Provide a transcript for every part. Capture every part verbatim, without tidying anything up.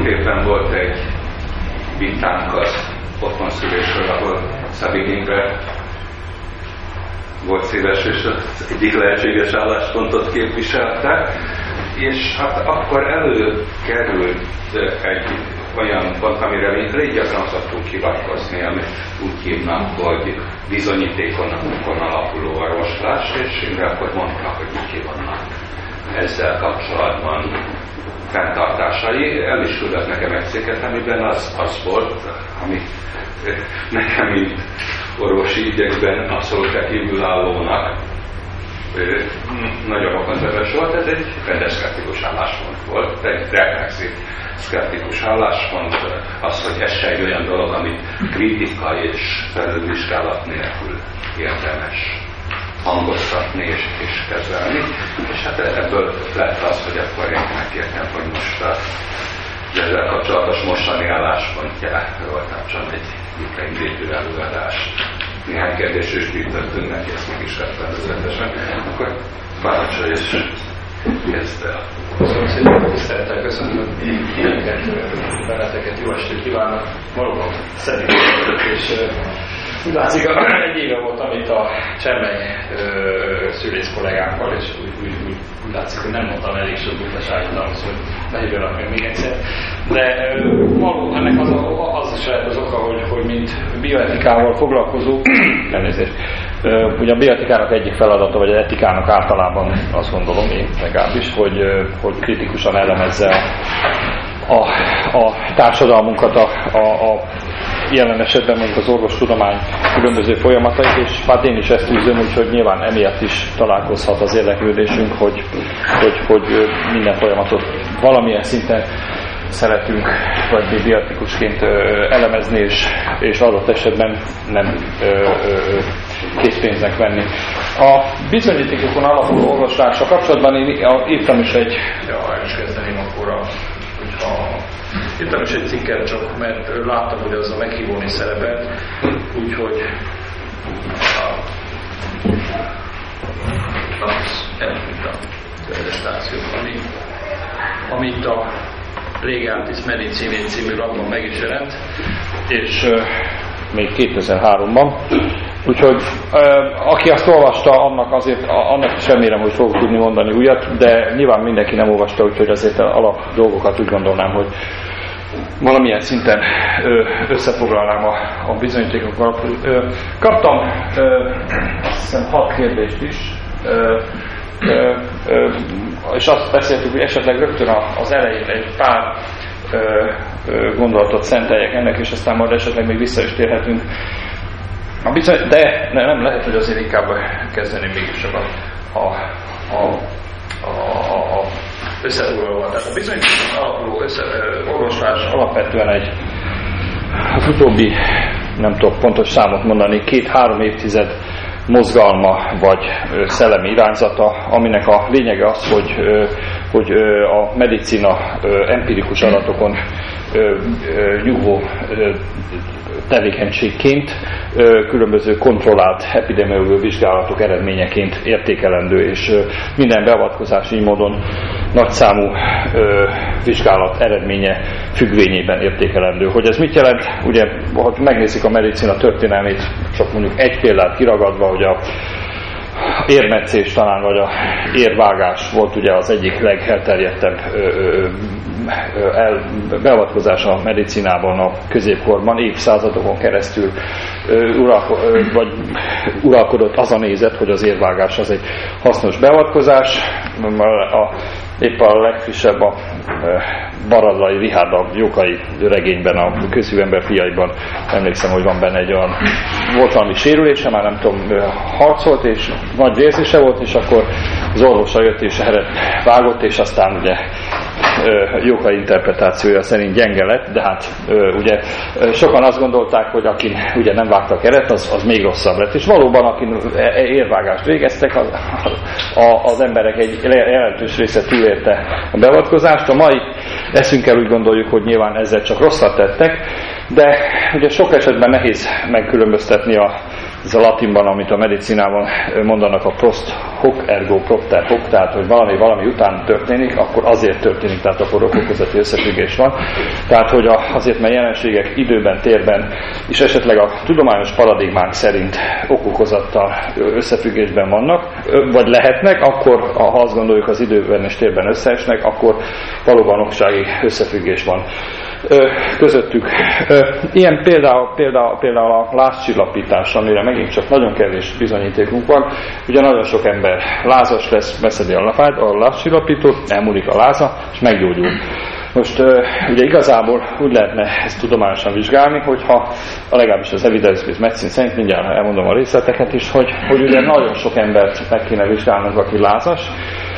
évben volt egy vitánk az otthonszülésről, ahol Szabin Imre volt szíves, és az egyik lehetséges álláspontot képviselte, és hát akkor előkerült egy olyan pont, amire mi elég gyakran szoktunk hivatkozni, amit úgy hívnak, hogy bizonyítékon alapuló orvoslás, és Imre akkor mondta, hogy neki vannak ezzel kapcsolatban fenntartásai. El is küldött nekem egy cikket, amiben az, az volt, ami nekem, mint orvosi ügyekben abszolút kívülállónak nagyon rokonzöves volt. Ez egy rendes szkeptikus álláspont volt, egy reflexív szkeptikus álláspont, az, hogy ez se egy olyan dolog, amit kritika és felülvizsgálat nélkül érdemes hangoztatni és, és kezelni. És hát ebből lett az, hogy akkor én megkértem, hogy most a ezzel kapcsolatos mostani álláspontjáról tartson egy vitaindítő előadást. Néhány kérdés is gyűjtöttünk neki, ezt meg is rettenetesen. Akkor parancsolj és kezd el. Köszönöm szépen, tisztelettel köszönöm benneteket, jó estét kívánok. Valóban szerintem, és úgy látszik, egy éve voltam itt a Csermely szülész kollégákkal, és úgy, úgy, úgy, úgy látszik, hogy nem mondtam elég sok butaságot ahhoz, hogy lehívjanak meg még egyszer. De való, ennek az, az is lehet az oka, hogy, hogy mint bioetikával foglalkozó, elnézést, ugye a bioetikának egyik feladata, vagy az etikának általában azt gondolom én legalábbis, hogy, hogy kritikusan elemezze a, a, a társadalmunkat, a, a, a jelen esetben mondjuk az orvostudomány különböző folyamatait, és hát én is ezt üzöm, úgyhogy nyilván emiatt is találkozhat az érdeklődésünk, hogy, hogy, hogy minden folyamatot valamilyen szinten szeretünk, vagy bioetikusként elemezni, és, és adott esetben nem ö, ö, készpénznek venni. A bizonyítékokon alapuló orvoslással kapcsolatban én írtam is egy, ja, el is kezdeném akkor a, hogyha írtam is egy cikket, csak mert láttam, hogy az a meghívón is szerepelt, úgyhogy az elmúlt a prezentáció, ami, amit a Legalis Medicinae című lapban meg is jelent, és uh, még kétezer-háromban. Úgyhogy uh, aki azt olvasta, annak azért annak is remélem, hogy fogok tudni mondani újat, de nyilván mindenki nem olvasta, úgyhogy azért alap dolgokat úgy gondolnám, hogy valamilyen szinten ö, összefoglalnám a, a bizonyítékokat. Kaptam ö, azt hiszem hat kérdést is, ö, ö, ö, és azt beszéltük, hogy esetleg rögtön az elején egy pár ö, ö, gondolatot szenteljek ennek, és aztán majd esetleg még vissza is térhetünk. A bizony, de nem lehet, hogy azért inkább kezdeném mégis a, a, a, a, a összefoglalóval. Tehát a bizonyítékon alapuló össze, orvoslás alapvetően egy az utóbbi, nem tudok pontos számot mondani, két-három évtized mozgalma vagy szellemi irányzata, aminek a lényege az, hogy, hogy a medicina empirikus adatokon nyugvó tevékenységként különböző kontrollált epidemiológiai vizsgálatok eredményeként értékelendő, és minden beavatkozás így módon nagyszámú vizsgálat eredménye függvényében értékelendő. Hogy ez mit jelent? Ugye, ha megnézzük a medicina történelmét, csak mondjuk egy példát kiragadva, hogy a érmetszés talán, vagy a érvágás volt ugye az egyik legelterjedtebb beavatkozás a medicinában a középkorban, évszázadokon keresztül uralko, vagy uralkodott az a nézet, hogy az érvágás az egy hasznos beavatkozás. A, épp a legfrissebb a Baradlai Richárd a Jókai regényben, a Közhívember fiaiban emlékszem, hogy van benne egy olyan, volt valami sérülése, már nem tudom, harcolt, és nagy vérzése volt, és akkor az orvosa jött és erre vágott, és aztán ugye Jókai interpretációja szerint gyenge lett, de hát ugye sokan azt gondolták, hogy akin ugye nem vágtak eret, az, az még rosszabb lett. És valóban, akin érvágást végeztek, az, az emberek egy jelentős része túlélte a beavatkozást. A mai eszünkkel úgy gondoljuk, hogy nyilván ezzel csak rosszat tettek, de ugye sok esetben nehéz megkülönböztetni a ez a latinban, amit a medicinában mondanak, a post hoc ergo propter hoc, tehát hogy valami valami után történik, akkor azért történik, tehát akkor okokozati összefüggés van. Tehát, hogy azért, mert jelenségek időben, térben, és esetleg a tudományos paradigmánk szerint okokozattal összefüggésben vannak, vagy lehetnek, akkor, ha azt gondoljuk, az időben és térben összeesnek, akkor valóban oksági összefüggés van közöttük. Ilyen például, például, például a lázcsillapítás, amire megint csak nagyon kevés bizonyítékunk van. Ugye nagyon sok ember lázas lesz, beszedi a, a lázcsillapítót, elmúlik a láza, és meggyógyul. Most ugye igazából úgy lehetne ezt tudományosan vizsgálni, hogyha a legalábbis az evidence-based medicine szerint, mindjárt elmondom a részleteket is, hogy, hogy ugye nagyon sok embert meg kéne vizsgálnunk, aki lázas,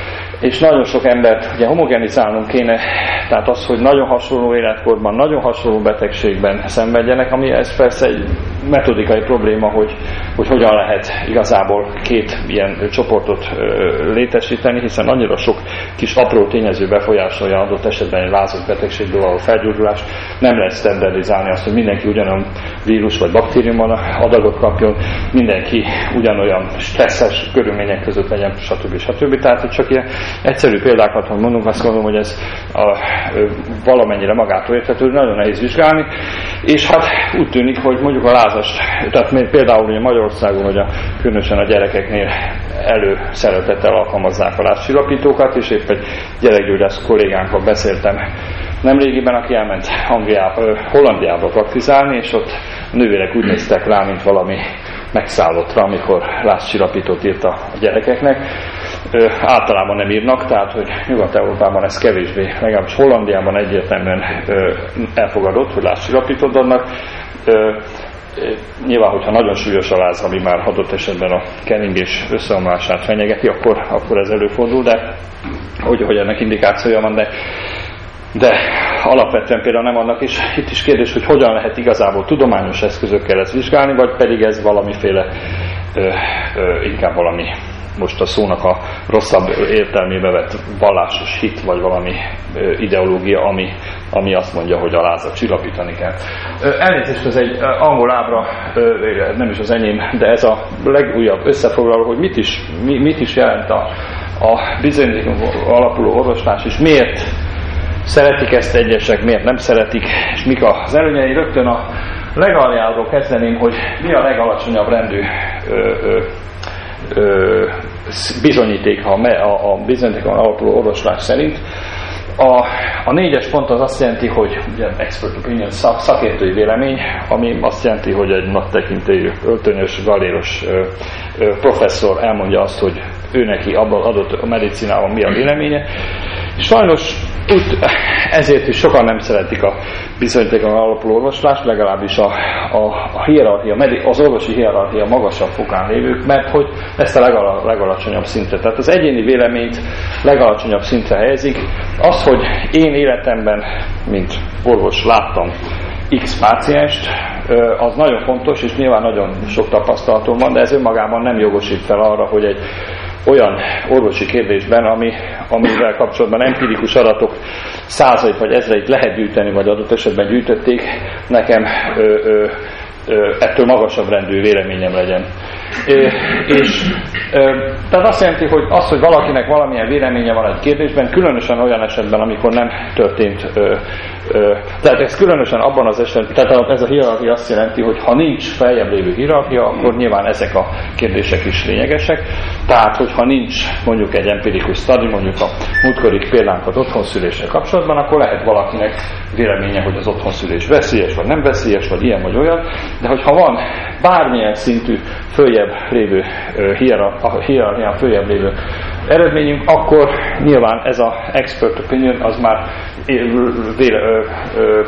és nagyon sok embert ugye homogenizálnunk kéne, tehát az, hogy nagyon hasonló életkorban, nagyon hasonló betegségben szenvedjenek, ami ez persze egy metodikai probléma, hogy, hogy hogyan lehet igazából két ilyen csoportot ö, létesíteni, hiszen annyira sok kis apró tényező befolyásolja adott esetben egy lázas betegségből való felgyógyulást, nem lehet standardizálni azt, hogy mindenki ugyanolyan vírus vagy baktériumban adagot kapjon, mindenki ugyanolyan stresszes körülmények között legyen, stb. stb. Tehát, hogy csak ilyen egyszerű példákat, ha mondunk, azt gondolom, hogy ez a, valamennyire magától értető, nagyon nehéz vizsgálni, és hát úgy tűnik, hogy mondjuk a lázast, tehát például ugye Magyarországon, hogy a, különösen a gyerekeknél előszeretettel alkalmazzák a lázcsillapítókat, és épp egy gyerekgyógyász kollégánkkal beszéltem nemrégiben, aki elment Angliába, Hollandiába praktizálni, és ott a nővérek úgy néztek rá, mint valami megszállottra, amikor lázcsillapítót írt a gyerekeknek. Ö, általában nem írnak, tehát hogy Nyugat-Európában ez kevésbé, legalábbis Hollandiában egyértelműen ö, elfogadott, hogy lázcsillapítót adnak. Ö, Nyilván, hogyha nagyon súlyos a láz, ami már adott esetben a keringés összeomlását fenyegeti, akkor, akkor ez előfordul, de hogy, hogy ennek indikációja van, de de alapvetően például nem annak is. Itt is kérdés, hogy hogyan lehet igazából tudományos eszközökkel ezt vizsgálni, vagy pedig ez valamiféle, ö, ö, inkább valami, most a szónak a rosszabb értelmébe vett vallásos hit, vagy valami ö, ideológia, ami, ami azt mondja, hogy a lázat csillapítani kell. Ö, elnézést, ez egy angol ábra, ö, nem is az enyém, de ez a legújabb összefoglaló, hogy mit is, mi, mit is jelent a, a bizonyítékon alapuló orvoslás, és miért szeretik ezt egyesek, miért nem szeretik, és mik az előnyei. Rögtön a legaljáról kezdeném, hogy mi a legalacsonyabb rendű ö, ö, ö, bizonyíték a, a, a bizonyítékon alapuló orvoslás szerint. A, a négyes pont az azt jelenti, hogy ugye expert opinion, szak, szakértői vélemény, ami azt jelenti, hogy egy nagy tekintélyű, öltönyös, galéros ö, ö, professzor elmondja azt, hogy ő neki abban adott a medicinában mi a véleménye. Sajnos úgy, ezért is sokan nem szeretik a bizonyítékon alapuló orvoslást, legalábbis a, a, a hierarchia, az orvosi hierarchia magasabb fokán lévők, mert hogy ezt a legala, legalacsonyabb szintre, tehát az egyéni véleményt legalacsonyabb szintre helyezik. Az, hogy én életemben, mint orvos láttam X pácienst, az nagyon fontos, és nyilván nagyon sok tapasztalatom van, de ez önmagában nem jogosít fel arra, hogy egy olyan orvosi kérdésben, ami, amivel kapcsolatban empirikus adatok százait vagy ezreit lehet gyűjteni, vagy adott esetben gyűjtötték, nekem ö, ö, ö, ettől magasabb rendű véleményem legyen. É, és ö, tehát azt jelenti, hogy az, hogy valakinek valamilyen véleménye van egy kérdésben, különösen olyan esetben, amikor nem történt ö, ö, tehát ez különösen abban az esetben, tehát ez a hierarchia azt jelenti, hogy ha nincs feljebb lévő hierarchia, akkor nyilván ezek a kérdések is lényegesek. Tehát, hogyha nincs mondjuk egy empirikus study, mondjuk a múltkori példánkat otthonszüléssel kapcsolatban, akkor lehet valakinek véleménye, hogy az otthonszülés veszélyes, vagy nem veszélyes, vagy ilyen, vagy olyan, de hogyha van bármilyen szintű följebb lévő hierarchián följebb lévő eredményünk, akkor nyilván ez az expert opinion az már véle, ö, ö,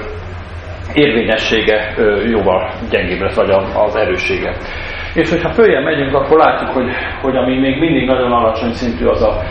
érvényessége ö, jóval gyengébb lesz, vagy az erőssége. És hogyha följebb megyünk, akkor látjuk, hogy, hogy ami még mindig nagyon alacsony szintű, az a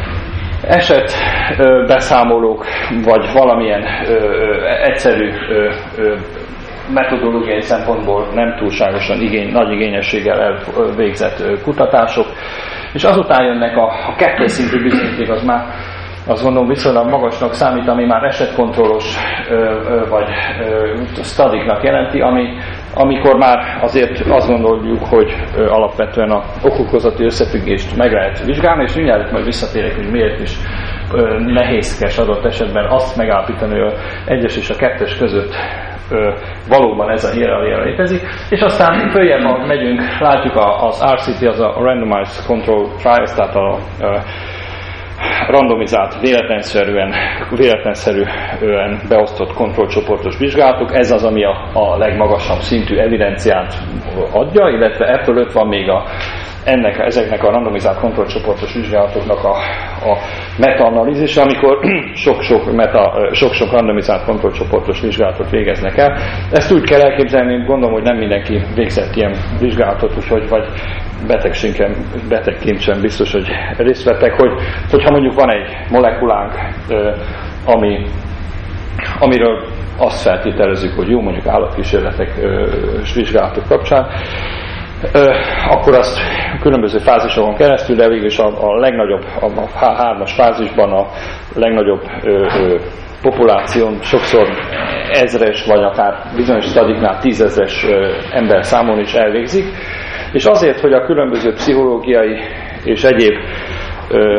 eset ö, beszámolók, vagy valamilyen ö, ö, egyszerű ö, ö, metodológiai szempontból nem túlságosan igény, nagy igényességgel elvégzett kutatások, és azután jönnek a, a kettes szintű bizonyíték, az már azt gondolom viszonylag magasnak számít, ami már esetkontrollos ö, ö, vagy ö, studiknak jelenti, ami amikor már azért azt gondoljuk, hogy alapvetően a okokozati összefüggést meg lehet vizsgálni, és mindjárt majd visszatérek, hogy miért is nehézkes adott esetben azt megállapítani, hogy az egyes és a kettes között valóban ez a hierarchia létezik, és aztán följebb, ha megyünk, látjuk az R C T, az a Randomized Control Trials, tehát a, a randomizált, véletlenszerűen, véletlenszerűen beosztott kontrollcsoportos vizsgálatok. Ez az, ami a, a legmagasabb szintű evidenciát adja, illetve e fölött van még a, ennek, ezeknek a randomizált kontrollcsoportos vizsgálatoknak a, a meta-analízise, amikor sok-sok, meta, sok-sok randomizált kontrollcsoportos vizsgálatot végeznek el. Ezt úgy kell elképzelni, gondolom, hogy nem mindenki végzett ilyen vizsgálatot, úgyhogy vagy betegségem, betegként sem biztos, hogy részt vettek, hogy, hogyha mondjuk van egy molekulánk, ami, amiről azt feltételezzük, hogy jó, mondjuk állatkísérletek és vizsgálatok kapcsán, akkor azt különböző fázisokon keresztül, de végül is a, a legnagyobb, a hármas fázisban a legnagyobb ö, ö, populáción sokszor ezres, vagy akár bizonyos stadiknál tízezres ember számon is elvégzik, és azért, hogy a különböző pszichológiai és egyéb ö,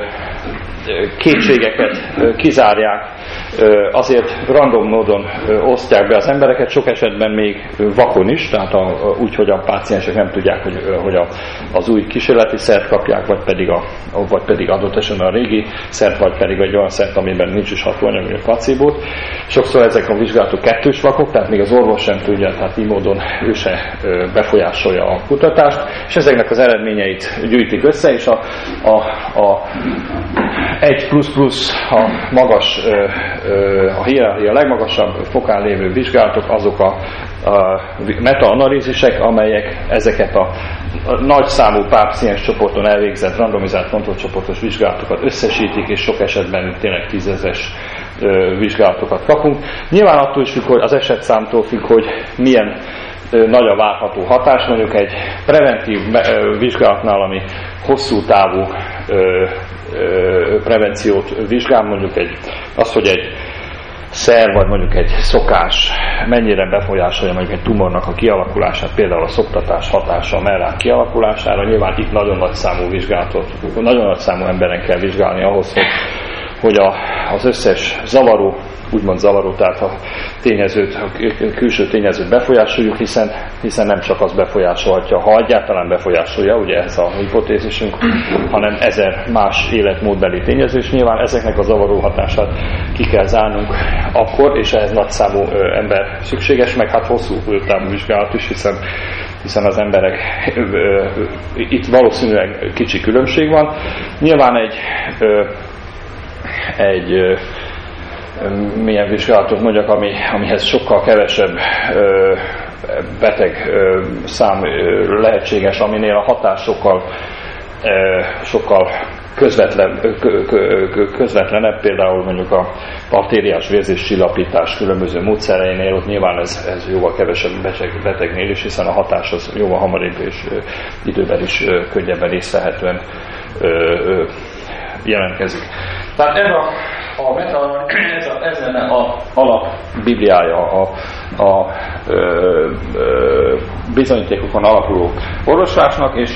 kétségeket ö, kizárják, ö, azért random módon ö, osztják be az embereket, sok esetben még vakon is, tehát a, a, úgy, hogy a páciensek nem tudják, hogy, ö, hogy a, az új kísérleti szert kapják, vagy pedig, a, vagy pedig adott esetben a régi szert, vagy pedig egy olyan szert, amiben nincs is hatóanyag, vagy a placebót. Sokszor ezek a vizsgálatok kettős vakok, tehát még az orvos sem tudja, tehát így módon ő se ö, befolyásolja a kutatást, és ezeknek az eredményeit gyűjtik össze, és a, a, a egy plusz plusz a magas, a hierarchia legmagasabb fokán lévő vizsgálatok, azok a, a meta-analízisek, amelyek ezeket a, a nagy számú páciens csoporton elvégzett randomizált kontrollcsoportos vizsgálatokat összesítik, és sok esetben tényleg tízezres vizsgálatokat kapunk. Nyilván attól is függ, hogy az esetszámtól függ, hogy milyen nagy a várható hatás, mondjuk egy preventív vizsgálatnál, ami hosszú távú ö, ö, prevenciót vizsgál, mondjuk egy, az, hogy egy szer, vagy mondjuk egy szokás mennyire befolyásolja mondjuk egy tumornak a kialakulását, például a szoptatás hatása a mellák kialakulására, nyilván itt nagyon nagy számú vizsgálatot, nagyon nagy számú emberen kell vizsgálni ahhoz, hogy, hogy a, az összes zavaró, úgymond zavaró, tehát a tényezőt, a külső tényezőt befolyásoljuk, hiszen, hiszen nem csak az befolyásolhatja, ha egyáltalán befolyásolja, ugye ez a hipotézisünk, hanem ezer más életmódbeli tényező, és nyilván ezeknek a zavaró hatását ki kell zárnunk akkor, és ehhez nagyszámú ember szükséges, meg hát hosszú távú vizsgálat is, hiszen hiszen az emberek, itt valószínűleg kicsi különbség van. Nyilván egy, egy milyen vizsgálatot mondjak, ami, amihez sokkal kevesebb ö, beteg ö, szám ö, lehetséges, aminél a hatás sokkal, ö, sokkal közvetlen, ö, ö, közvetlenebb, például mondjuk a artériás vérzéscsillapítás különböző módszereinél, ott nyilván ez, ez jóval kevesebb beteg, betegnél is, hiszen a hatás az jóval hamarabb és ö, időben is ö, könnyebben észlelhetően ö, ö, jelentkezik. Tehát ez a A meta, ez, a, ez lenne a alapbibliája a, a ö, ö, bizonyítékokon alapuló orvoslásnak, és,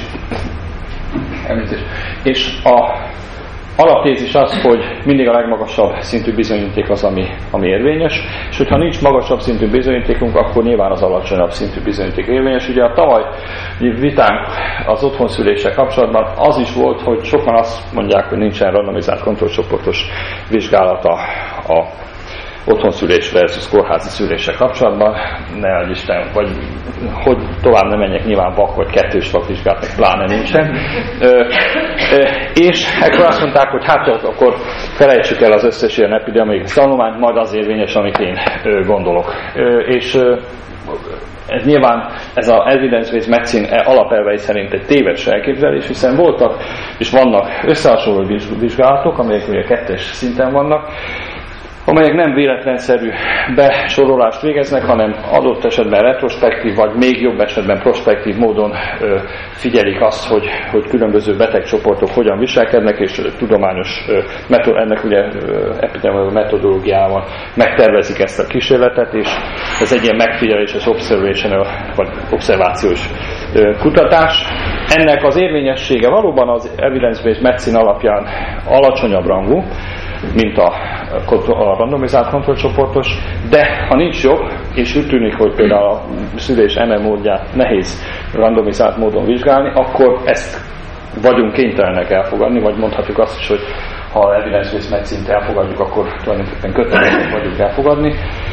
és a alaptézis az, hogy mindig a legmagasabb szintű bizonyíték az, ami, ami érvényes, és hogyha nincs magasabb szintű bizonyítékunk, akkor nyilván az alacsonyabb szintű bizonyíték érvényes. Ugye a tavaly vitánk az otthonszüléssel kapcsolatban az is volt, hogy sokan azt mondják, hogy nincsen randomizált kontrollcsoportos vizsgálata a otthonszülés versus kórházi szüléssel kapcsolatban, ne adj Isten, vagy hogy tovább nem menjek, nyilván vak vagy kettős vakvizsgálatnak pláne nincsen. Ö, ö, és akkor azt mondták, hogy hát akkor felejtsük el az összes ilyen epidemiai tanulmányt, majd az érvényes, amit én ö, gondolok. Ö, és ö, ez nyilván ez az evidence-based medicine alapelvei szerint egy téves elképzelés, hiszen voltak és vannak összehasonló vizsgálatok, amelyek ugye kettes szinten vannak, amelyek nem véletlenszerű besorolást végeznek, hanem adott esetben retrospektív, vagy még jobb esetben prospektív módon ö, figyelik azt, hogy, hogy különböző betegcsoportok hogyan viselkednek, és tudományos ö, metod, ennek ugye epidemiológiai metodológiával megtervezik ezt a kísérletet, és ez egy ilyen megfigyeléses observational, vagy obszervációs ö, kutatás. Ennek az érvényessége valóban az evidence-based medicine alapján alacsonyabb rangú, mint a, a randomizált kontrollcsoportos, de ha nincs jobb, és úgy tűnik, hogy például a szülés eme módját nehéz randomizált módon vizsgálni, akkor ezt vagyunk kénytelenek elfogadni, vagy mondhatjuk azt is, hogy ha evidence-based medicine-t elfogadjuk, akkor tulajdonképpen kötelezőek vagyunk elfogadni.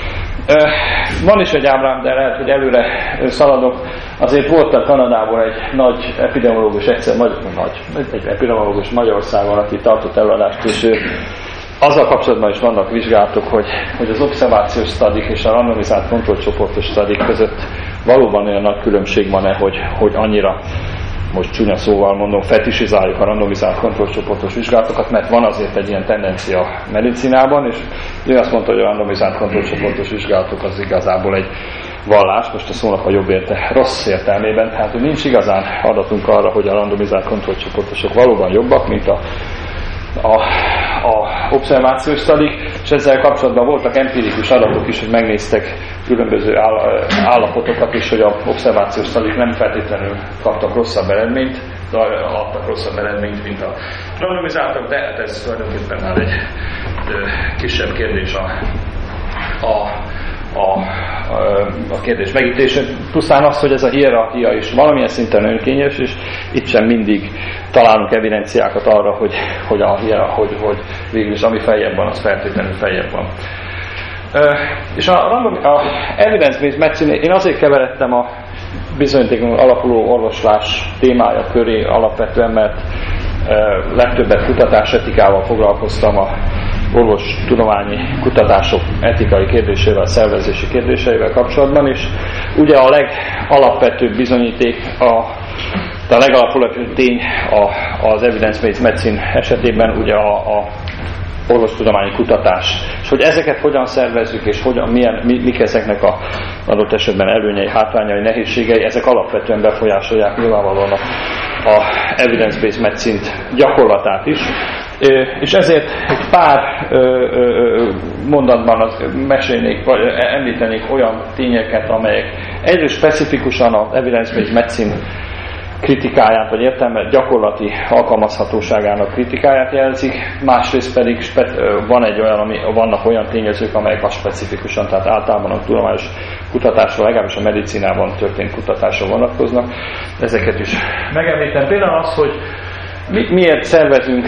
Van is egy ábrám, de lehet, hogy előre szaladok. Azért volt a Kanadából egy nagy epidemiológus, egyszer nagy, nagy, egy epidemiológus Magyarországon, aki tartott előadást, és ő azzal kapcsolatban is vannak vizsgálatok, hogy, hogy az obszervációs studik és a randomizált kontrollcsoportos studik között valóban olyan nagy különbség van-e, hogy, hogy annyira, most csúnya szóval mondom, fetisizáljuk a randomizált kontrollcsoportos vizsgálatokat, mert van azért egy ilyen tendencia a medicinában, és ő azt mondta, hogy a randomizált kontrollcsoportos vizsgálatok az igazából egy vallás, most a szónak a jobb érte, rossz értelmében, tehát hogy nincs igazán adatunk arra, hogy a randomizált kontrollcsoportosok valóban jobbak, mint a a, a obszervációs studik, és ezzel kapcsolatban voltak empirikus adatok is, hogy megnéztek különböző áll, állapotokat is, hogy a obszervációs studik nem feltétlenül kaptak rosszabb eredményt, de adtak rosszabb eredményt, mint a randomizáltak, de hát ez tulajdonképpen már egy ö, kisebb kérdés a, a A, a kérdés megítése. Pusztán az, hogy ez a hierarchia is valamilyen szinten önkényes, és itt sem mindig találunk evidenciákat arra, hogy, hogy, a, hogy, hogy végül is ami feljebb van, az feltétlenül feljebb van. És a, a evidence-based medicine, én azért keveredtem a bizonyítékon alapuló orvoslás témája köré alapvetően, mert legtöbbet kutatás etikával foglalkoztam, a orvostudományi kutatások etikai kérdésével, szervezési kérdéseivel kapcsolatban, és ugye a legalapvetőbb bizonyíték, a, a legalapvetőbb tény a, az evidence-based medicine esetében ugye a, a orvostudományi kutatás. És hogy ezeket hogyan szervezzük, és hogyan, milyen, mi, mik ezeknek a adott esetben előnyei, hátrányai, nehézségei, ezek alapvetően befolyásolják nyilvánvalóan a, a evidence-based medicine gyakorlatát is. És ezért egy pár mondatban az mesélnék, vagy említenék olyan tényeket, amelyek egyrészt specifikusan az evidence-based medicine kritikáját, vagy értelme gyakorlati alkalmazhatóságának kritikáját jelzik, másrészt pedig van egy olyan, ami, vannak olyan tényezők, amelyek a specifikusan, tehát általában a tudományos kutatásra, legalábbis a medicinában történt kutatásra vonatkoznak. Ezeket is megemlítem. Például az, hogy mi, miért szervezünk.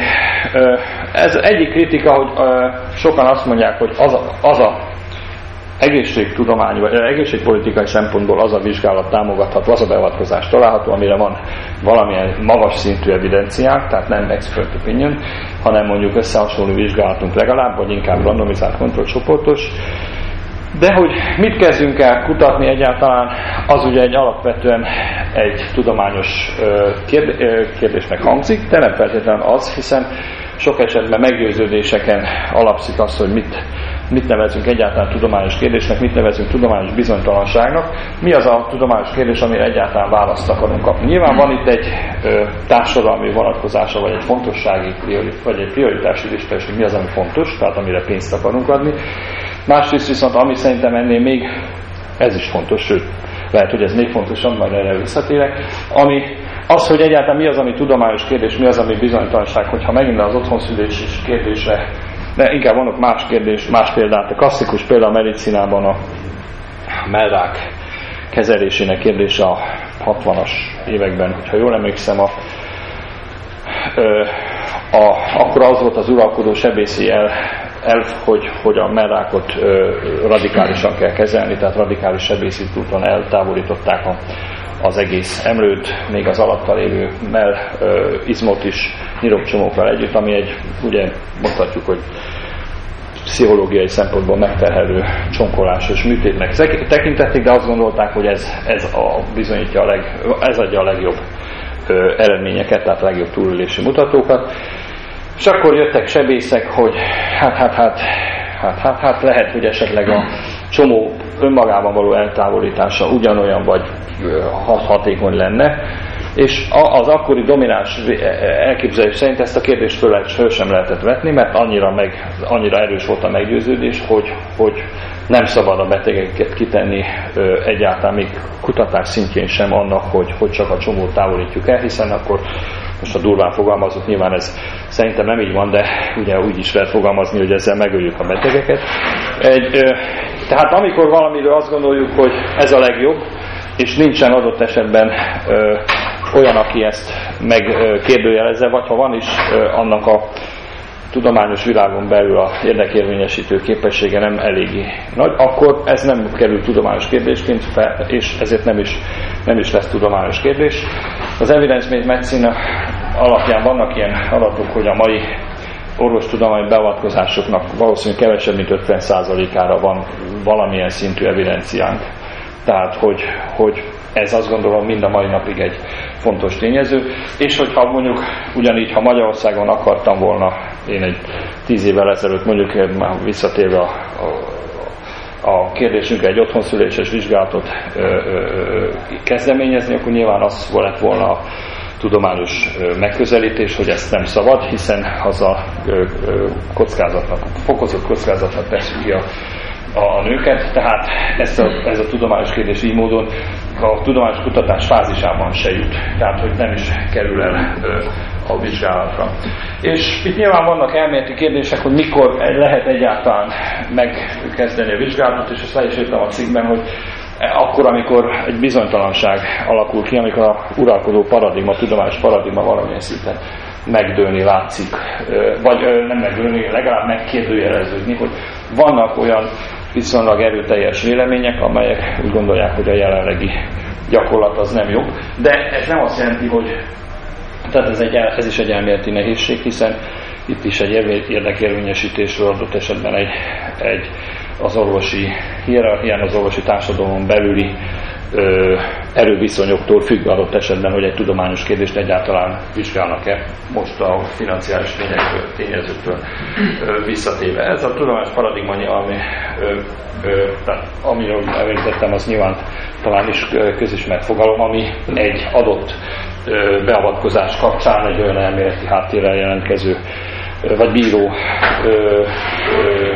Ez egyik kritika, hogy sokan azt mondják, hogy az a, az a egészségtudományi, vagy egészségpolitikai szempontból az a vizsgálat támogatható, az a beavatkozás található, amire van valamilyen magas szintű evidenciák, tehát nem expert opinion, hanem mondjuk összehasonló vizsgálatunk legalább, vagy inkább randomizált kontrollcsoportos. De hogy mit kezdünk el kutatni egyáltalán, az ugye egy alapvetően egy tudományos kérdésnek hangzik, de nem feltétlenül az, hiszen sok esetben meggyőződéseken alapszik az, hogy mit, mit nevezünk egyáltalán tudományos kérdésnek, mit nevezünk tudományos bizonytalanságnak, mi az a tudományos kérdés, amire egyáltalán választ akarunk kapni. Nyilván van itt egy ö, társadalmi vonatkozása, vagy egy fontossági prioritás, vagy egy prioritási lista, és hogy mi az, ami fontos, tehát amire pénzt akarunk adni. Másrészt viszont, ami szerintem ennél még, ez is fontos, sőt, lehet, hogy ez még fontosabb, majd erre visszatérek, ami az, hogy egyáltalán mi az, ami tudományos kérdés, mi az, ami bizonytalanság, hogyha megint az otthonszülési kérdésre, de inkább vannak más kérdés, más példát. A klasszikus példa a medicinában a mellrák kezelésének kérdése a hatvanas években, hogyha jól emlékszem, a, a, akkor az volt az uralkodó sebészi el, elf, hogy, hogy a mellrákot ö, radikálisan kell kezelni, tehát radikális sebészi úton eltávolították a, az egész emlőt, még az alatta lévő mell ö, izmot is nyirokcsomókkal együtt, ami egy, ugye mondhatjuk, hogy pszichológiai szempontból megterhelő csonkolásos műtétnek tekintették, de azt gondolták, hogy ez, ez a bizonyítja a leg, ez adja a legjobb ö, eredményeket, tehát a legjobb túlélési mutatókat. És akkor jöttek sebészek, hogy hát, hát, hát hát, hát, hát lehet, hogy esetleg a csomó önmagában való eltávolítása ugyanolyan vagy hatékony lenne, és az akkori domináns elképzelés szerint ezt a kérdést föl, föl sem lehetett vetni, mert annyira, meg, annyira erős volt a meggyőződés, hogy, hogy nem szabad a betegeket kitenni egyáltalán még kutatás szintjén sem annak, hogy, hogy csak a csomót távolítjuk el, hiszen akkor most a durván fogalmazott, nyilván ez szerintem nem így van, de ugye úgy is lehet fogalmazni, hogy ezzel megöljük a betegeket. Egy, tehát amikor valamiről azt gondoljuk, hogy ez a legjobb, és nincsen adott esetben ö, olyan, aki ezt megkérdőjelezze, vagy ha van is ö, annak a tudományos világon belül a érdekérvényesítő képessége nem eléggé nagy, akkor ez nem kerül tudományos kérdésként fel, és ezért nem is, nem is lesz tudományos kérdés. Az evidence-based medicine alapján vannak ilyen adatok, hogy a mai orvostudományi beavatkozásoknak valószínűleg kevesebb, mint ötven százalékára van valamilyen szintű evidenciánk. Tehát, hogy, hogy ez azt gondolom mind a mai napig egy fontos tényező, és hogyha mondjuk ugyanígy, ha Magyarországon akartam volna, én egy tíz évvel ezelőtt mondjuk már visszatérve a, a, a kérdésünkre egy otthonszüléses vizsgálatot ö, ö, kezdeményezni, akkor nyilván az lett volna a tudományos megközelítés, hogy ezt nem szabad, hiszen azzal kockázatnak, fokozott kockázatnak tesszük ki a a nőket, tehát ez a, ez a tudományos kérdés így módon a tudományos kutatás fázisában se jut, tehát hogy nem is kerül el a vizsgálatra. És itt nyilván vannak elméleti kérdések, hogy mikor lehet egyáltalán megkezdeni a vizsgálatot, és ezt le is írtam a cikkben, hogy akkor, amikor egy bizonytalanság alakul ki, amikor a uralkodó paradigma, tudományos paradigma valamilyen szinten megdőlni látszik, vagy nem megdőlni, legalább megkérdőjeleződni, hogy vannak olyan viszonylag erőteljes vélemények, amelyek úgy gondolják, hogy a jelenlegi gyakorlat az nem jó. De ez nem azt jelenti, hogy tehát ez, egy, ez is egy elméleti nehézség, hiszen itt is egy érdekérvényesítésről adott esetben egy, egy az orvosi hierarchián, az orvosi társadalomon belüli ö, erőviszonyoktól függ adott esetben, hogy egy tudományos kérdést egyáltalán vizsgálnak-e most a financiális tényezőktől ö, visszatéve. Ez a tudományos paradigma, ami, ö, ö, tehát, amiről említettem, az nyilván talán is közismert fogalom, ami egy adott ö, beavatkozás kapcsán egy olyan elméleti háttérrel jelentkező ö, vagy bíró ö, ö,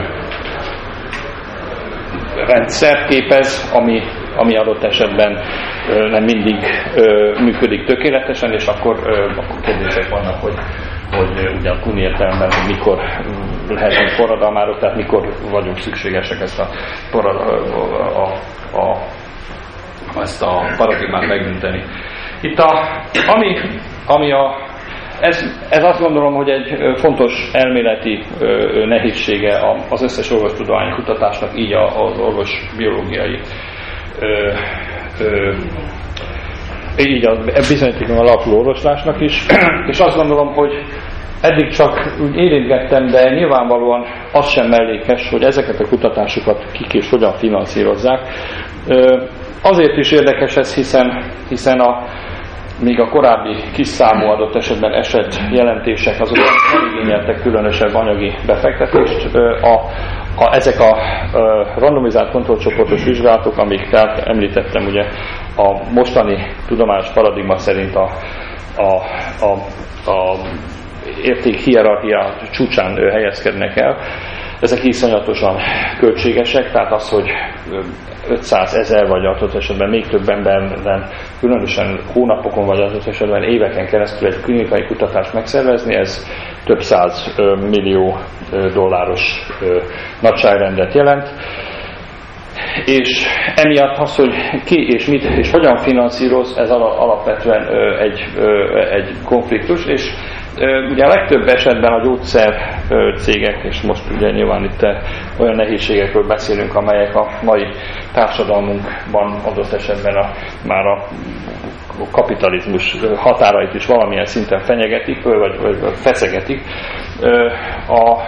rendszer képez, ami, ami adott esetben ö, nem mindig ö, működik tökéletesen, és akkor, ö, akkor kérdések vannak, hogy, hogy ugyan Kuhn értelemben, hogy mikor lehetünk forradalmárok, tehát mikor vagyunk szükségesek ezt a, a, a, a, ezt a paradigmát megdönteni. Itt a, ami, ami a Ez, ez azt gondolom, hogy egy fontos elméleti ö, nehézsége az összes orvostudományi kutatásnak, így az orvosbiológiai ö, ö, így a bizonyítékon alapuló orvoslásnak is, és azt gondolom, hogy eddig csak úgy érintgettem, de nyilvánvalóan az sem mellékes, hogy ezeket a kutatásokat kik és hogyan finanszírozzák. Ö, azért is érdekes ez, hiszen, hiszen a míg a korábbi kis számú adott esetben esett jelentések azok nem igényeltek különösebb anyagi befektetést. A, a, ezek a, a randomizált kontrollcsoportos vizsgálatok, amik tehát említettem, ugye a mostani tudományos paradigma szerint a, a, a, a értékhierarchia csúcsán helyezkednek el. Ezek iszonyatosan költségesek, tehát az, hogy ötszázezer vagy adott esetben még több emberben, különösen hónapokon vagy adott esetben éveken keresztül egy klinikai kutatást megszervezni, ez több száz millió dolláros nagyságrendet jelent. És emiatt az, hogy ki és mit és hogyan finanszíroz, ez alapvetően egy, egy konfliktus, és ugye a legtöbb esetben a gyógyszer cégek, és most ugye nyilván itt olyan nehézségekről beszélünk, amelyek a mai társadalmunkban adott esetben a, már a kapitalizmus határait is valamilyen szinten fenyegetik, vagy, vagy feszegetik. A,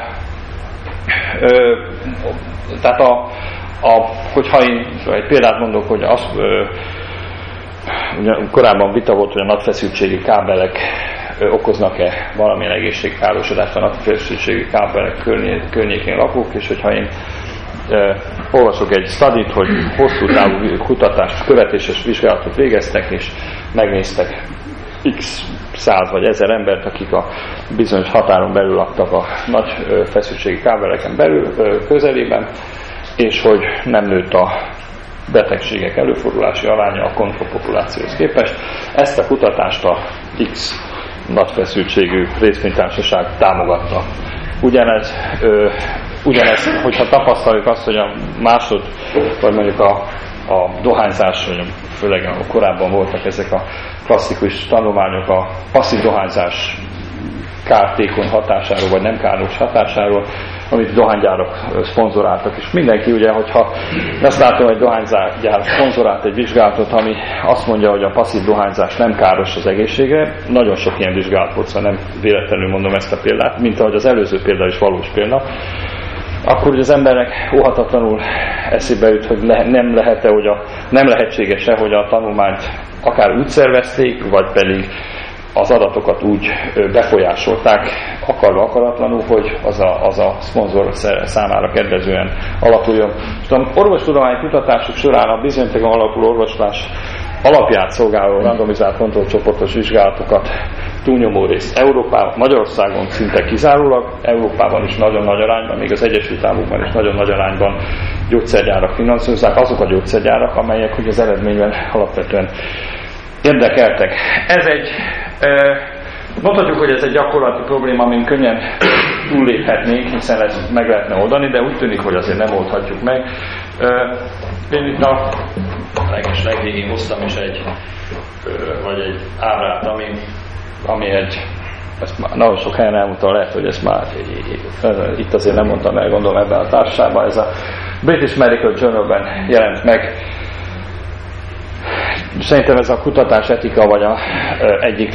tehát a, a, hogyha én egy példát mondok, hogy azt, ugye korábban vita volt, hogy a nagyfeszültségi kábelek okoznak-e valamilyen egészségkárosodást a napfeszültségű kábelek környékén lakók, és hogyha én e, olvasok egy studit, hogy hosszú távú kutatást, követéses vizsgálatot végeztek, és megnéztek x száz vagy ezer embert, akik a bizonyos határon belül laktak a nagy feszültségi kábeleken belül, közelében, és hogy nem nőtt a betegségek előfordulási aránya a kontrollpopulációhoz képest. Ezt a kutatást a X nagyfeszültségű részvénytársaság támogatta. Ugyanez, ö, ugyanez, hogyha tapasztaljuk azt, hogy a másod, vagy mondjuk a, a dohányzás, vagy főleg a korábban voltak ezek a klasszikus tanulmányok a passzív dohányzás kártékony hatásáról, vagy nem káros hatásáról, amit dohánygyárak szponzoráltak. És mindenki ugye, hogyha azt látom, hogy dohánygyár szponzorált egy vizsgálatot, ami azt mondja, hogy a passzív dohányzás nem káros az egészségre, nagyon sok ilyen vizsgálat volt, szóval nem véletlenül mondom ezt a példát, mint ahogy az előző példa is valós példa, akkor ugye az embernek óhatatlanul eszébe jut, hogy le, nem lehet-e, hogy a, nem lehetséges-e, hogy a tanulmányt akár úgy szervezték, vagy pedig az adatokat úgy befolyásolták, akarva akaratlanul, hogy az a, az a szponzor számára kedvezően alakuljon. És a orvostudományi kutatások során a bizonytalan alapuló orvoslás alapját szolgáló randomizált kontrollcsoportos vizsgálatokat túlnyomó részt Európában, Magyarországon szinte kizárólag, Európában is nagyon nagy arányban, még az Egyesült Államokban is nagyon nagy arányban gyógyszergyárak finanszírozzák, azok a gyógyszergyárak, amelyek hogy az eredményben alapvetően érdekeltek. Ez egy, mondhatjuk, hogy ez egy gyakorlati probléma, amin könnyen túlléphetnénk, hiszen ezt meg lehetne oldani, de úgy tűnik, hogy azért nem oldhatjuk meg. Én itt a leges legvégén hoztam is egy, vagy egy ábrát, ami, ami egy, ezt már nagyon sok helyen elmondtam, lehet, hogy ezt már itt azért nem mondtam el, gondolom ebben a társaságban, ez a British Medical Journal-ben jelent meg. Szerintem ez a kutatás etika vagy a egyik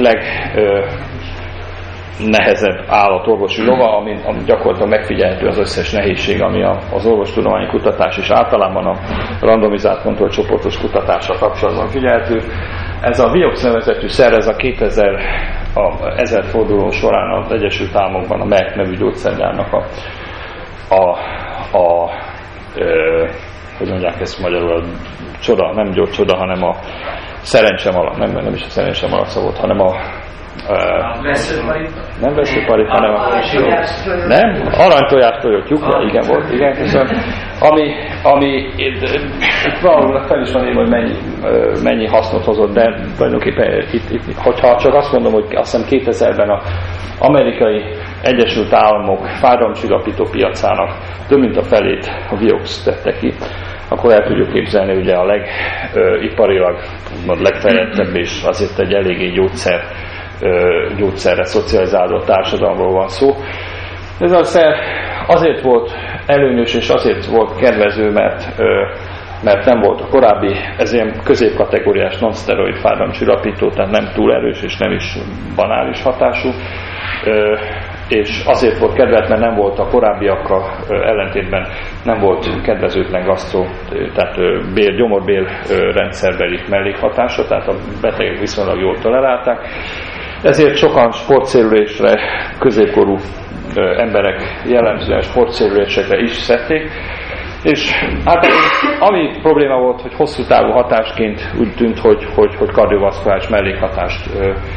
legnehezebb állatorvosi lova, amin, amin gyakorlatilag megfigyelhető az összes nehézség, ami a, az orvostudományi kutatás és általában a randomizált kontrollcsoportos kutatással kapcsolatban figyelhető. Ez a Vioxx nevezetű szer, ez a kétezer a ezredforduló során az Egyesült Államokban a Merck nevű gyógyszergyárnak a, a, a ö, hogy mondják ezt magyarul, a csoda, nem gyógycsoda, hanem a szerencsem alatt, nem, nem is a szerencsem alatt volt, hanem a uh, nem veszőparip, hanem a nem, aranytojás tojott lyukra, igen volt, igen, köszönöm. Ami, ami itt, itt valahol fel is van írva, hogy mennyi, mennyi hasznot hozott, de tulajdonképpen itt, itt, hogyha csak azt mondom, hogy azt hiszem kétezerben az amerikai Egyesült Államok fájdalomcsillapító piacának több mint a felét a Vioxx tette ki, akkor el tudjuk képzelni, ugye a legiparilag legfejlettebb és azért egy eléggé gyógyszer, ö, gyógyszerre szocializálódott társadalomról van szó. Ez a szer azért volt előnyös és azért volt kedvező, mert, ö, mert nem volt a korábbi, ez ilyen középkategóriás non-szteroid fájdalomcsillapító, tehát nem túl erős és nem is banális hatású. Ö, és azért volt kedvelt, mert nem volt a korábbiakkal ellentétben nem volt kedvezőtlen gasztro, tehát bér, gyomorbér rendszerbeli mellékhatása, tehát a betegek viszonylag jól tolerálták. Ezért sokan sportcélülésre, középkorú emberek jellemzően sportcélülésekre is szedték, és hát ami probléma volt, hogy hosszú távú hatásként úgy tűnt, hogy, hogy, hogy kardiovaszkuláris mellékhatást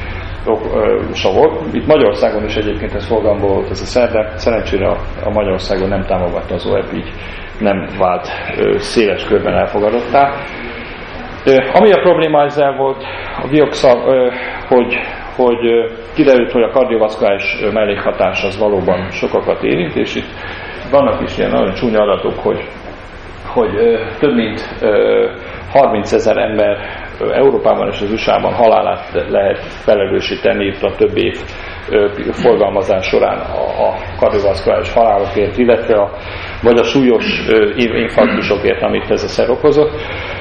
so volt. Itt Magyarországon is egyébként ez forgalomból volt ez a szer, de szerencsére a, a Magyarországon nem támogatta az o e pé, így nem vált ö, széles körben elfogadottá. Ö, ami a probléma ezzel volt a Vioxx-szal, hogy, hogy ö, kiderült, hogy a kardiovaszkuláris mellékhatás az valóban sokakat érint, és itt vannak is ilyen nagyon csúnya adatok, hogy, hogy ö, több mint ö, harmincezer ember Európában és az u es á-ban halálát lehet felelősíteni itt a több év forgalmazás során a, a kardiovaszkuláris halálokért, illetve a, vagy a súlyos infarktusokért, amit ez a szer okozott.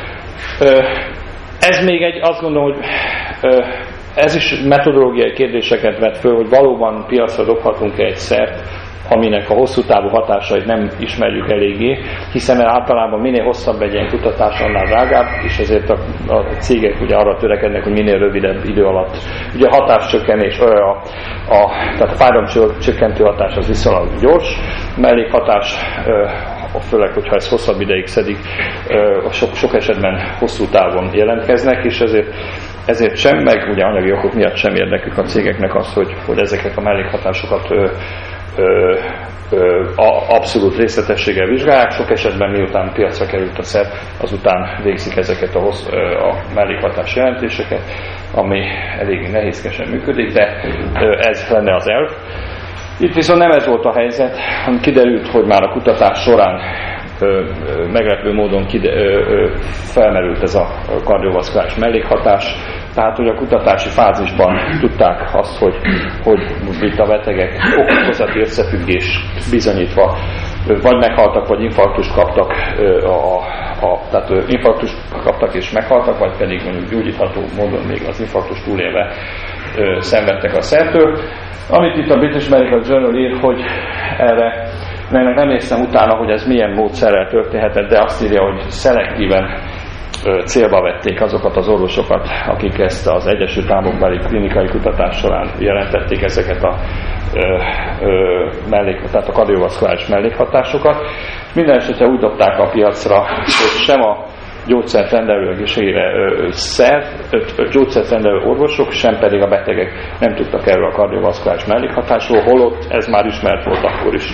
Ez még egy, azt gondolom, hogy ez is metodológiai kérdéseket vet föl, hogy valóban piacra dobhatunk-e egy szert, aminek a hosszú távú hatásait nem ismerjük eléggé, hiszen általában minél hosszabb egy ilyen kutatás, annál drágább, és ezért a, a cégek ugye arra törekednek, hogy minél rövidebb idő alatt. Ugye a hatáscsökkenés, a, a, tehát a fájdalomcsökkentő hatás az viszonylag gyors, mellékhatás, főleg, hogyha ez hosszabb ideig szedik, sok, sok esetben hosszú távon jelentkeznek, és ezért, ezért sem, meg ugye anyagi okok miatt sem érdekük a cégeknek az, hogy, hogy ezeket a mellékhatásokat ö, ö, ö, abszolút részletességgel vizsgálják. Sok esetben miután piacra került a szer, azután végzik ezeket a, hossz, a mellékhatás jelentéseket, ami elég nehézkesen működik, de ez lenne az elv. Itt viszont nem ez volt a helyzet, hanem kiderült, hogy már a kutatás során ö, ö, meglepő módon kide, ö, ö, felmerült ez a kardiovaszkuláris mellékhatás, tehát hogy a kutatási fázisban tudták azt, hogy, hogy itt a betegek okokozati összefüggés bizonyítva vagy meghaltak, vagy infarktust kaptak, a, a, tehát infarktust kaptak és meghaltak, vagy pedig mondjuk gyógyítható módon még az infarktust túlélve ö, szenvedtek a szertől. Amit itt a British Medical Journal ír, hogy erre nem, nem néztem utána, hogy ez milyen módszerrel történhetett, de azt írja, hogy szelektíven ö, célba vették azokat az orvosokat, akik ezt az Egyesült Államokbeli klinikai kutatás során jelentették ezeket a ö, ö, mellék, tehát a kardiovaszkuláris mellékhatásokat. Minden esetre úgy dobták a piacra, hogy sem a gyógyszert rendelő egészségére szert, gyógyszert rendelő orvosok, sem pedig a betegek nem tudtak erről a kardiovaszkuláris mellékhatásról, holott ez már ismert volt akkor is.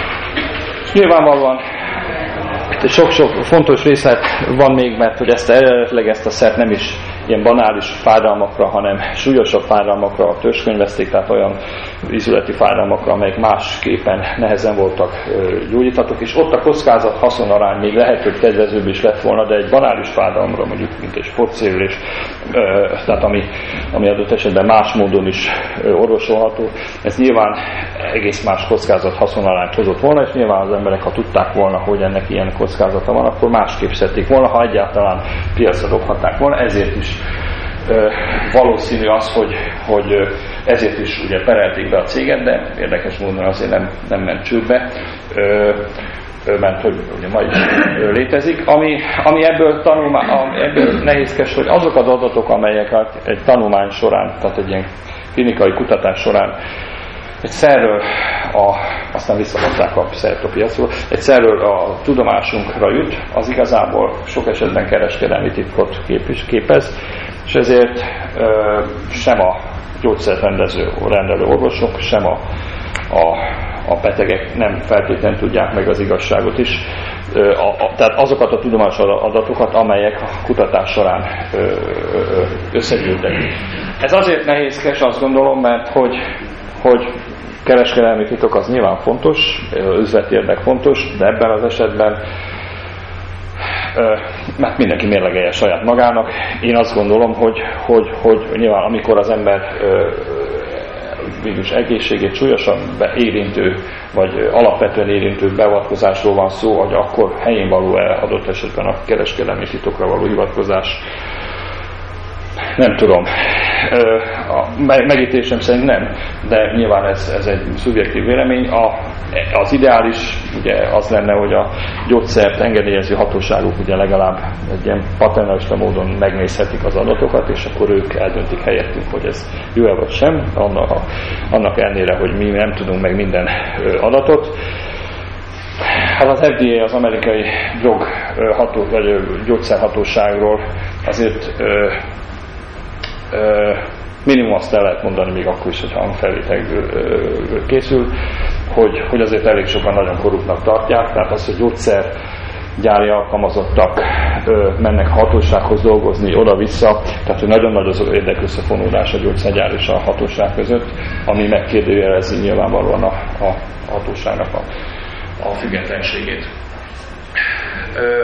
És nyilvánvalóan sok-sok fontos részlet van még, mert hogy ezt eredetileg ezt a szert nem is ilyen banális fájdalmakra, hanem súlyosabb fájdalmakra törzskönyvezték, tehát olyan ízületi fájdalmakra, amelyek másképpen nehezen voltak gyógyíthatók, és ott a kockázat haszonarány még lehet, hogy kedvezőbb is lett volna, de egy banális fájdalomra, mondjuk mint egy sportsérülés, tehát ami, ami adott esetben más módon is orvosolható, ez nyilván egész más kockázat haszonarányt hozott volna, és nyilván az emberek, ha tudták volna, hogy ennek ilyen kockázata van, akkor másképp szedték volna, ha egyáltalán piacra dobhatták volna, ezért is valószínű az, hogy, hogy ezért is ugye perelték be a céget, de érdekes módon azért nem, nem ment csődbe, mert hogy ugye ma is létezik. Ami, ami ebből, tanulmány, ebből nehézkes, hogy azok az adatok, amelyek egy tanulmány során, tehát egy ilyen klinikai kutatás során egy szerről, a, aztán visszakapták a szert a piacról, egy szerről a tudomásunkra jut, az igazából sok esetben kereskedelmi titkot képez, és ezért ö, sem a gyógyszerrendező rendelő orvosok, sem a, a, a betegek nem feltétlenül tudják meg az igazságot is. Ö, a, a, tehát azokat a tudományos adatokat, amelyek a kutatás során ö, ö, összegyűltek. Ez azért nehézkes, azt gondolom, mert hogy, hogy kereskedelmi titok az nyilván fontos, üzleti érdek fontos, de ebben az esetben mert mindenki mérlegelje saját magának. Én azt gondolom, hogy, hogy, hogy nyilván amikor az ember végülis egészségét súlyosan érintő, vagy alapvetően érintő beavatkozásról van szó, hogy akkor helyén való-e adott esetben a kereskedelmi titokra való hivatkozás. Nem tudom. A megítélésem szerint nem, de nyilván ez, ez egy szubjektív vélemény. A, az ideális ugye az lenne, hogy a gyógyszert engedélyező hatóságok ugye legalább egy ilyen paternalista módon megnézhetik az adatokat, és akkor ők eldöntik helyettünk, hogy ez jó-e vagy sem, annak, annak ellenére, hogy mi nem tudunk meg minden adatot. Hát az F D A, az amerikai drog ható, vagy gyógyszerhatóságról azért ö, ö, minimum azt el lehet mondani, még akkor is, hogy hangfelvételből készül, hogy, hogy azért elég sokan nagyon korruptnak tartják, tehát az, hogy gyógyszergyári alkalmazottak ö, mennek hatósághoz dolgozni oda-vissza, tehát hogy nagyon nagy az érdekösszefonódás a gyógyszergyár és a hatóság között, ami megkérdőjelezi nyilvánvalóan a, a hatóságnak a, a függetlenségét. Ö,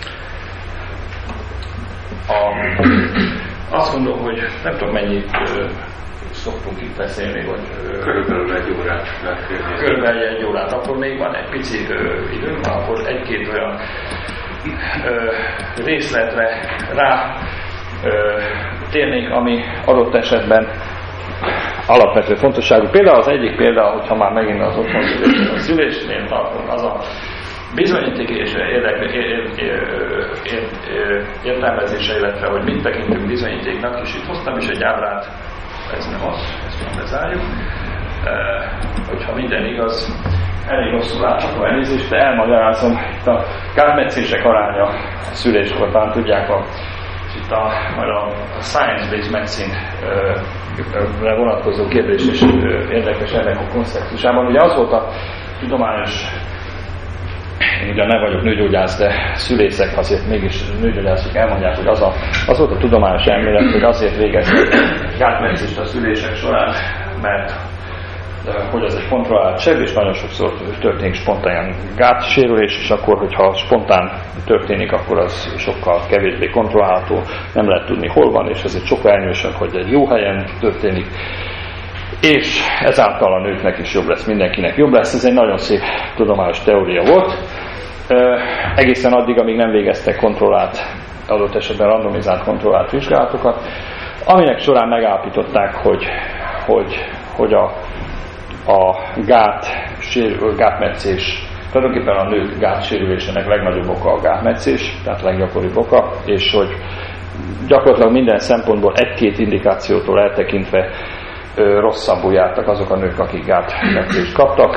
a, azt gondolom, hogy nem tudom mennyit ö, szoktunk itt beszélni, vagy ö, körülbelül egy órát megkérdezni. Körülbelül egy órát, akkor még van egy pici időm, akkor egy-két olyan ö, részletre rá ö, térnék, ami adott esetben alapvető fontosságú. Például az egyik példa, hogyha már megint az otthon szülés, a szülésnél tartunk, az a bizonyíték és értelmezése, illetve hogy mit tekintünk bizonyítéknak, és itt hoztam is egy ábrát, ez nem az, ezt már bezárjuk, e, hogyha minden igaz, elég rosszul látható, elnézést, de elmagyarázom, itt a gátmetszések aránya a szüléskor, talán tudják, a, itt a, majd a, a science-based medicine-re vonatkozó kérdés is érdekes ennek a konceptusában. Ugye az volt a tudományos, én ugye nem vagyok nőgyógyász, de szülészek azért mégis nőgyógyászok elmondják, hogy az, a, az volt a tudományos elmélet, hogy azért végeztek gátmetszést a szülések során, mert hogy az egy kontrollált seb, és nagyon sokszor történik spontán gátsérülés, és akkor, hogyha spontán történik, akkor az sokkal kevésbé kontrollálható, nem lehet tudni, hol van, és ezért sokkal előnyösebb, hogy egy jó helyen történik, és ezáltal a nőknek is jobb lesz, mindenkinek jobb lesz. Ez egy nagyon szép tudományos teória volt. Egészen addig, amíg nem végeztek kontrollált, adott esetben randomizált kontrollált vizsgálatokat, aminek során megállapították, hogy, hogy, hogy a, a gát, sérül, gátmetszés, tulajdonképpen a nők gátsérülésének legnagyobb oka a gátmetszés, tehát a leggyakoribb oka, és hogy gyakorlatilag minden szempontból egy-két indikációtól eltekintve rosszabbul jártak azok a nők, akik gátmetszést kaptak.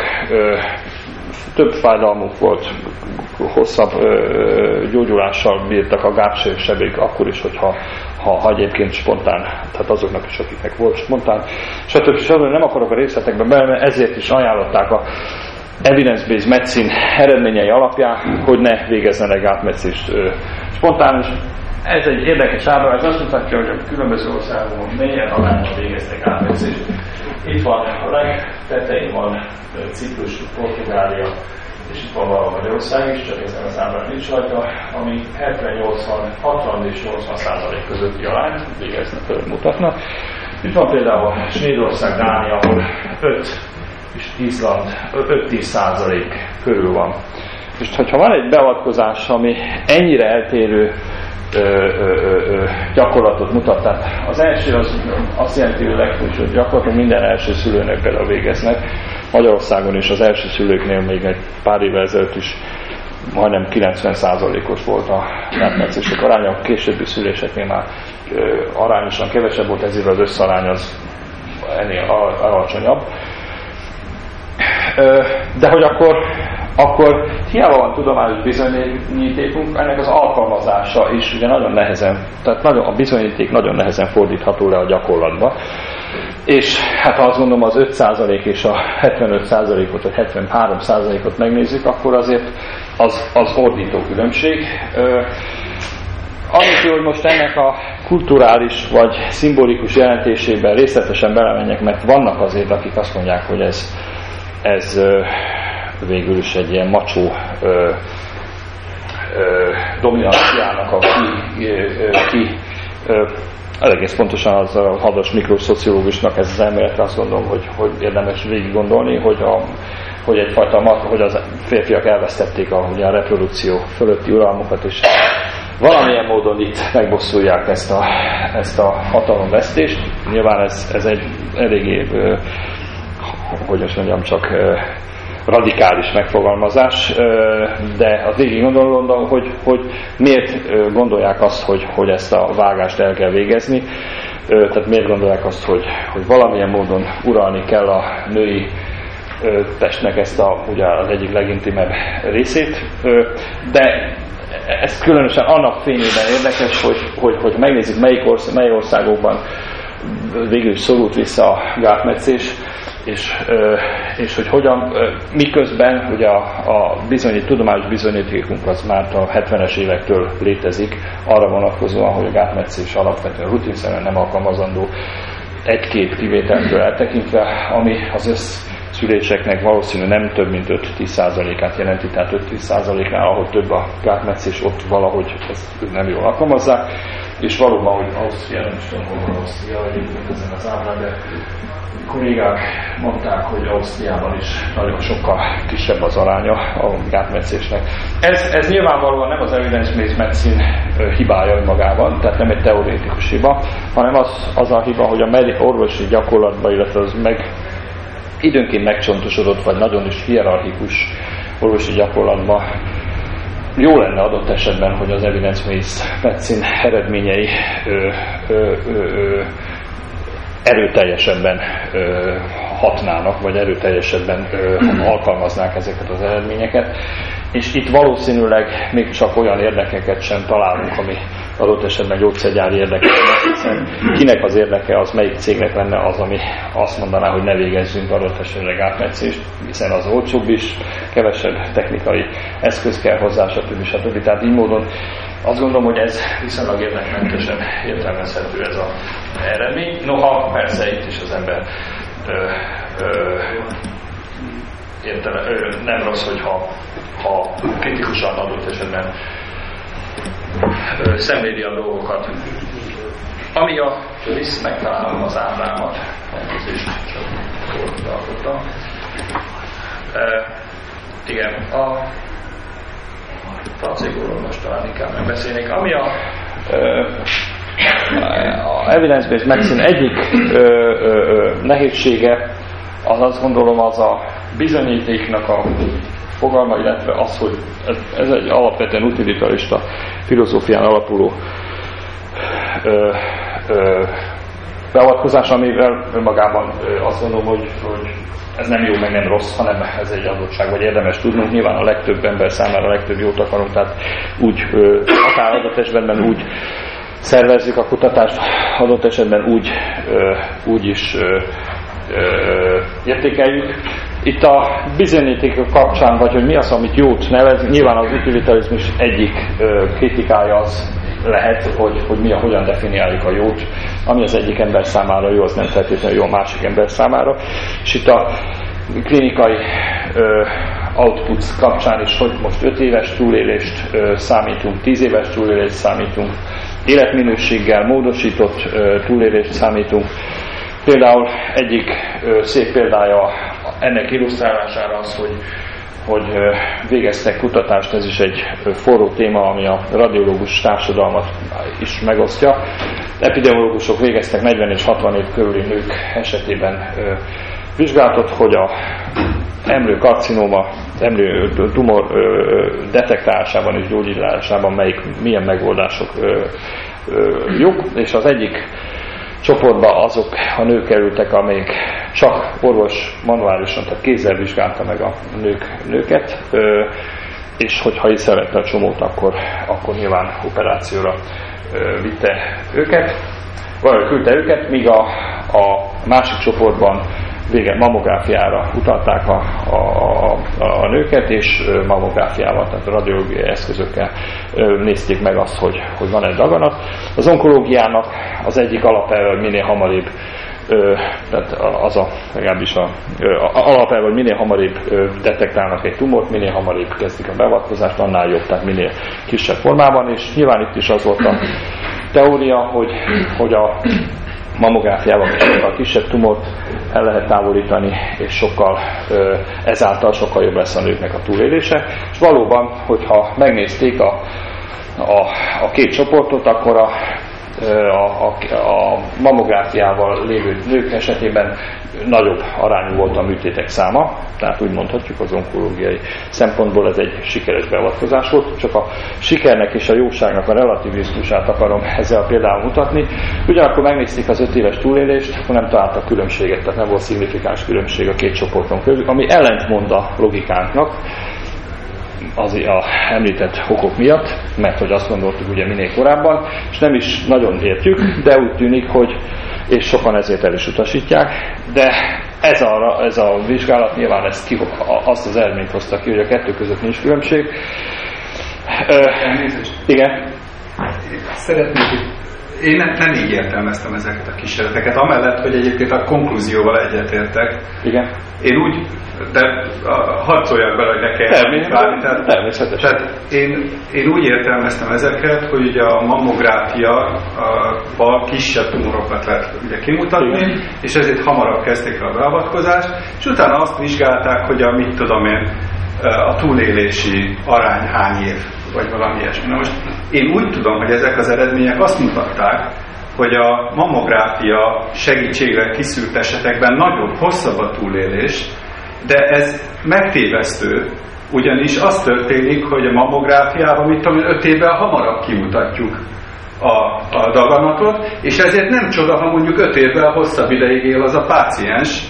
Több fájdalmuk volt, hosszabb gyógyulással bírtak a gátsebék akkor is, hogyha ha, ha egyébként spontán, tehát azoknak is, akiknek volt spontán. Stb. Stb. Nem akarok a részletekbe bele, ezért is ajánlották a evidence-based medicine eredményei alapján, hogy ne végezzenek gátmetszést spontán. Ez egy érdekes ábra, ez azt mutatja, hogy a különböző országokon milyen arányban végeztek gátmetszést. Itt van a legtetején van Ciprus, Portugália, és itt van valahol Magyarország is, csak ezen az ábrán nincs rajta, ami hetven-nyolcvan, hatvan és nyolcvan százalék közötti arányt végeznek, mutatnak. Itt van például Svédország, Dánia, ahol öt és Izland öt-tíz százalék körül van. És hogyha van egy beavatkozás, ami ennyire eltérő Ö, ö, ö, gyakorlatot mutat. Tehát az első az azt jelenti, hogy legfőbb, gyakorlatilag minden első szülőnek például végeznek. Magyarországon is az első szülőknél még egy pár évvel ezelőtt is majdnem kilencven százalékos volt a gátmetszések aránya, a későbbi szüléseknél már ö, arányosan kevesebb volt, ezért az összarány az ennél alacsonyabb. Ö, de hogy akkor akkor hiába van tudományos bizonyítékunk, ennek az alkalmazása is ugye nagyon nehezen, tehát nagyon, a bizonyíték nagyon nehezen fordítható le a gyakorlatba. És hát ha azt gondolom az öt százalék és a hetvenöt százalékot vagy hetvenhárom százalékot megnézzük, akkor azért az, az ordító különbség. Anélkül, hogy most ennek a kulturális vagy szimbolikus jelentésében részletesen belemenjek, mert vannak azért, akik azt mondják, hogy ez, ez végül is egy ilyen macsó ö, ö, dominanciának a ki, ö, ki ö, egész pontosan az a hadas mikroszociológusnak ez az elméletre azt gondolom, hogy, hogy érdemes végig gondolni, hogy, a, hogy egyfajta, hogy az férfiak elvesztették a, ugye a reprodukció fölötti uralmukat, és valamilyen módon itt megbosszulják ezt a, ezt a hatalomvesztést. Nyilván ez, ez egy eléggé, ö, hogy azt mondjam, csak ö, radikális megfogalmazás, de az végig gondolom, hogy, hogy miért gondolják azt, hogy, hogy ezt a vágást el kell végezni. Tehát miért gondolják azt, hogy, hogy valamilyen módon uralni kell a női testnek ezt a, ugye az egyik legintimebb részét. De ez különösen annak fényében érdekes, hogy, hogy, hogy megnézzük, melyik ország, mely országokban végül is szorult vissza a gátmetszés, és, és hogy hogyan, miközben ugye a, a bizonyít, tudományos bizonyítékunk az már a hetvenes évektől létezik, arra vonatkozóan, hogy a gátmetszés alapvetően rutinszerűen nem alkalmazandó egy-két kivételtől eltekintve, ami az össz szüléseknek valószínű nem több mint öt-tíz százalékát jelenti, tehát öt-tíz százaléknál, ahol több a gátmetszés, ott valahogy ezt nem jól alkalmazzák, és valóban, hogy Ausztria, nem is tudom, hol Ausztria, egyébként ezen az ábrán, de kollégák mondták, hogy Ausztriában is nagyon sokkal kisebb az aránya a gátmetszésnek. Ez, ez nyilvánvalóan nem az evidence-based medicine hibája önmagában, tehát nem egy teoretikus hiba, hanem az, az a hiba, hogy a orvosi gyakorlatban, illetve az meg időnként megcsontosodott, vagy nagyon is hierarchikus orvosi gyakorlatban jó lenne adott esetben, hogy az evidence-based medicine eredményei ö, ö, ö, ö, erőteljesebben ö, hatnának, vagy erőteljesebben ö, alkalmaznák ezeket az eredményeket. És itt valószínűleg még csak olyan érdekeket sem találunk, ami adott esetben gyógyszergyári érdekek, hiszen kinek az érdeke az, melyik cégnek lenne az, ami azt mondaná, hogy ne végezzünk adott esetben gátmetszést, hiszen az olcsóbb is, kevesebb technikai eszköz kell hozzá, stb. stb. Tehát így módon azt gondolom, hogy ez viszonylag érdekmentesen értelmezhető ez az eredmény. Noha persze itt is az ember ö, ö, értele, ö, nem rossz, hogyha ha kritikusan adott esetben ö, szemléli a dolgokat. Ami a visz, megtalálom az ábrámat, ez is jól alkottam. Igen, a placebóról most talán inkább megbeszélnék. Ami a, a evidence-based medicine egyik ö, ö, ö, nehézsége, az azt gondolom az a bizonyítéknak a fogalma, illetve az, hogy ez egy alapvetően utilitarista filozófián alapuló ö, ö, beavatkozás, amivel önmagában ö, azt gondolom, hogy, hogy ez nem jó, meg nem rossz, hanem ez egy adottság, vagy érdemes tudnunk. Nyilván a legtöbb ember számára a legtöbb jót akarunk, tehát úgy, ö, akár adott esetben úgy szervezzük a kutatást, adott esetben úgy, ö, úgy is ö, ö, értékeljük. Itt a bizonyítékok kapcsán, vagy hogy mi az, amit jót nevez, nyilván az utilitarizmus egyik ö, kritikája az lehet, hogy, hogy mi a, hogyan definiáljuk a jót. Ami az egyik ember számára jó, az nem feltétlenül jó a másik ember számára. És itt a klinikai ö, outputs kapcsán is, hogy most öt éves túlélést ö, számítunk, tíz éves túlélést számítunk, életminőséggel módosított ö, túlélést számítunk. Például egyik ö, szép példája ennek illusztrálására az, hogy hogy végeztek kutatást, ez is egy forró téma, ami a radiológus társadalmat is megosztja. Epidemiológusok végeztek negyven és hatvan év körüli nők esetében vizsgálatot, hogy a emlőkarcinóma, emlő tumor detektálásában és gyógyításában melyik, milyen megoldások jók, és az egyik csoportba azok a nők kerültek, amelyik csak orvos manuálisan, tehát kézzel vizsgálta meg a nők, nőket, és hogyha észrevette a csomót, akkor, akkor nyilván operációra vitte őket, vagy küldte őket, míg a, a másik csoportban vége mammográfiára utalták a, a, a, a nőket, és mammográfiával, tehát radiológiai eszközökkel nézték meg azt, hogy, hogy van egy daganat. Az onkológiának az egyik alapelve, hogy minél hamarabb, tehát az a, legalábbis a, a alapelve, hogy minél hamarabb detektálnak egy tumort, minél hamarabb kezdik a beavatkozást, annál jobb, tehát minél kisebb formában, és nyilván itt is az volt a teória, hogy, hogy a mammográfiával a kisebb tumort el lehet távolítani, és sokkal, ezáltal sokkal jobb lesz a nőknek a túlélése. És valóban, hogyha megnézték a, a, a két csoportot, akkor a, a, a, a mammográfiával lévő nők esetében nagyobb arányú volt a műtétek száma, tehát úgy mondhatjuk az onkológiai szempontból ez egy sikeres beavatkozás volt, csak a sikernek és a jóságnak a relativizmusát akarom ezzel például mutatni. Ugyanakkor megnézték az öt éves túlélést, akkor nem találtak különbséget, tehát nem volt szignifikáns különbség a két csoporton közül, ami ellentmond a logikánknak, az a említett okok miatt, mert hogy azt gondoltuk ugye minél korábban, és nem is nagyon értjük, de úgy tűnik, hogy és sokan ezért el is utasítják, de ez a, ez a vizsgálat nyilván ezt ki, azt az eredményt hozta ki, hogy a kettő között nincs különbség. Ö, igen. Szeretnék én nem, nem így értelmeztem ezeket a kísérleteket, amellett, hogy egyébként a konklúzióval egyetértek. Igen. Én úgy, de harcoljak bele, hogy ne kell várni. Tehát, természetesen. Tehát én, én úgy értelmeztem ezeket, hogy ugye a mammográfiával kisebb tumorokat lehet ugye kimutatni, igen. És ezért hamarabb kezdték a beavatkozást, és utána azt vizsgálták, hogy a mit tudom én, a túlélési arány hány év, vagy valami ilyesmi. Na most én úgy tudom, hogy ezek az eredmények azt mutatták, hogy a mammográfia segítségével kiszűrt esetekben nagyobb, hosszabb a túlélés, de ez megtévesztő, ugyanis az történik, hogy a mammográfiában, mit tudom, öt évvel hamarabb kimutatjuk a, a daganatot, és ezért nem csoda, ha mondjuk öt évvel hosszabb ideig él az a páciens.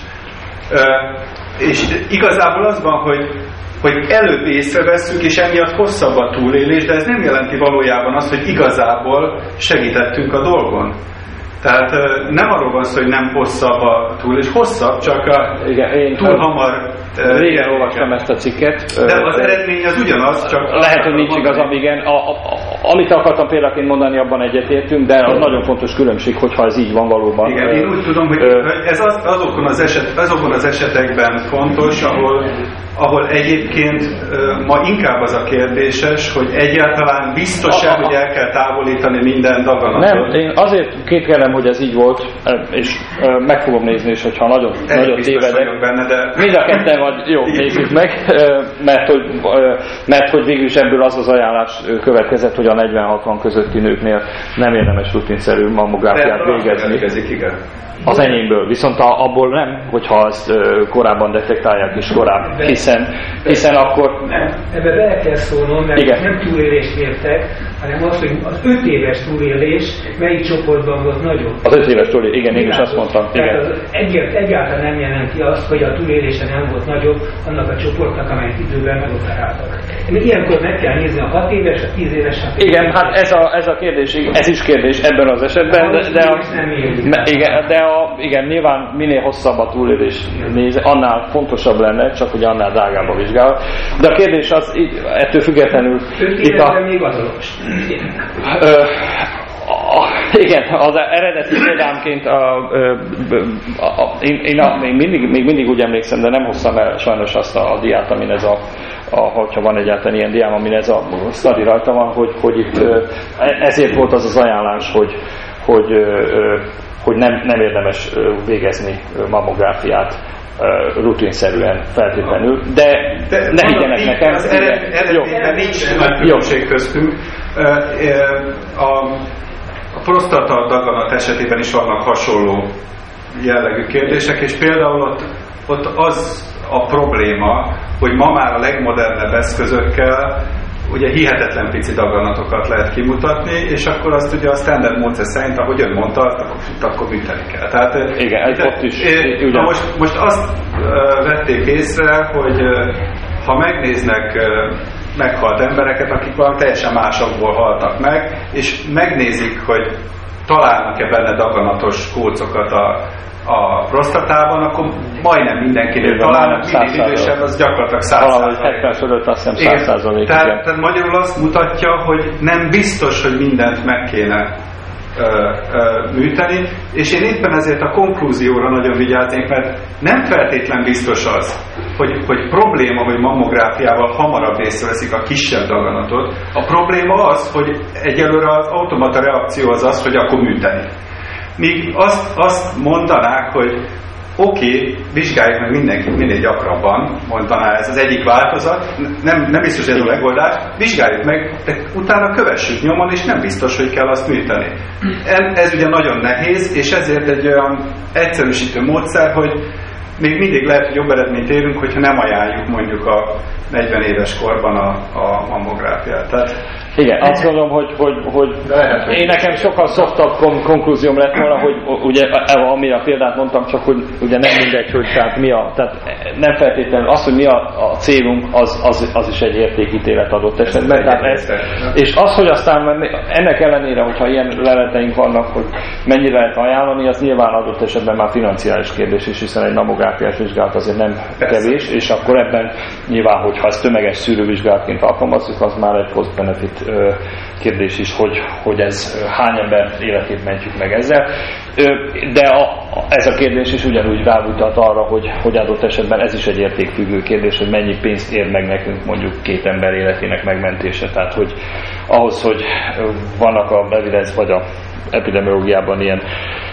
És igazából az van, hogy hogy előbb észrevesszük, és emiatt hosszabb a túlélés, de ez nem jelenti valójában azt, hogy igazából segítettünk a dolgon. Tehát nem arról van szó, hogy nem hosszabb a túlélés, hosszabb, csak a igen, én túl hamar... Régen olvastam ezt a cikket. De az eredmény az ugyanaz, csak... Lehet, hogy nincs igazam, igen. A, a, a, amit akartam példaként mondani, abban egyetértünk, de az nagyon fontos különbség, hogyha ez így van valóban. Igen, én úgy tudom, hogy ez az, azokon, az eset, azokon az esetekben fontos, ahol, ahol egyébként ma inkább az a kérdéses, hogy egyáltalán biztos-e, hogy el kell távolítani minden daganatot. Nem, én azért kételem, hogy ez így volt, és meg fogom nézni, és hogyha nagyon, nagyon tévedek. Benne, de... Mind a ketten vagy, jó, nézzük meg, mert hogy, mert hogy végül is ebből az az ajánlás következett, hogy a negyven-hatvan közötti nőknél nem érdemes rutinszerű mammográfiát végezni. Igen. Az enyémből, viszont a, abból nem, hogyha ezt korábban detektálják is korábban, hiszen, hiszen akkor... Nem, ebbe bele kell szólnom, mert igen. Nem túlélést értek, hanem az, hogy az öt éves túlélés melyik csoportban volt nagyobb. Az öt éves túlélés, igen, én is azt mondtam. Igen. Egyért, egyáltalán nem jelenti azt, hogy a túlélése nem volt nagyobb annak a csoportnak, amelyik időben megoperáltak. Ilyenkor meg kell nézni a hat éves, a tíz éves... A igen, éves. Hát ez a, ez a kérdés, ez is kérdés ebben az esetben, de, de, a, igen, de a, igen, nyilván minél hosszabb a túlélés néz, annál fontosabb lenne, csak hogy annál drágább a vizsgálat. De a kérdés az, ettől függetlenül... Itt a, még azonos. Ö, a, igen, az eredeti példámként a, a, a, a, én, én a, még, mindig, még mindig úgy emlékszem, de nem hoztam el sajnos azt a, a diát, amin ez a, a, hogyha van egyáltalán ilyen diám, amin ez a study rajta van, hogy, hogy itt ezért volt az az ajánlás, hogy, hogy, hogy nem, nem érdemes végezni mammográfiát rutinszerűen feltétlenül, de, de ne higgyenek nekem. Az eredményben nincs nagy különbség köztünk. A, a prostata daganat esetében is vannak hasonló jellegű kérdések, és például ott, ott az a probléma, hogy ma már a legmodernebb eszközökkel ugye hihetetlen pici daganatokat lehet kimutatni, és akkor azt ugye a standard módszer szerint, ahogy ön mondta, akkor, akkor műteni kell. Tehát, igen, ez ott is. Na most, most azt uh, vették észre, hogy uh, ha megnéznek uh, meghalt embereket, akik valami teljesen másokból haltak meg, és megnézik, hogy találnak-e benne daganatos kócokat a a prostatában, akkor majdnem mindenkinél találnak, minél idősebb, az gyakorlatilag száz százalék. Valahogy hetven fölött azt hiszem száz százalék. Tehát, tehát magyarul azt mutatja, hogy nem biztos, hogy mindent meg kéne ö, ö, műteni, és én éppen ezért a konklúzióra nagyon vigyáznék, mert nem feltétlen biztos az, hogy, hogy probléma, hogy mammográfiával hamarabb észreveszik a kisebb daganatot. A probléma az, hogy egyelőre az automata reakció az az, hogy akkor műteni. Míg azt, azt mondanák, hogy oké, okay, vizsgáljuk meg mindenkit minél gyakrabban, mondaná ez az egyik változat, nem, nem biztos, hogy ez a megoldás, vizsgáljuk meg, de utána kövessük nyomon, és nem biztos, hogy kell azt műteni. Ez ugye nagyon nehéz, és ezért egy olyan egyszerűsítő módszer, hogy még mindig lehet, hogy jobb eredményt érünk, hogyha nem ajánljuk mondjuk a negyven éves korban a, a mammográfiát. Tehát igen, azt gondolom, hogy, hogy, hogy lehet, én nekem sokkal szoftabb kon- konklúzióm lett volna, hogy ugye, ami a példát mondtam, csak hogy ugye nem mindegy, hogy tehát mi a, tehát nem feltétlenül az, hogy mi a, a célunk, az, az, az is egy értékítélet adott esetben. Tehát ez, és az, hogy aztán ennek ellenére, hogyha ilyen leleteink vannak, hogy mennyire lehet ajánlani, az nyilván adott esetben már financiális kérdés is, hiszen egy mammográfiás vizsgálat azért nem kevés, és akkor ebben nyilván, hogyha ezt tömeges szűrővizsgálatként alkalmazzuk, az már egy cost-benefit kérdés is, hogy, hogy ez hány ember életét mentjük meg ezzel. De a, ez a kérdés is ugyanúgy rámutat arra, hogy, hogy adott esetben ez is egy értékfüggő kérdés, hogy mennyi pénzt ér meg nekünk mondjuk két ember életének megmentése. Tehát, hogy ahhoz, hogy vannak a evidence vagy a epidemiológiában ilyen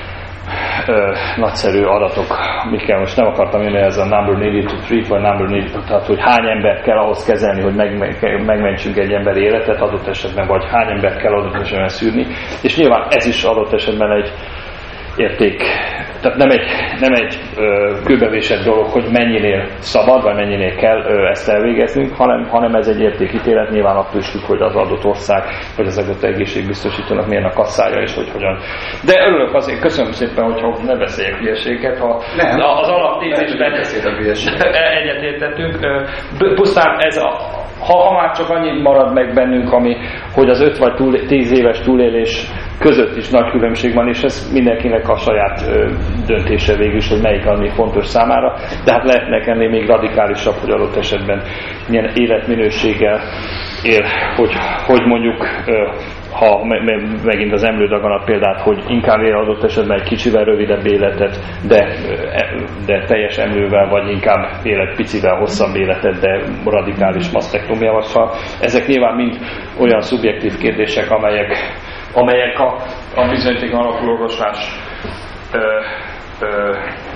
Ö, nagyszerű adatok, amikkel most nem akartam jönni, ez a number needed to treat, vagy number needed to, tehát hogy hány embert kell ahhoz kezelni, hogy meg, meg, megmentsünk egy ember életet adott esetben, vagy hány embert kell adott esetben szűrni, és nyilván ez is adott esetben egy érték, tehát nem egy, nem egy ö, kőbevésett dolog, hogy mennyinél szabad, vagy mennyinél kell ö, ezt elvégeznünk, hanem, hanem ez egy értékítélet, nyilván attól is függ, hogy az adott ország, vagy az adott egészségbiztosítónak milyen a kasszája, és hogy hogyan. De örülök azért, köszönöm szépen, hogyha ne beszéljek hülyeséget, ha nem, az alaptézésben egyetértettünk. Pusztán ez a, ha, ha már csak annyit marad meg bennünk, ami, hogy az öt vagy túl, tíz éves túlélés között is nagy különbség van, és ez mindenkinek a saját ö, döntése végül is, hogy melyik ami fontos számára, de hát lehetnek ennél még radikálisabb, hogy adott esetben milyen életminőséggel él, hogy, hogy mondjuk ö, ha me- megint az emlődaganat példát, hogy inkább él adott esetben egy kicsivel rövidebb életet, de, de teljes emlővel, vagy inkább élet picivel hosszabb életet, de radikális masztektómiával. Ezek nyilván mind olyan szubjektív kérdések, amelyek amelyek a, a bizonyítékon alapuló orvoslás ö, ö,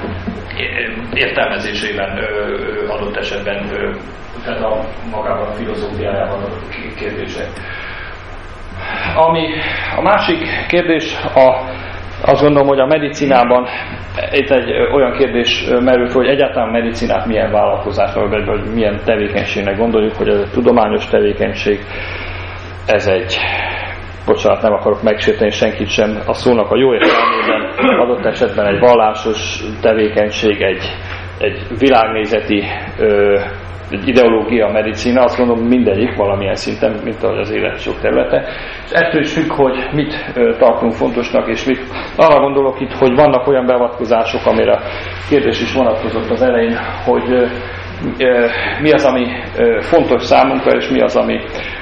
értelmezésében ö, adott esetben, ö, tehát a magában a filozófiájában a kérdések. Ami a másik kérdés, a, azt gondolom, hogy a medicinában itt egy olyan kérdés merül fel, hogy egyáltalán a medicinát milyen vállalkozásnak, vagy, vagy milyen tevékenységnek gondoljuk, hogy ez egy tudományos tevékenység, ez egy bocsánat, nem akarok megsérteni senkit sem, a szónak a jó értelmében adott esetben egy vallásos tevékenység, egy, egy világnézeti ö, egy ideológia, a medicina, azt gondolom mindegyik valamilyen szinten, mint ahogy az élet sok területe. És ettől is függ, hogy mit ö, tartunk fontosnak, és mit. Arra gondolok itt, hogy vannak olyan beavatkozások, amire a kérdés is vonatkozott az elején, hogy ö, ö, mi az, ami ö, fontos számunkra, és mi az, ami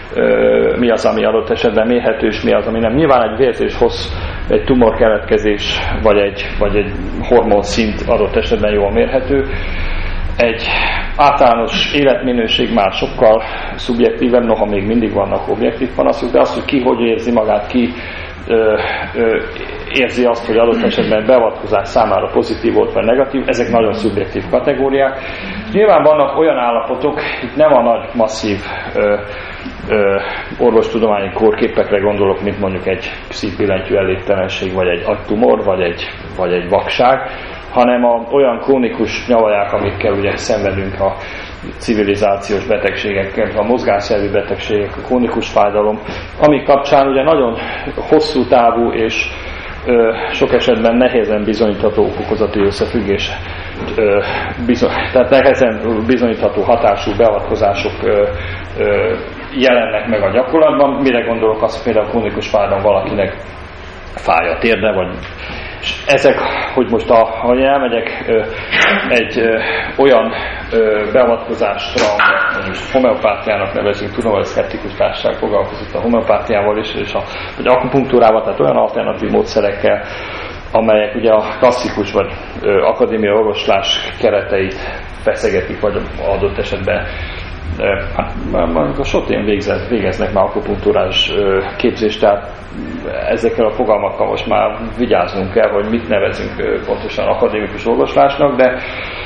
mi az, ami adott esetben mérhető, és mi az, ami nem. Nyilván egy vérzés hossz, egy tumor keletkezés, vagy egy, vagy egy hormonszint adott esetben jól mérhető. Egy általános életminőség már sokkal szubjektívebb, noha még mindig vannak objektív panaszok, de az, hogy ki hogy érzi magát, ki ö, ö, érzi azt, hogy adott esetben beavatkozás számára pozitív volt vagy negatív, ezek nagyon szubjektív kategóriák. Nyilván vannak olyan állapotok, itt nem a nagy, masszív ö, ö, orvostudományi kórképekre gondolok, mint mondjuk egy szívbillentyű elégtelenség, vagy egy agytumor, vagy egy, vagy egy vakság, hanem a, olyan krónikus nyavaják, amikkel ugye szenvedünk a civilizációs betegségekkel, a mozgásszervi betegségek, a krónikus fájdalom, amik kapcsán ugye nagyon hosszú távú és ö, sok esetben nehézen bizonyítható okozati összefüggés, ö, bizony, tehát nehézen bizonyítható hatású beavatkozások ö, ö, jelennek meg a gyakorlatban. Mire gondolok, az például a krónikus fájdalom valakinek fáj a térde, vagy és ezek, hogy most a, ha elmegyek ö, egy ö, olyan ö, beavatkozásra, amit most homeopátiának nevezünk, tudom, hogy a szkeptikus társaság foglalkozott a homeopátiával is, és a, vagy akupunktúrával, tehát olyan alternatív módszerekkel, amelyek ugye a klasszikus vagy ö, akadémiai orvoslás kereteit feszegetik, vagy adott esetben hát, a sotén végeznek már akupunktúrás képzést, tehát ezekkel a fogalmakkal most már vigyáznunk kell, hogy mit nevezünk pontosan akadémikus orvoslásnak, de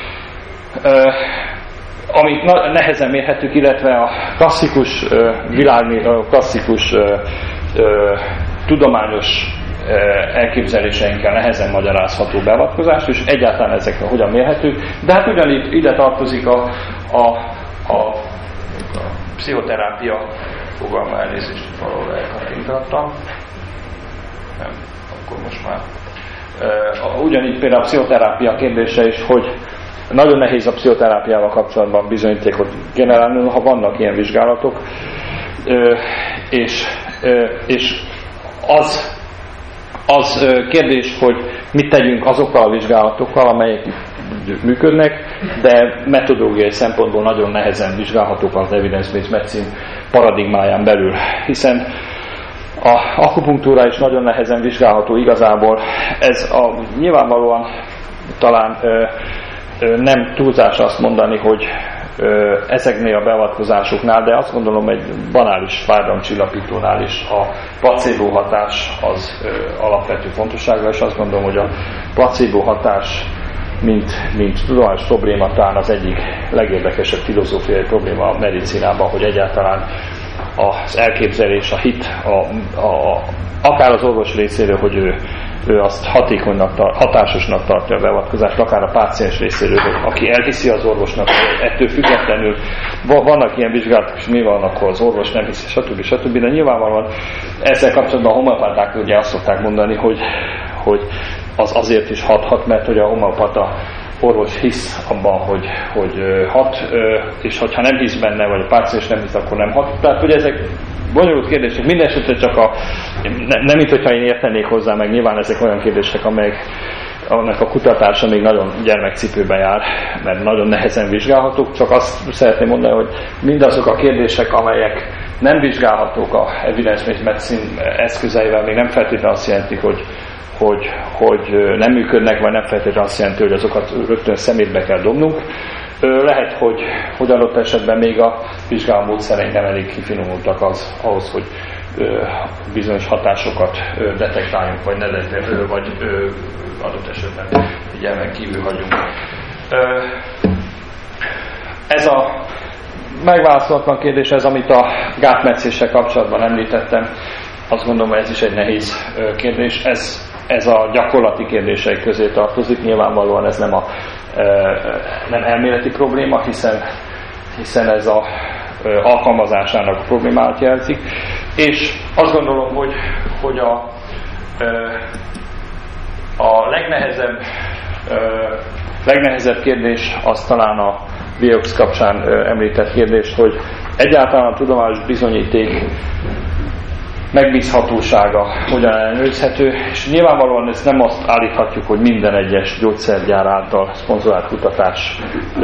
amit nehezen mérhetők, illetve a klasszikus világ, a klasszikus tudományos elképzeléseinkkel nehezen magyarázható beavatkozást, és egyáltalán ezekre hogyan mérhetők, de hát ugyanígy ide tartozik a, a, a, a pszichoterápia fogalma, elnézést, valahol elkattintottam. Nem, akkor most már. Uh, ugyanígy például a pszichoterápia kérdése is, hogy nagyon nehéz a pszichoterápiával kapcsolatban bizonyítékot generálni, ha vannak ilyen vizsgálatok, uh, és, uh, és az, az uh, kérdés, hogy mit tegyünk azokkal a vizsgálatokkal, amelyek működnek, de metodológiai szempontból nagyon nehezen vizsgálhatók az evidence-based medicine paradigmáján belül, hiszen a akupunktúra is nagyon nehezen vizsgálható igazából. Ez a, nyilvánvalóan talán ö, ö, nem túlzás azt mondani, hogy ö, ezeknél a beavatkozásoknál, de azt gondolom egy banális fájdalomcsillapítónál is a placebo hatás az ö, alapvető fontossága, és azt gondolom, hogy a placebo hatás mint, mint tudományos probléma talán az egyik legérdekesebb filozófiai probléma a medicinában, hogy egyáltalán az elképzelés, a hit, a, a, a, akár az orvos részéről, hogy ő, ő azt hatékonynak, tar, hatásosnak tartja a beavatkozást, akár a páciens részéről, hogy aki elhiszi az orvosnak, hogy ettől függetlenül vannak ilyen vizsgálatok, és mi van, akkor az orvos nem hiszi, stb. stb. De nyilvánvalóan ezzel kapcsolatban a homeopáták ugye azt szokták mondani, hogy, hogy az azért is hathat, mert hogy a homeopata orvos hisz abban, hogy, hogy hat, és hogyha nem hisz benne, vagy a páciens nem hisz, akkor nem hat. Tehát, hogy ezek bonyolult kérdések, minden esetre csak a, ne, nem mint hogyha én értenék hozzá, meg nyilván ezek olyan kérdések, amelyek annak a kutatása még nagyon gyermekcipőben jár, mert nagyon nehezen vizsgálhatók, csak azt szeretném mondani, hogy mindazok a kérdések, amelyek nem vizsgálhatók a evidence-based medicine eszközeivel, még nem feltétlenül azt jelentik, hogy Hogy, hogy nem működnek, vagy nem feltétlenül azt jelenti, hogy azokat rögtön szemétbe kell dobnunk. Lehet, hogy, hogy adott esetben még a vizsgáló módszereink nem elég kifinomultak az, ahhoz, hogy bizonyos hatásokat detektáljunk, vagy ne detektáljunk, vagy adott esetben figyelmen kívül hagyunk. Ez a megválaszolatlan kérdés, ez amit a gátmetszéssel kapcsolatban említettem, azt gondolom, hogy ez is egy nehéz kérdés. Ez, ez a gyakorlati kérdések közé tartozik. Nyilvánvalóan ez nem, a, nem elméleti probléma, hiszen, hiszen ez a alkalmazásának a problémát jelzik. És azt gondolom, hogy, hogy a, a legnehezebb, legnehezebb kérdés az talán a Vioxx kapcsán említett kérdés, hogy egyáltalán a tudományos bizonyíték megbízhatósága hogyan ellenőrizhető, és nyilvánvalóan ezt nem azt állíthatjuk, hogy minden egyes gyógyszergyár által szponzorált kutatás,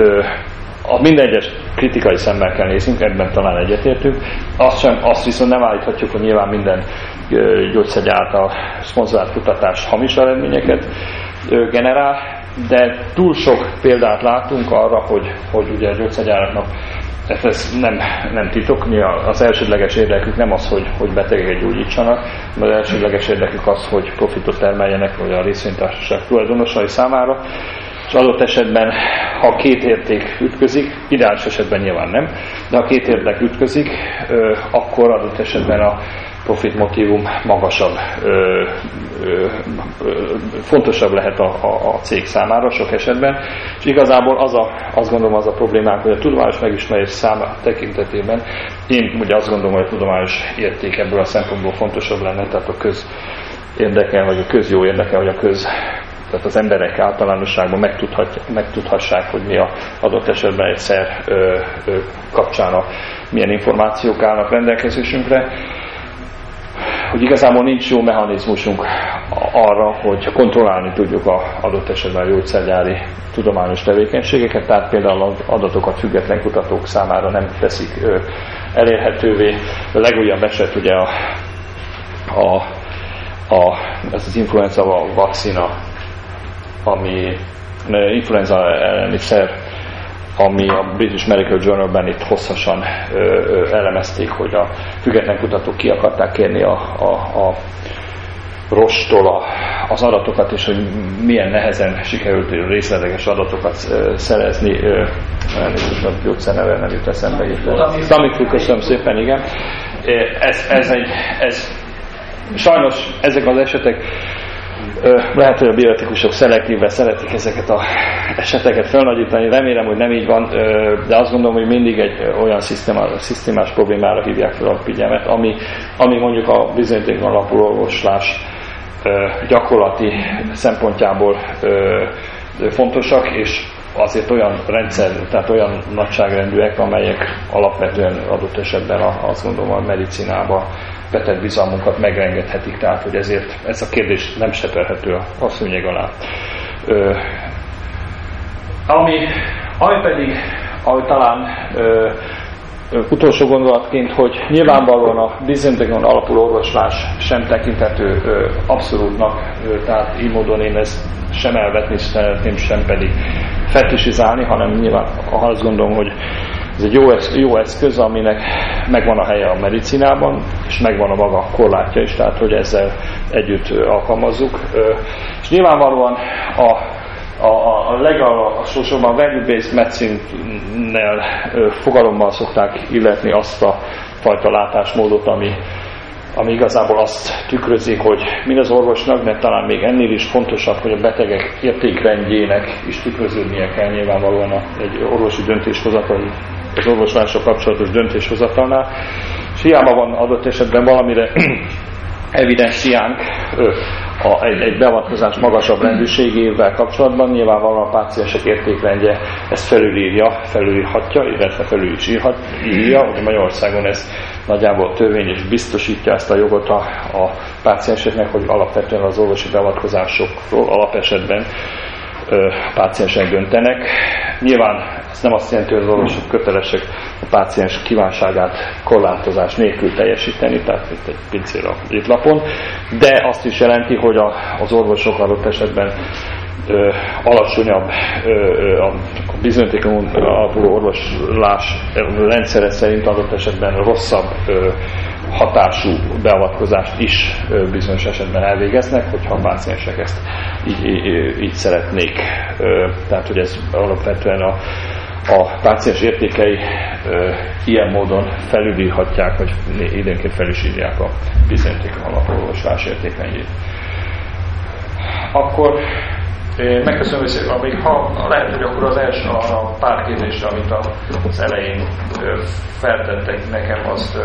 a minden egyes kritikai szemmel kell néznünk, ebben talán egyetértünk, azt, sem, azt viszont nem állíthatjuk, hogy nyilván minden gyógyszergyár által szponzorált kutatás hamis eredményeket generál, de túl sok példát látunk arra, hogy, hogy ugye a gyógyszergyáraknak ez nem, nem titok, az elsődleges érdekük nem az, hogy, hogy betegeket gyógyítsanak, de az elsődleges érdekük az, hogy profitot termeljenek, vagy a részvénytársaság tulajdonosai számára, és adott esetben, ha két érték ütközik, ideális esetben nyilván nem, de ha két érdek ütközik, akkor adott esetben a profit motívum magasabb, ö, ö, ö, fontosabb lehet a, a, a cég számára sok esetben, és igazából az a, azt gondolom az a problémák, hogy a tudományos megismerés száma tekintetében én ugye azt gondolom, hogy a tudományos érték ebből a szempontból fontosabb lenne, tehát a köz érdeke, vagy a közjó érdeke, vagy a köz, tehát az emberek általánosságban megtudhassák, hogy mi a adott esetben egy szer ö, ö, kapcsán a, milyen információk állnak rendelkezésünkre, hogy igazából nincs jó mechanizmusunk arra, hogy kontrollálni tudjuk az adott esetben a gyógyszergyári tudományos tevékenységeket, tehát például az adatokat független kutatók számára nem teszik ö, elérhetővé. A legújabb eset ugye a, a, a, ez az influenza vakcina, ami influenza elleni szer, ami a British Medical Journal-ben itt hosszasan ö, ö, elemezték, hogy a független kutatók ki akarták kérni a, a, a Roche-tól a, az adatokat, és hogy milyen nehezen sikerült részletes adatokat ö, szerezni. Elnézést, a gyógyszer neve nem jut eszembe. Tamiflu, köszönöm szépen, igen. Ez, ez egy, ez, sajnos ezek az esetek lehet, hogy a bioetikusok szelektíve szeretik ezeket az eseteket felnagyítani, remélem, hogy nem így van, de azt gondolom, hogy mindig egy olyan szisztémás problémára hívják fel a figyelmet, ami, ami mondjuk a bizonyítékon alapuló orvoslás gyakorlati szempontjából fontosak, és azért olyan rendszer, tehát olyan nagyságrendűek, amelyek alapvetően adott esetben azt gondolom a medicinában vetett bizalmunkat megrengethetik, tehát hogy ezért ez a kérdés nem seperhető a szőnyeg alá. Ö, ami, ami pedig, ahogy talán ö, utolsó gondolatként, hogy nyilvánvalóan a bizonyítékon alapuló orvoslás sem tekinthető abszolútnak, tehát így módon én ezt sem elvetni szeretném, sem pedig fetisizálni, hanem nyilván azt gondolom, hogy ez egy jó, eszköz, jó eszköz, aminek megvan a helye a medicinában, és megvan a maga korlátja is, tehát hogy ezzel együtt alkalmazzuk. És nyilvánvalóan a, a, a legalsósorban a value-based medicine-nel fogalommal szokták illetni azt a fajta látásmódot, ami, ami igazából azt tükrözi, hogy mind az orvosnak, de talán még ennél is fontosabb, hogy a betegek értékrendjének is tükröződnie kell nyilvánvalóan egy orvosi döntéshozatal, az orvoslással kapcsolatos döntéshozatalnál. És hiába van adott esetben valamire evidenciánk a, egy, egy beavatkozás magasabb rendűségével kapcsolatban, nyilvánvalóan a páciensek értékrendje ezt felülírja, felülírhatja, illetve felül is írhat, írja, hogy Magyarországon ez nagyjából törvény is biztosítja ezt a jogot a, a pácienseknek, hogy alapvetően az orvosi beavatkozásokról alapesetben a páciensek döntenek. Nyilván ez nem azt jelenti, hogy az orvosok kötelesek a páciens kívánságát korlátozás nélkül teljesíteni, tehát itt egy pincér a étlapon, de azt is jelenti, hogy a, az orvosok adott esetben ö, alacsonyabb ö, ö, a bizonyítékon alapuló orvoslás rendszere szerint adott esetben rosszabb ö, hatású beavatkozást is bizonyos esetben elvégeznek, hogyha a páciensek ezt így, így, így szeretnék. Tehát, hogy ez alapvetően a, a páciens értékei ilyen módon felülírhatják, vagy időnként fel is írják a bizonyítékon alapuló orvoslás értékrendjét. Akkor megköszönöm szépen, amíg ha lehet, hogy akkor az első a pár kérdésre, amit az elején feltettek nekem, azt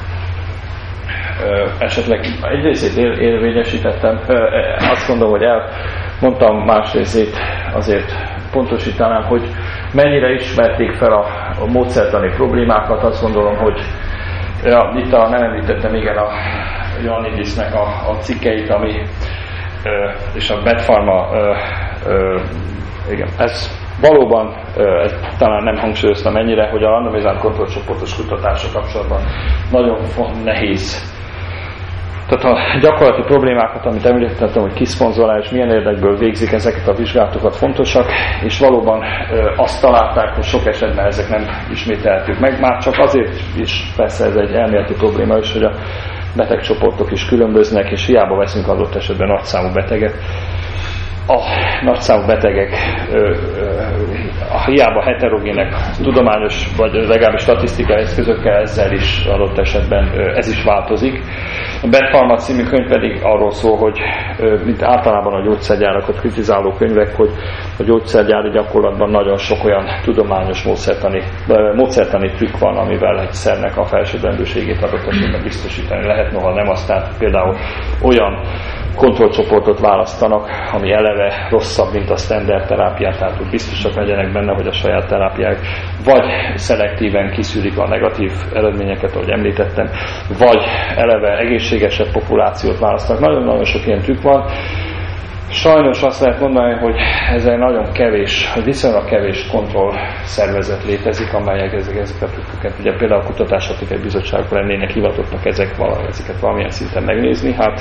esetleg egy részét ér, érvényesítettem. Azt gondolom, hogy elmondtam más részét, azért pontosítanám, hogy mennyire ismerték fel a, a módszertani problémákat. Azt gondolom, hogy ja, itt a, nem említettem, igen, a Ioannidisnek a, a cikkeit, ami és a Medpharma, igen, ez valóban, ez talán nem hangsúlyoztam mennyire, hogy a randomizált kontrollcsoportos kutatások kapcsolatban nagyon nehéz. Tehát a gyakorlati problémákat, amit említettem, hogy ki szponzorál és milyen érdekből végzik ezeket a vizsgálatokat fontosak, és valóban azt találták, hogy sok esetben ezek nem ismételhetők meg, már csak azért is persze ez egy elméleti probléma is, hogy a betegcsoportok is különböznek, és hiába veszünk adott esetben nagyszámú beteget. A nagyszámú betegek ö, ö, a hiába heterogének tudományos vagy legalábbis statisztikai eszközökkel ezzel is adott esetben ö, ez is változik. A Medpharma című könyv pedig arról szól, hogy ö, mint általában a gyógyszergyárakat kritizáló könyvek, hogy a gyógyszergyári gyakorlatban nagyon sok olyan tudományos módszertani, ö, módszertani trükk van, amivel egy szernek a felsőbbrendűségét adott esetben biztosítani lehet, noha nem, aztán például olyan kontrollcsoportot választanak, ami eleve rosszabb, mint a standard terápiát, tehát hogy biztosak legyenek benne, hogy a saját terápiák vagy szelektíven kiszűrik a negatív eredményeket, ahogy említettem, vagy eleve egészségesebb populációt választanak. Nagyon-nagyon sok ilyen trükk van. Sajnos azt lehet mondani, hogy ezzel nagyon kevés, hogy viszonylag kevés kontrollszervezet létezik, amelyek ezek, ezeket a trükköket, ugye például a kutatásatikai bizottságok lennének hivatottak ezek valahogy ezeket valamilyen szinten megnézni, hát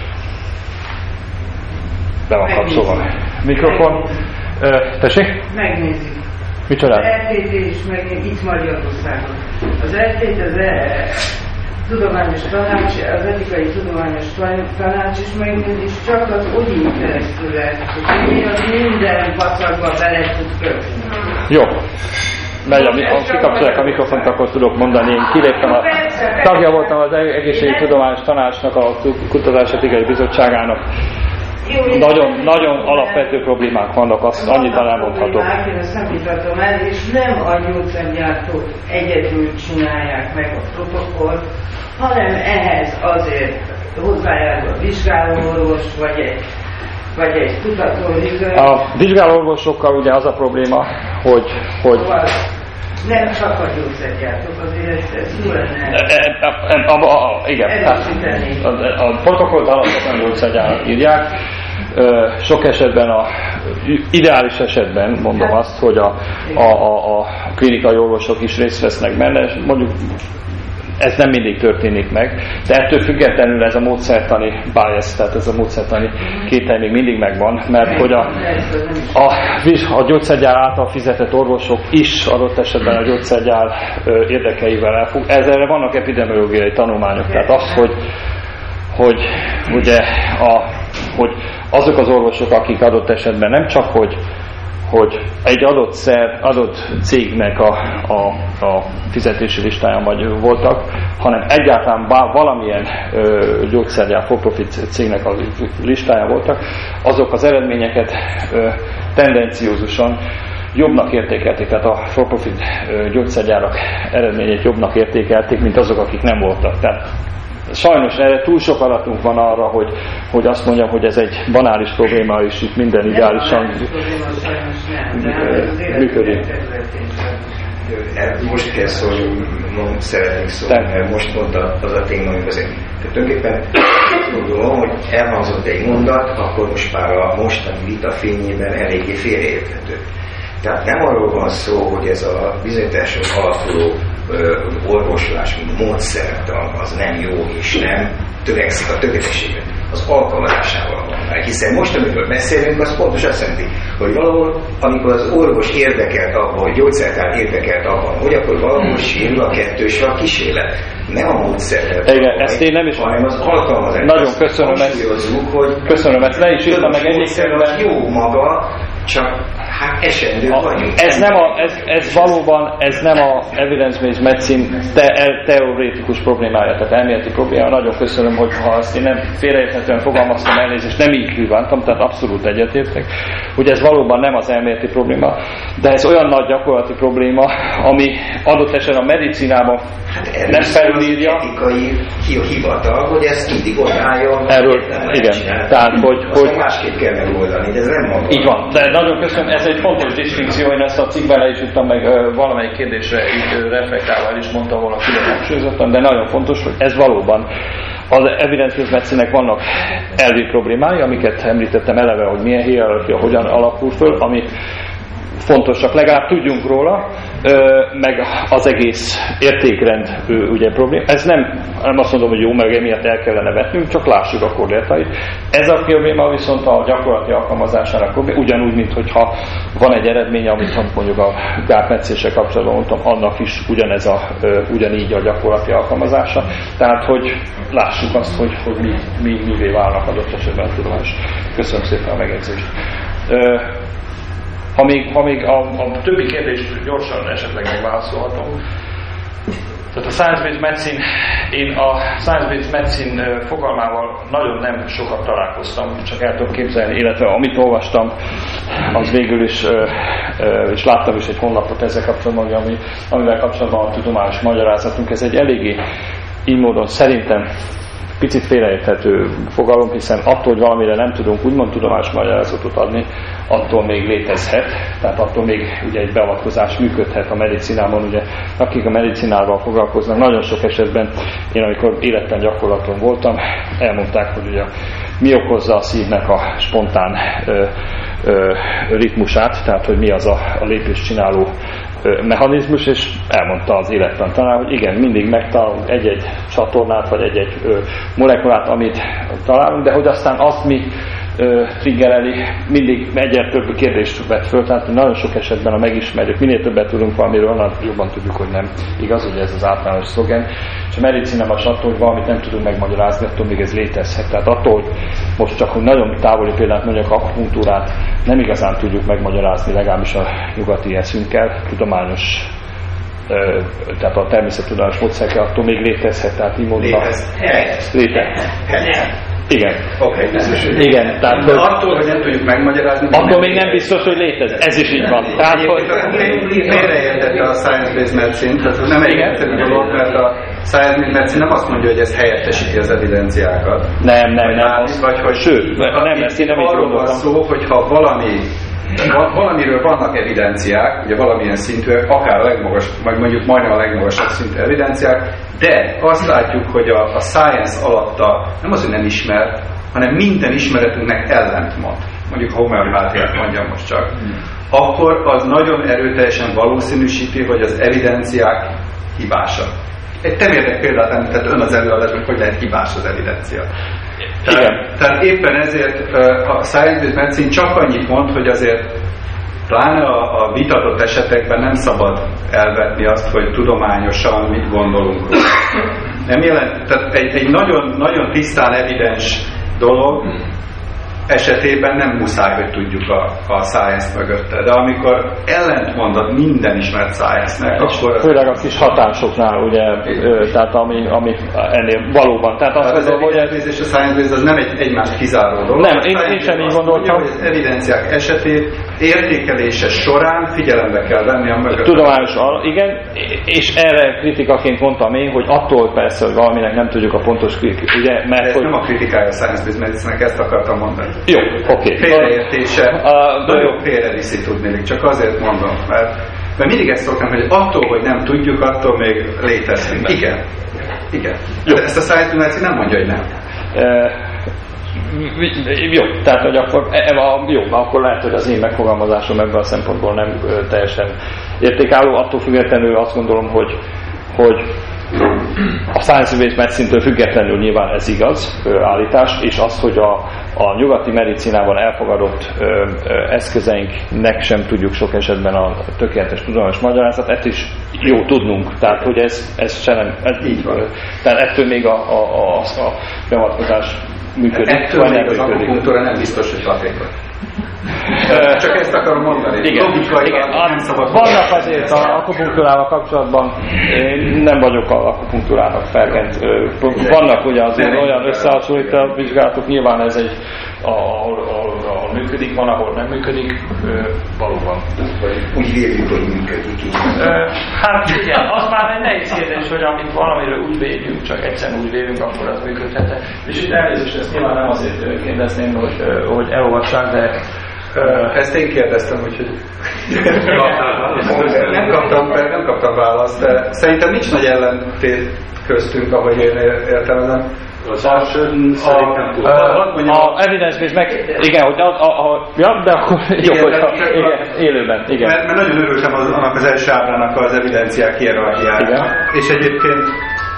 be van kapcsolva. Mikrofon. Tessék? Megnézzük. Micsoda? Az er té té is megnézzük itt Magyarországon. Az er té té az e tudományos tanács, az etikai tudományos tanács is megnézi, és csak az odin keresztül lehet, hogy mi az minden pacakba bele tud kötni. Jó. Megy, ha kikapcsolják a mikrofont, akkor tudok mondani. Én kiléptem a tagja voltam az egészségügyi tudományos tanácsnak, a kutatásetikai bizottságának. Nagyon, nagyon alapvető problémák vannak, azt annyit elmondhatok. Én ezt nem vitatom el, és nem a gyógyszergyártók egyedül csinálják meg a protokollt, hanem ehhez azért hozzájárul a vizsgálóorvos, vagy egy, vagy egy kutatóhiző. A vizsgálóorvosokkal ugye az a probléma, hogy... hogy nem csak a gyógyszergyártók, azért ez, ez jó lenne. Igen, a, a, a protokollt alapvetően gyógyszergyárak írják. Sok esetben, a ideális esetben mondom azt, hogy a, a, a, a klinikai orvosok is részt vesznek benne, mondjuk ez nem mindig történik meg, de ettől függetlenül ez a módszertani bias, tehát ez a módszertani kétel még mindig megvan, mert hogy a, a, a gyógyszergyár által fizetett orvosok is adott esetben a gyógyszergyár érdekeivel elfog. Ezzel vannak epidemiológiai tanulmányok, tehát az, hogy, hogy, ugye a, hogy azok az orvosok, akik adott esetben nem csak, hogy hogy egy adott szer, adott cégnek a, a, a fizetési listáján vagy voltak, hanem egyáltalán bár valamilyen ö, gyógyszergyár for-profit cégnek a listáján voltak, azok az eredményeket ö, tendenciózusan jobbnak értékelték, tehát a for-profit ö, gyógyszergyárak eredményét jobbnak értékelték, mint azok, akik nem voltak. Tehát sajnos erre túl sok adatunk van arra, hogy, hogy azt mondjam, hogy ez egy banális probléma, és itt minden ideálisan működik. Most kell szólni, szeretnék szólni, mert most mondta az a téma, hogy azért. Tehát tulajdonképpen gondolom, hogy elhangzott egy mondat, akkor most már a mostani vita fényében eléggé félreérthető. Tehát nem arról van szó, hogy ez a bizonyításon alapuló orvoslás, mint módszertan, az nem jó és nem törekszik a tökéletességre. Az alkalmazásával van már. Hiszen most, amikor beszélünk, az pontos azt jelenti, hogy valahol, amikor az orvos érdekelt abban, hogy gyógyszertár érdekelt abban, hogy akkor valahol sérül a kettős a kísérlet. Nem a módszerrel, igen, ezt én nem is hanem az alkalmazás. Nagyon köszönöm ezt. Hogy köszönöm ezt. Le is írtam meg egyébként. Jó maga, csak hát esendő vagyunk. Ez, nem a, ez, ez valóban ez nem a evidence-based medicine te, teoretikus problémája, tehát elméleti probléma. Nagyon köszönöm, hogy ha azt én nem félreérthetően fogalmaztam, elnézést, nem így kívántam, tehát abszolút egyetértek, hogy ez valóban nem az elméleti probléma, de ez olyan nagy gyakorlati probléma, ami adott esetben a medicinában hát nem felülírja. Az etikai hivatal, hogy ezt mindig odálljon. Erről, igen. Tehát, hogy, hogy másképp kell megoldani, de ez nem maga. Így van, de nagyon köszönöm, ez egy fontos distinkció, én ezt a cikkben le is juttam meg valamelyik kérdésre így reflektálva el is mondtam volna külön hangsúlyozottan, de nagyon fontos, hogy ez valóban az evidence-based medicine-nek vannak elvi problémái, amiket említettem eleve, hogy milyen hierarchia, hogyan alakul föl, ami fontosak, legalább tudjunk róla, meg az egész értékrend ugye probléma. Ez nem, nem azt mondom, hogy jó, meg emiatt el kellene vetnünk, csak lássuk a korlátait. Ez a probléma viszont a gyakorlati alkalmazásának probléma, ugyanúgy, mint hogyha van egy eredménye, amit mondjuk a gátmetszéssel kapcsolatban mondtam, annak is ugyanez a, ugyanígy a gyakorlati alkalmazása. Tehát, hogy lássuk azt, hogy, hogy mi, mi, mivé válnak adott esetben a tudományos. Köszönöm szépen a megjegyzést. Ha még, ha még a, a többi kérdést gyorsan esetleg megválaszolhatom. Tehát a science-based medicine, én a science-based medicine fogalmával nagyon nem sokat találkoztam, csak el tudom képzelni, illetve amit olvastam, az végül is, és láttam is egy honlapot ezzel kapcsolatban, ami, amivel kapcsolatban a tudományos magyarázatunk, ez egy eléggé így módon szerintem picit félreérthető fogalom, hiszen attól, hogy valamire nem tudunk úgymond tudományos magyarázatot adni, attól még létezhet, tehát attól még ugye egy beavatkozás működhet a medicinában, ugye akik a medicinával foglalkoznak, nagyon sok esetben én amikor életben gyakorlaton voltam, elmondták, hogy ugye mi okozza a szívnek a spontán ö, ö, ritmusát, tehát hogy mi az a, a lépést csináló mechanizmus, és elmondta az életben tanár, hogy igen, mindig megtalálunk egy-egy csatornát, vagy egy-egy ö, molekulát, amit találunk, de hogy aztán azt mi ö, triggereli, mindig egyre több kérdést vett föl, tehát nagyon sok esetben, ha megismerjük, minél többet tudunk valamiről, annál jobban tudjuk, hogy nem igaz, ugye ez az általános szlogen, és a medicinában az attól, hogy valamit nem tudunk megmagyarázni, attól még ez létezhet. Tehát attól, hogy most csak hogy nagyon távoli példát mondjak, akupunktúrát nem igazán tudjuk megmagyarázni, legalábbis a nyugati eszünkkel, tudományos, ö, tehát a természettudományos módszerekkel, attól még létezhet, tehát így mondta. Létezhet. Létezhet. Igen. Okay, igen, tehát hogy attól, hogy nem tudjuk megmagyarázni, attól még nem biztos, hogy létezik. Ez is így van. Tehát, hogy félreértette a science-based medicine, tehát nem egy egyszerű dolog, mert a science-based medicine nem azt mondja, hogy ez helyettesíti az evidenciákat. Nem, nem, nem. Az, vagy hogy sőt, nem, ezt én nem így arról van szó, hogyha valami valamiről vannak evidenciák, ugye valamilyen szintűek, akár a legmagas, vagy mondjuk majdnem a legmagasabb szintű evidenciák, de azt látjuk, hogy a, a science alatta nem az, hogy nem ismer, hanem minden ismeretünknek ellentmond, mondjuk a homeopátiát mondjam most csak, akkor az nagyon erőteljesen valószínűsíti, hogy az evidenciák hibásak. Egy temérdek példát említett ön az előadásban, hogy lehet hibás az evidencia. Tehát, tehát éppen ezért a science-based medicine csak annyit mond, hogy azért pláne a, a vitatott esetekben nem szabad elvetni azt, hogy tudományosan mit gondolunk róla. Nem jelent, tehát egy, egy nagyon, nagyon tisztán evidens dolog esetében nem muszáj, hogy tudjuk a, a science mögötte. De amikor ellentmondod minden ismert science-nek, akkor... Főleg a kis hatásoknál, ugye, ö, tehát ami, ami ennél valóban. Tehát azt az mondom, hogy ez... és a science az nem egy egymást kizáró dolog. Nem, én, én sem így gondoltam. Hogy az evidenciák esetét értékelése során figyelembe kell venni a mögött. Tudományos, igen, és erre kritikaként mondtam én, hogy attól persze, hogy valaminek nem tudjuk a pontos kritikát, ugye, mert... Ez hogy... nem a kritikája a science-based medicine-nek, ezt akartam mondani. Jó, oké. Okay. Félreértése, uh, nagyon félreviszi tudni, csak azért mondom, mert, mert mindig ezt szoktam, hogy attól, hogy nem tudjuk, attól még létezünk. Igen. Igen. Jó. Ezt a science medicine nem mondja, hogy nem. Uh, jó, tehát hogy akkor, jó, akkor lehet, hogy az én megfogalmazásom ebből a szempontból nem uh, teljesen értékálló, attól függetlenül azt gondolom, hogy, hogy a science-based medicine-től függetlenül nyilván ez igaz ö, állítás, és az, hogy a, a nyugati medicinában elfogadott ö, ö, eszközeinknek sem tudjuk sok esetben a tökéletes tudományos magyarázat, ezt is jó tudnunk, tehát hogy ez, ez se nem, ez így van. Tehát ettől még a, a, a, a beavatkozás működik. Ettől még az akupunktúra nem biztos, hogy hatékony. Csak ezt akarom mondani. Igen, igen. Nem szabad. Vannak azért az akupunktúrával kapcsolatban, én nem vagyok az akupunktúrának felkent. Vannak ugye azért olyan összehasonlító vizsgálatok, nyilván ez egy, ahol, ahol, ahol működik, van, ahol nem működik, valóban. Úgy véljük, hogy működik. Hát igen, az már egy nehéz kérdés, hogy amit valamiről úgy véljünk, csak egyszer úgy véljünk, akkor az működhet. És itt elnézést, ezt nyilván nem azért kérdezném, hogy, hogy elolvassák, de Uh, ezt én kérdeztem, úgyhogy nem kaptam, nem kaptam választ, de szerintem nincs nagy ellentét köztünk, ahogy én értelmezem. Az első szerintem a, a, a evidence-based meg, igen, hogy a, a, a, ja, de akkor jó, hogy a, igen, élőben, igen. Mert, mert nagyon örültem az, annak az első ábrának az evidenciák hierarchiájának. És egyébként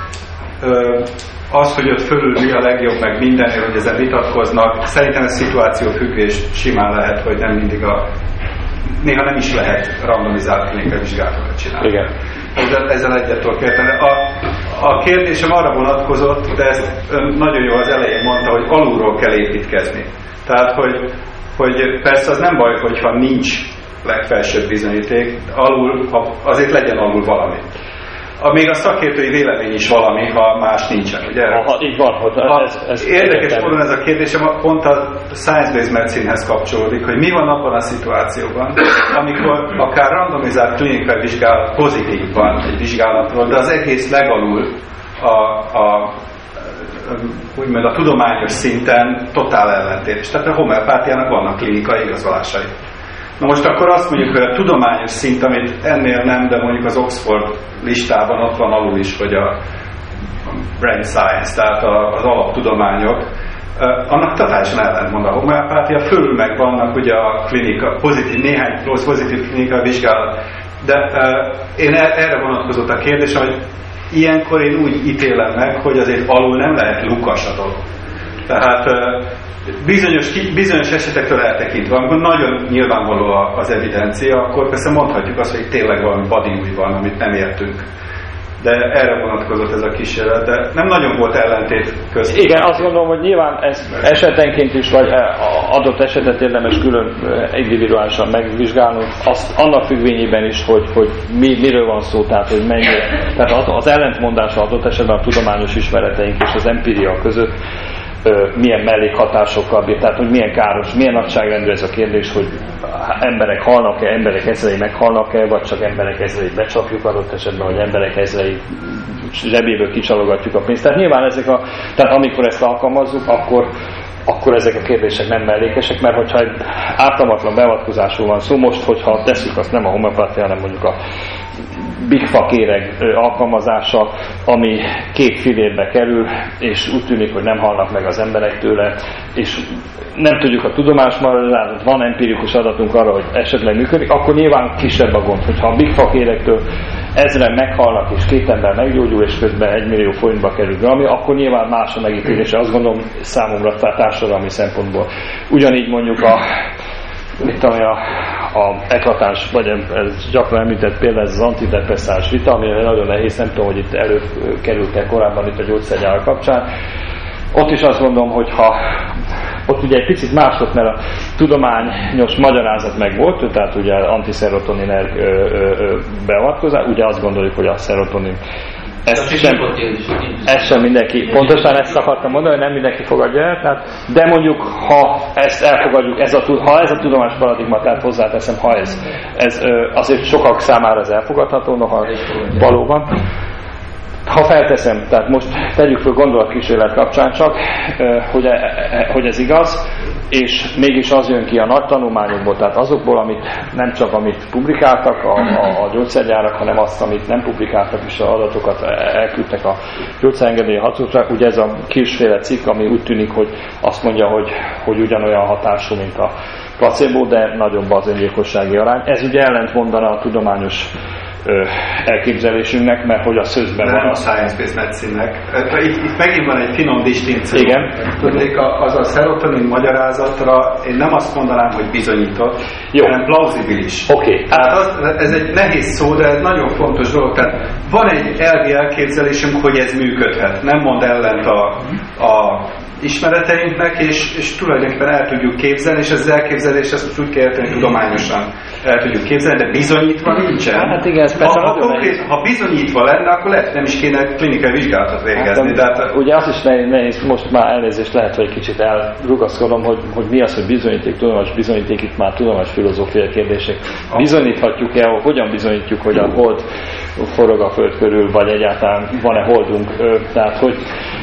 ö, az, hogy ott fölül mi a legjobb, meg mindennél, hogy ezen vitatkoznak, szerintem ez szituációfüggés, simán lehet, hogy nem mindig a... néha nem is lehet randomizált klinikai vizsgálatokat csinálni. Igen. Ezzel, ezzel egyet tudok érteni. A, a kérdésem arra vonatkozott, de ezt nagyon jó az elején mondta, hogy alulról kell építkezni. Tehát, hogy, hogy persze az nem baj, hogyha nincs legfelsőbb bizonyíték, alul, ha azért legyen alul valami. A, még a szakértői vélemény is valami, ha más nincsen, ugye? Aha, így van, hogy ez, ez érdekes módon ez a kérdésem pont a science-based medicine-hez kapcsolódik, hogy mi van abban a szituációban, amikor akár randomizált klinikai vizsgálat pozitív van egy vizsgálatról, de az egész legalul a, a, úgymond a tudományos szinten totál ellentétes. Tehát a homeopátiának vannak klinikai igazolásai. Na most akkor azt mondjuk, hogy a tudományos szint, amit ennél nem, de mondjuk az Oxford listában ott van alul is, hogy a brain science, tehát az alaptudományok, annak totálisan ellentmond a homeopátia, fölül meg vannak ugye a klinika, pozitív, néhány plusz pozitív klinikai vizsgálat, de én erre vonatkozott a kérdésem, hogy ilyenkor én úgy ítélem meg, hogy azért alul nem lehet lukas a dolog. Tehát Bizonyos, bizonyos esetektől eltekintve, amikor nagyon nyilvánvaló az evidencia, akkor persze mondhatjuk azt, hogy tényleg valami vadinúj van, amit nem értünk. De erre vonatkozott ez a kísérlet, de nem nagyon volt ellentét között. Igen, azt gondolom, hogy nyilván ez esetenként is, vagy adott esetet érdemes külön individuálisan megvizsgálnunk, azt annak függvényében is, hogy, hogy mi, miről van szó, tehát hogy mennyire. Tehát az ellentmondása adott esetben a tudományos ismereteink és az empíria között milyen mellékhatásokkal bír, tehát hogy milyen káros, milyen nagyságrendű ez a kérdés, hogy emberek halnak-e, emberek ezrei meghalnak-e, vagy csak emberek ezrei becsapjuk adott esetben, vagy emberek ezrei zsebéből kicsalogatjuk a pénzt. Tehát nyilván ezek a, tehát amikor ezt alkalmazzuk, akkor akkor ezek a kérdések nem mellékesek, mert hogyha egy ártalmatlan beavatkozásról van szó, most, hogyha tesszük azt nem a homeopátia, hanem mondjuk a bigfakéreg alkalmazása, ami két fillérbe kerül, és úgy tűnik, hogy nem halnak meg az emberek tőle, és nem tudjuk a tudomás marad, van empirikus adatunk arra, hogy esetleg működik, akkor nyilván kisebb a gond, hogyha a bigfakérektől ezren meghalnak, és két ember meggyógyul, és közben egy millió forintba kerül valami, akkor nyilván más a megítélése, azt gondolom számomra társadalmi szempontból. Ugyanígy mondjuk a mit tudom, a, a eklatáns, vagy ez gyakran említett például ez az antidepresszáns vita, ami nagyon nehéz, nem tudom, hogy itt előkerült-e korábban itt a gyógyszergyárak kapcsán. Ott is azt mondom, hogy ha ott ugye egy picit más volt, mert a tudományos magyarázat meg volt, tehát ugye antiszerotonin beavatkozás, ugye azt gondoljuk, hogy a szerotonin ezt sem, ezt sem mindenki, pontosan ezt akartam mondani, hogy nem mindenki fogadja el, tehát, de mondjuk, ha ezt elfogadjuk, ez a, ha ez a tudományos paradigma, tehát hozzáteszem, ha ez, ez azért sokak számára ez elfogadható, noha valóban. Ha felteszem, tehát most tegyük fel gondolatkísérlet kapcsán csak, hogy, hogy ez igaz, és mégis az jön ki a nagy tanulmányokból, tehát azokból, amit nem csak amit publikáltak a, a, a gyógyszergyárak, hanem azt, amit nem publikáltak, és az adatokat elküldtek a gyógyszerengedélyi hatóságokra. Ugye ez a Kirschféle cikk, ami úgy tűnik, hogy azt mondja, hogy, hogy ugyanolyan hatású, mint a placebo, de nagyobb az öngyilkossági arány. Ez ugye ellent mondana a tudományos elképzelésünknek, mert hogy a szözben nem van. a science-based medicine-nek. Itt, itt megint van egy finom distinkció. Igen. Tudnék, az a szerotonin magyarázatra én nem azt mondanám, hogy bizonyított, jó, hanem plauzibilis. Oké. Okay. Tehát az, ez egy nehéz szó, de ez nagyon fontos dolog. Tehát van egy elvi elképzelésünk, hogy ez működhet. Nem mond ellent a, a ismereteinknek, és, és tulajdonképpen el tudjuk képzelni, és ez az elképzelés, ezt úgy kell érteni, tudományosan el tudjuk képzelni, de bizonyítva nincsen. Hát igen, ez persze ha, ha, konkrét, ha bizonyítva lenne, akkor lehet, nem is kéne klinikai vizsgálatot végezni. Hát, de hát, ugye azt is nehéz, most már elnézést lehet, hogy kicsit elrugaszkodom, hogy, hogy mi az, hogy bizonyíték, tudományos bizonyíték, itt már tudományos filozófiai kérdések. Bizonyíthatjuk-e, hogyan bizonyítjuk, hogy a hold forog a föld körül, vagy egyáltalán van-e holdunk, tehát hogy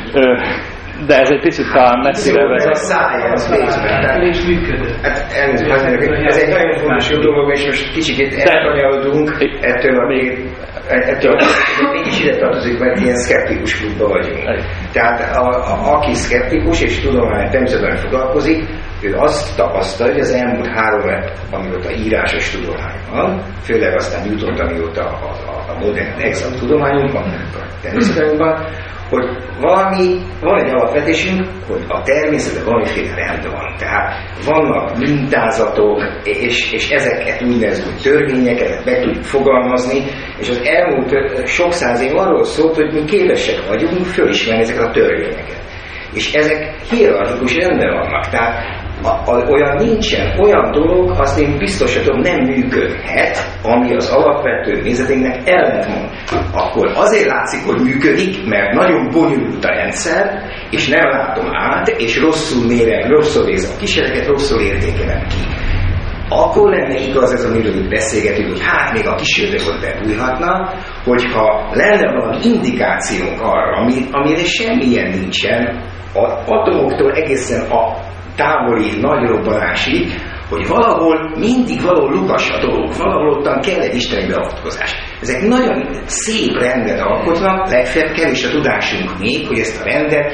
de ez egy picit talán messzire vezet. Ez a science és működött. Hát elnézést, ez egy nagyon fontos dolog, és most kicsit elkanyarodunk ettől a még, ettől a mégis ide tartozik, mert ilyen szkeptikus klubban vagyunk. Tehát a, a, aki szkeptikus és tudomány természetesen foglalkozik, ő azt tapasztalja, hogy az elmúlt három év, amióta írásos tudomány van, főleg aztán jutott, amióta a, a, a modern exakt tudományunk van, természetesen, hogy valami, van egy alapvetésünk, hogy a természetben valamiféle rend van. Tehát vannak mintázatok, és, és ezeket úgynevezett törvényeket meg tudjuk fogalmazni, és az elmúlt sok száz év arról szólt, hogy mi képesek vagyunk fölismerni ezeket a törvényeket. És ezek hierarchikus rendben vannak. Tehát a, a, olyan nincsen, olyan dolog, azt én biztosítom nem működhet, ami az alapvető nézetünknek ellentmond. Akkor azért látszik, hogy működik, mert nagyon bonyolult a rendszer, és nem látom át, és rosszul mérem, rosszul nézem a kísérleteket, rosszul értékelem ki. Akkor lenne igaz ez, amiről itt beszélgetünk, hogy hát még a kísérletet bebújhatna, hogyha lenne valami indikációnk arra, ami, amire semmilyen nincsen, az atomoktól egészen a távoli nagy robbanásig, hogy valahol mindig valahol lukas a dolog, valahol ottan kell egy isteni beavatkozás. Ezek nagyon szép rendet alkotnak, legfeljebb kevés a tudásunk még, hogy ezt a rendet,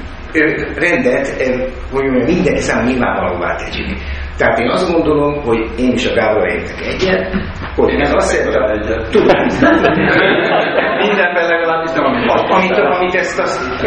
rendet hogy mindenki számára nyilvánvalóvá tegyük. Tehát én azt gondolom, hogy én is a Gáborral értek egyet, hogy ez azt jelenti, hogy tudom. Mindenben legalábbis nem, amit amit, amit ezt azt...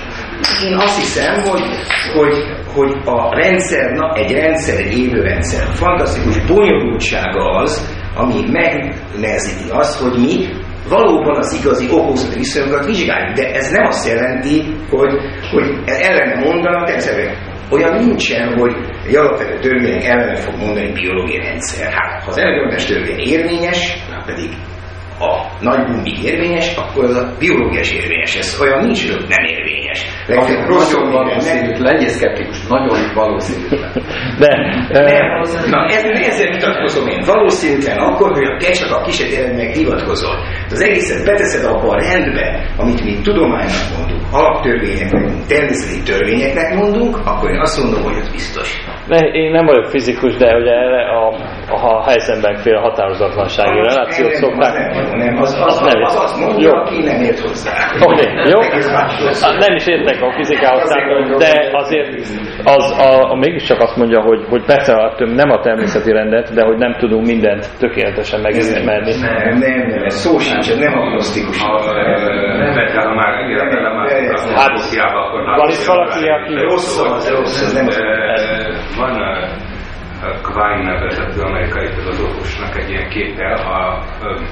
Én azt hiszem, hogy, hogy, hogy a rendszer, na, egy rendszer, egy élő rendszer, a fantasztikus bonyolultsága az, ami megnehezíti azt, hogy mi valóban az igazi okozati viszonyokat vizsgáljuk. De ez nem azt jelenti, hogy, hogy ellene mondanak, egyszerűen olyan nincsen, hogy egy alapvető törvények ellene fog mondani biológiai rendszer. Hát, ha az elegáns törvény érvényes, pedig a nagy bumbig érvényes, akkor az a biológiás érvényes. Ez olyan nincs, hogy nem érvényes. Legfeljebb Nagyon valószínű, legyél szkeptikus, nagyon valószínű. De... Nem, na ez, ezzel vitatkozom én. Valószínűtlen akkor, hogy te csak a kísérleti eredmények hivatkozol. Az egészet beteszed abba a rendbe, amit mi tudománynak mondunk, alaptörvényeknek mondunk, természeti törvényeknek mondunk, akkor én azt mondom, hogy ez biztos. Ne, én nem vagyok fizikus, de ugye a, a, a Heisenberg-féle határozatlansági relációt szokták. Nem, nem, az, az, az, az, az mondja, aki nem ért hozzá. Oké, okay, jó? Nem is értek a fizikához, de azért az a, a mégiscsak azt mondja, hogy, hogy persze nem a természeti rendet, de hogy nem tudunk mindent tökéletesen megismerni. Nem, nem, nem, ez szó sincs, ez nem agnosztikus. Nem vett el, ha már ígéretben már hát, van is valaki, aki... Rossz az, rossz az, nem van Quine nevezetű amerikai filozófusnak egy ilyen képe a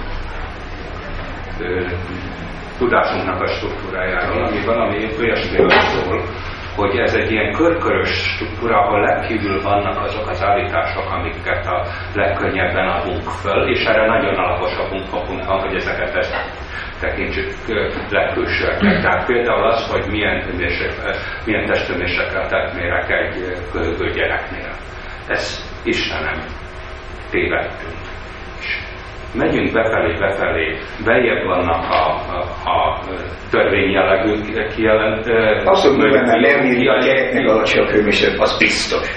tudásunknak a struktúrájáról, ami valami olyasmiről szól, hogy ez egy ilyen körkörös struktúra, ahol legkívül vannak azok az állítások, amiket a legkönnyebben adunk föl, és erre nagyon alaposabb okunk van, hogy ezeket ezt tekintsük legkülsőeknek. Tehát például az, hogy milyen, milyen testtömésekkel tett mérek egy köhögő gyereknél. Ez Istenem, tévedtünk. Megyünk befelé, befelé, beljebb vannak a, a, a törvényjellegű kijelent... Azt mondom, hogy már nem írja a gyereknek alacsonyabb hőmérséklet, az biztos.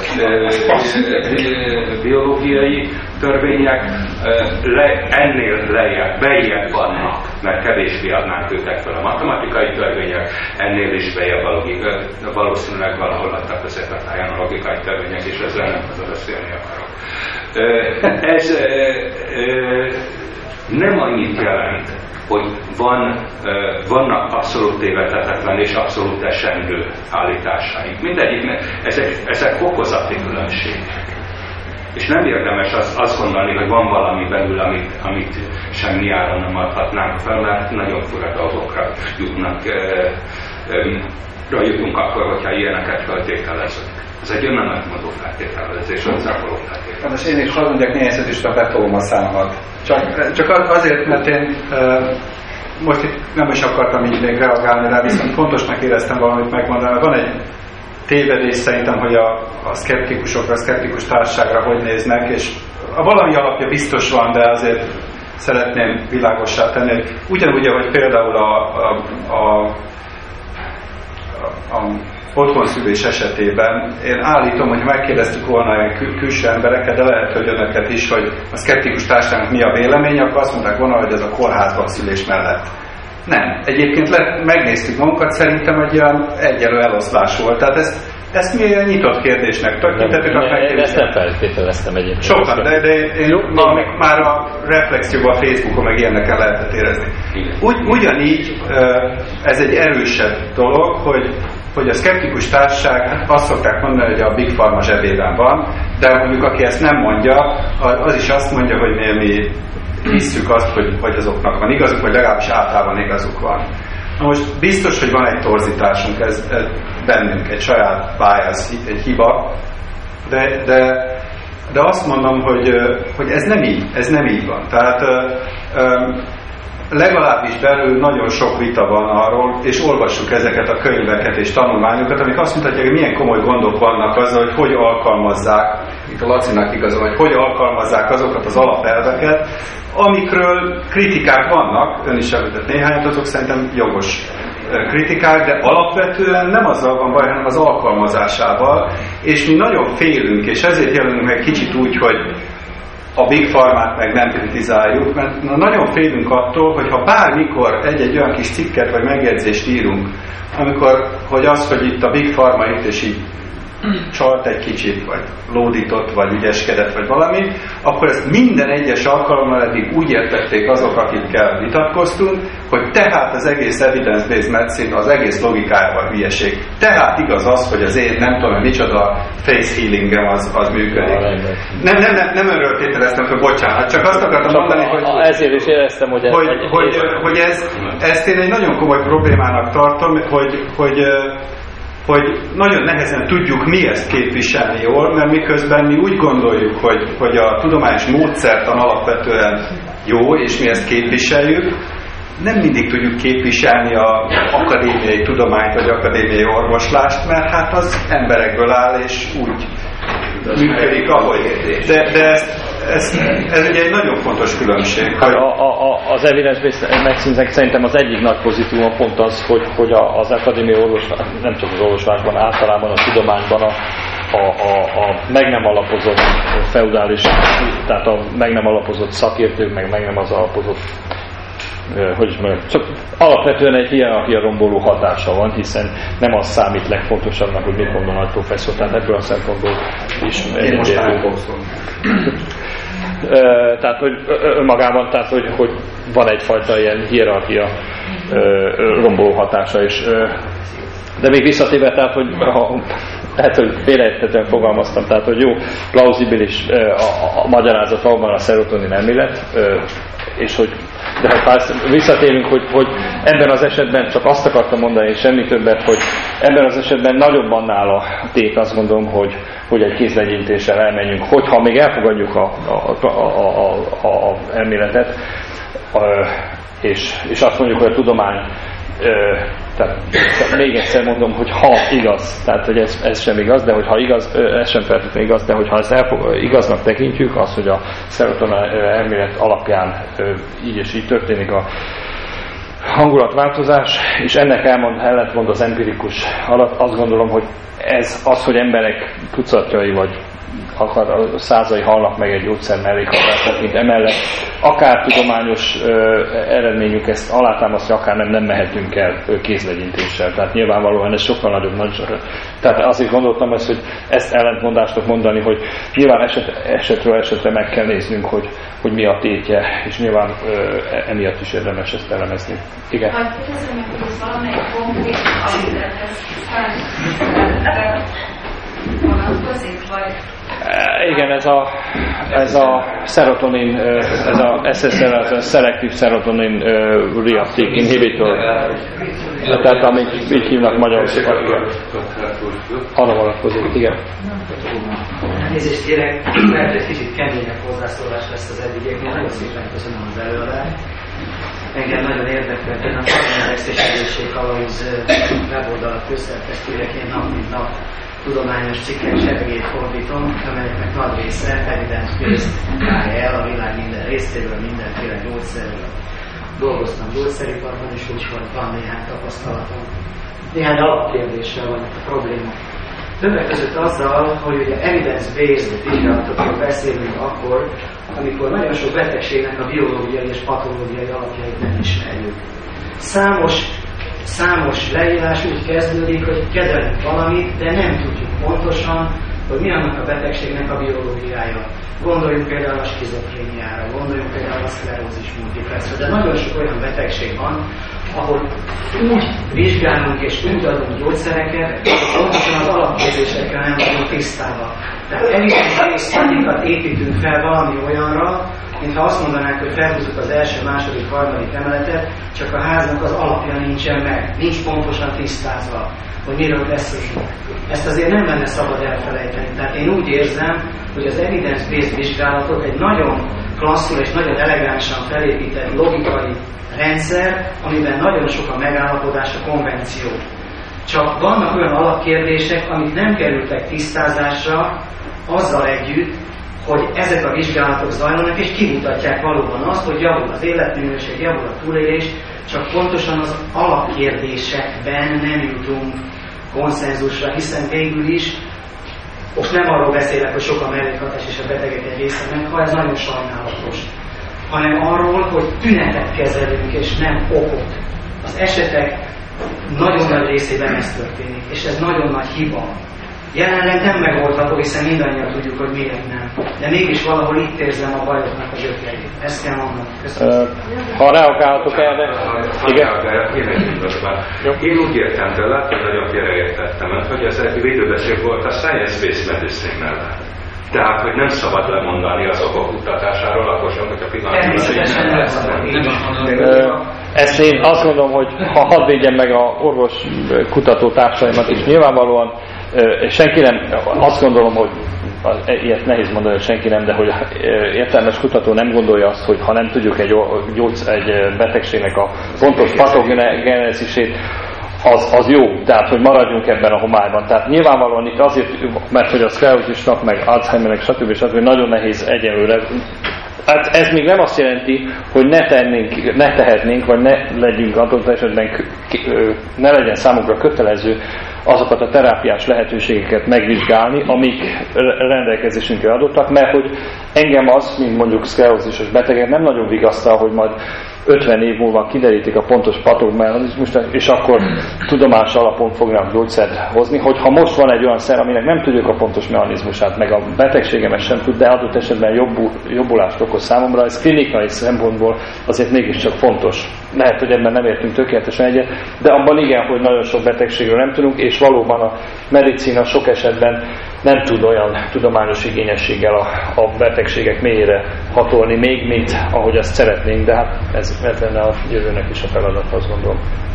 Biológiai törvények le, ennél lejjebb, beljebb vannak, mert kevésbé adnánk őket fel. A matematikai törvények ennél is beljebb valószínűleg valahol adtak középetáján a logikai törvények, és ezzel nem az beszélni akarok. Ez nem annyit jelent, hogy van, vannak abszolút tévedhetetlen és abszolút esendő állításaink. Mindegyik, ezek, ezek fokozati különbségek. És nem érdemes azt, azt gondolni, hogy van valami belül, amit, amit semmi áron nem adhatnánk fel, mert nagyon fura dolgokra jutnak, jutunk akkor, hogyha ilyeneket feltételezünk. Ez egy önnemetmondó feltételezés, az zápoló feltételezés. Most én is hadd mondjak néhány szedésre, betolom a számat. Csak, csak azért, mert én uh, most itt nem is akartam így még reagálni rá, viszont fontosnak éreztem valamit megmondani. Van egy tévedés szerintem, hogy a, a szkeptikusokra, a szkeptikus társaságra hogy néznek, és a valami alapja biztos van, de azért szeretném világossá tenni, hogy ugyanúgy, ahogy például a, a, a, a, a otthonszülés esetében én állítom, hogy megkérdeztük volna olyan kül- külső embereket, de lehet, hogy önöket is, hogy a szkeptikus társadalomnak mi a véleménye, akkor azt mondták volna, hogy ez a kórházban szülés mellett. Nem. Egyébként le, megnéztük magunkat, szerintem egy olyan egyenlő eloszlás volt. Tehát ezt, ezt mi olyan nyitott kérdésnek tekintettük. Én ezt nem feltételeztem egyébként. Sokan, de, de én Jó, ma, még már a reflexióban, a Facebookon meg ilyeneken lehetett érezni. Ugy, ugyanígy ez egy erősebb dolog, hogy hogy a szkeptikus társaság, azt szokták mondani, hogy a Big Pharma zsebében van, de mondjuk aki ezt nem mondja, az is azt mondja, hogy mi, mi hisszük azt, hogy, hogy azoknak van igazuk, vagy legalábbis általában igazuk van. Na most biztos, hogy van egy torzításunk, ez, ez bennünk, egy saját bias, egy hiba, de, de, de azt mondom, hogy, hogy ez nem így, ez nem így van. Tehát legalábbis belül nagyon sok vita van arról, és olvassuk ezeket a könyveket és tanulmányokat, amik azt mutatják, hogy milyen komoly gondok vannak azzal, hogy hogy alkalmazzák, itt a Lacinak igazol, hogy hogy alkalmazzák azokat az alapelveket, amikről kritikák vannak, ön is említett néhányat, azok szerintem jogos kritikák, de alapvetően nem azzal van baj, hanem az alkalmazásával, és mi nagyon félünk, és ezért jelenünk meg kicsit úgy, hogy a Big Pharmát meg nem kritizáljuk, mert na, nagyon félünk attól, hogy ha bármikor egy-egy olyan kis cikket vagy megjegyzést írunk, amikor, hogy az, hogy itt a Big Pharma itt és így csalt egy kicsit, vagy lódított, vagy ügyeskedett, vagy valami, akkor ezt minden egyes alkalommal eddig úgy értették azok, akikkel vitatkoztunk, hogy tehát az egész evidence-based medicine, az egész logikájában hülyeség. Tehát igaz az, hogy az én nem tudom, hogy micsoda face healingem az, az működik. Nem, nem, nem, nem önről tételeztem, hogy bocsánat, csak azt akartam csak mondani, hogy, ezért is éreztem, hogy, hogy, egy, hogy, egy, hogy ez, ezt én egy nagyon komoly problémának tartom, hogy, hogy hogy nagyon nehezen tudjuk mi ezt képviselni jól, mert miközben mi úgy gondoljuk, hogy, hogy a tudományos módszertan alapvetően jó, és mi ezt képviseljük, nem mindig tudjuk képviselni az akadémiai tudományt vagy akadémiai orvoslást, mert hát az emberekből áll, és úgy működik, ahogy. De, de ez, ez, ez ugye egy nagyon fontos különbség. Hogy a, a, az evidence-based medicine szerintem az egyik nagy pozitívum pont az, hogy, hogy az akadémiai orvoslás, nem csak az orvoslásban, általában a tudományban a, a, a, a meg nem alapozott feudális, tehát a meg nem alapozott szakértők, meg meg nem az alapozott, hogy is mondjam, csak alapvetően egy hierarchia romboló hatása van, hiszen nem az számít legfontosabbnak, hogy mit mondom nagy professzor, tehát ebből a szempontból is egyetértő. Tehát, hogy önmagában, tehát, hogy, hogy van egyfajta ilyen hierarchia romboló hatása is. De még visszatérve, tehát, hogy ha, lehet, hogy félreérthetően fogalmaztam, tehát, hogy jó, plauzibilis a, a, a magyarázat valóban a szerotonin elmélet, és hogy de ha visszatérünk, hogy, hogy ebben az esetben csak azt akartam mondani, és semmi többet, hogy ebben az esetben nagyobb annál a tét, azt gondolom, hogy, hogy egy kézlegyintéssel elmenjünk, hogyha még elfogadjuk a, a, a, a, a, a elméletet, és, és azt mondjuk, hogy a tudomány, tehát még egyszer mondom, hogy ha igaz, tehát hogy ez, ez sem igaz, de hogyha igaz, ez sem feltétlenül igaz, de hogyha ezt elfog, igaznak tekintjük, az, hogy a szerotonin elmélet alapján így és így történik a hangulatváltozás, és ennek elmond, ellentmond az empirikus alatt, azt gondolom, hogy ez az, hogy emberek tucatjai vagy akar, százai halnak meg egy gyógyszer mellékhatását, mint emellett akár tudományos ö, eredményük ezt alátámasztja, akár nem, nem mehetünk el kézlegyintéssel. Tehát nyilvánvalóan ez sokkal nagyobb nagy. Tehát azért gondoltam ezt, hogy ezt ellentmondást mondani, hogy nyilván eset, esetről esetre meg kell néznünk, hogy, hogy mi a tétje, és nyilván ö, emiatt is érdemes ezt elemezni. Igen? Hát kérdezem, hogy ez valamelyik konkrét amilethez vonatkozik, vagy igen, ez a, ez a serotonin, ez a es es er, ez a Selective Serotonin Reuptake Inhibitor. Tehát amit így hívnak magyarul. Arra vonatkozik, igen. Nézést kérek, mert egy kicsit keményebb hozzászólás lesz az eddigieknél. Nagyon szépen köszönöm az előadást. Engem nagyon érdekelt, én a Partnerex és Egészség Kalauz weboldalak közszerkesztőjek, én nap mint nap tudományos cikkek zsebegét fordítom, amelyeknek nagy része evidence-based állja el a világ minden részéről, mindenféle gyógyszerről. Dolgoztam gyógyszeriparban is, úgyhogy van néhány tapasztalatom. Néhány alapkérdéssel van itt a probléma. Többek között azzal, hogy ugye evidence-based vizsgálatokról beszélünk akkor, amikor nagyon sok betegségnek a biológiai és patológiai alapjait nem ismerjük. Számos Számos leírás úgy kezdődik, hogy kezelünk valamit, de nem tudjuk pontosan, hogy mi annak a betegségnek a biológiája. Gondoljunk például a skizofréniára, gondoljunk például a szklerózis multiplexre, de nagyon sok olyan betegség van, ahol úgy vizsgálunk és úgy adunk gyógyszereket, pontosan az alapkérdésekkel nem vagyunk tisztában. Tehát evidence-based építünk fel valami olyanra, mintha azt mondanák, hogy felhúzzuk az első, második, harmadik emeletet, csak a háznak az alapja nincsen meg, nincs pontosan tisztázva, hogy miről beszélünk. Ezt azért nem lenne szabad elfelejteni. Tehát én úgy érzem, hogy az evidence-based vizsgálatok egy nagyon klasszul és nagyon elegánsan felépített logikai rendszer, amiben nagyon sok a megállapodás, a konvenció. Csak vannak olyan alapkérdések, amik nem kerültek tisztázásra azzal együtt, hogy ezek a vizsgálatok zajlanak, és kimutatják valóban azt, hogy javul az életminőség, javul a túlélés, csak pontosan az alapkérdésekben nem jutunk konszenzusra, hiszen végül is, most nem arról beszélek, hogy sok a mellékhatás és a betegek egy része meghal, ez nagyon sajnálatos, hanem arról, hogy tünetet kezelünk, és nem okot. Az esetek nagyon nagy részében ez történik, és ez nagyon nagy hiba. Jelenleg nem megoldható, hiszen mindannyian tudjuk, hogy miért nem. De mégis valahol itt érzem a bajoknak az ötletét. Ezt kell mondanom. Köszönöm. Uh, ha reagálhatok erre? Igen. Én úgy értem tőle, hogy nagyon félreértettem, hogy ez egy védőbeszéd volt a science-based medicine mellett. Tehát, hogy nem szabad lemondani az okok kutatásáról, akkor sem, hogy a pillanatban ezt én azt gondolom, hogy ha hadd védjem meg a orvos kutató társaimat, és nyilvánvalóan senki nem, azt gondolom, hogy ilyet nehéz mondani, hogy senki nem, de hogy értelmes kutató nem gondolja azt, hogy ha nem tudjuk egy, gyógy, egy betegségnek a pontos patogenezisét, az, az jó, tehát hogy maradjunk ebben a homályban. Tehát nyilvánvalóan itt azért, mert hogy a szklerózisnak, meg Alzheimernek, stb. stb. Nagyon nehéz egyelőre. Hát ez még nem azt jelenti, hogy ne tennénk, ne tehetnénk, vagy ne legyünk adott esetben, ne legyen számunkra kötelező azokat a terápiás lehetőségeket megvizsgálni, amik rendelkezésünkre adottak, mert hogy engem az, mint mondjuk szklerózisos betegek nem nagyon vigasztal, hogy majd ötven év múlva kiderítik a pontos patogmechanizmust, és akkor tudomás alapon fognak gyógyszert hozni, hogyha most van egy olyan szer, aminek nem tudjuk a pontos mechanizmusát, meg a betegségemet sem tud, de adott esetben jobbul, jobbulást okoz számomra, ez klinikai szempontból azért mégiscsak fontos. Lehet, hogy ebben nem értünk tökéletesen egyet, de abban igen, hogy nagyon sok betegségről nem tudunk, és valóban a medicina sok esetben nem tud olyan tudományos igényességgel a, a betegségek mélyére hatolni még, mint ahogy azt szeretnénk, de hát ez, ez lenne a jövőnek is a feladat, azt gondolom.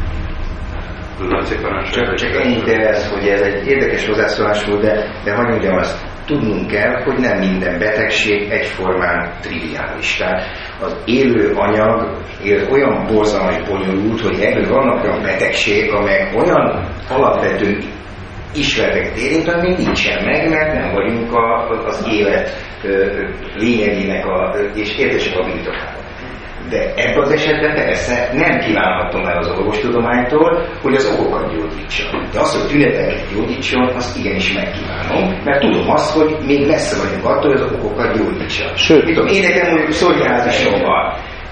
Csak, csak ennyi ide ez, hogy ez egy érdekes hozzászólás volt, de, de hagyj mondjam azt, tudnunk kell, hogy nem minden betegség egyformán triviális. Tehát az élő anyag él olyan borzalmas bonyolult, hogy ebből vannak olyan betegségek, amelyek olyan alapvető ismereteket érint, ami nincsen meg, mert nem vagyunk a, az élet lényegének a, és értések a birtokában. De ebben az esetben persze nem kívánhatom el az orvostudománytól, hogy az okokat gyógyítson. De az, hogy tüneteket gyógyítson, azt igenis megkívánom, mert tudom azt, hogy még messze vagyunk attól, hogy az okokat gyógyítson. Sőt, mit tudom, én nekem mondjuk szorjázísom van.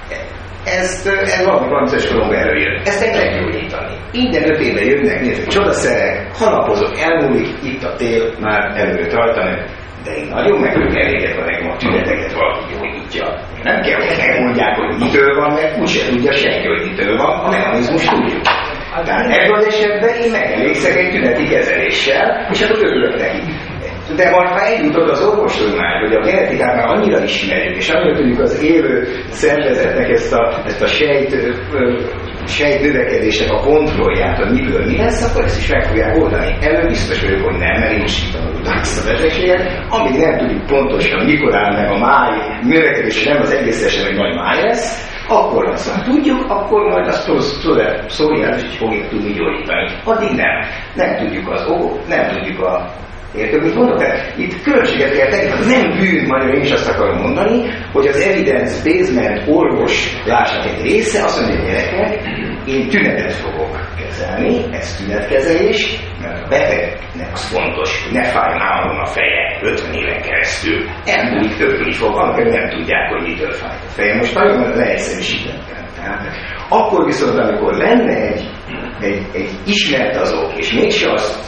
Ezt, ez valami valamit koromban előjön. Ezt meg lehet gyógyítani. Minden öt évben jönnek, nézzük, csodaszerek, halapozok, elmúlik, itt a tél, már előtt rajta, de én nagyon meg vagyok elégedve, nekem a tüneteket valaki gyógyítja. Nem kell, hogy megmondják, hogy mitől van, mert úgyse tudja senki, hogy mitől van, a mechanizmus tudjuk. Tehát ebben az esetben én megelégszek egy tüneti kezeléssel, és akkor örülök neki. De majd ha eljutod az orvostudomány, hogy a genetikát már annyira ismerjük, és annyira tudjuk az élő szervezetnek ezt a, ezt a sejt, ö, sejt növekedésnek a kontrollját, hogy miből mi lesz, akkor ezt is meg fogják oldani. Előbb biztos vagyok, hogy nem, mert én is tanultam ezt a betegséget, amíg nem tudjuk pontosan, mikor áll meg a máj növekedés, nem az egészesen, hogy nagy máj lesz, akkor azt már tudjuk, akkor majd azt szoriális is fogjuk tudni gyógyítani. Addig nem. Nem tudjuk az okot, nem tudjuk a érted, mit mondok? Tehát itt különbséget kell tenni, hát nem bűn, magyarul én is azt akarom mondani, hogy az evidence-based orvoslásnak egy része azt mondja, hogy gyerekek, én tünetet fogok kezelni, ez tünetkezelés, mert a betegnek az fontos, hogy ne fájjon állandóan a feje ötven éven keresztül, elmúlik többől fog, amikor nem tudják, hogy mitől fáj a feje. Most nagyon leegyszerűsítettem. Tehát akkor viszont, amikor lenne egy, egy, egy ismert azok, és mégse azt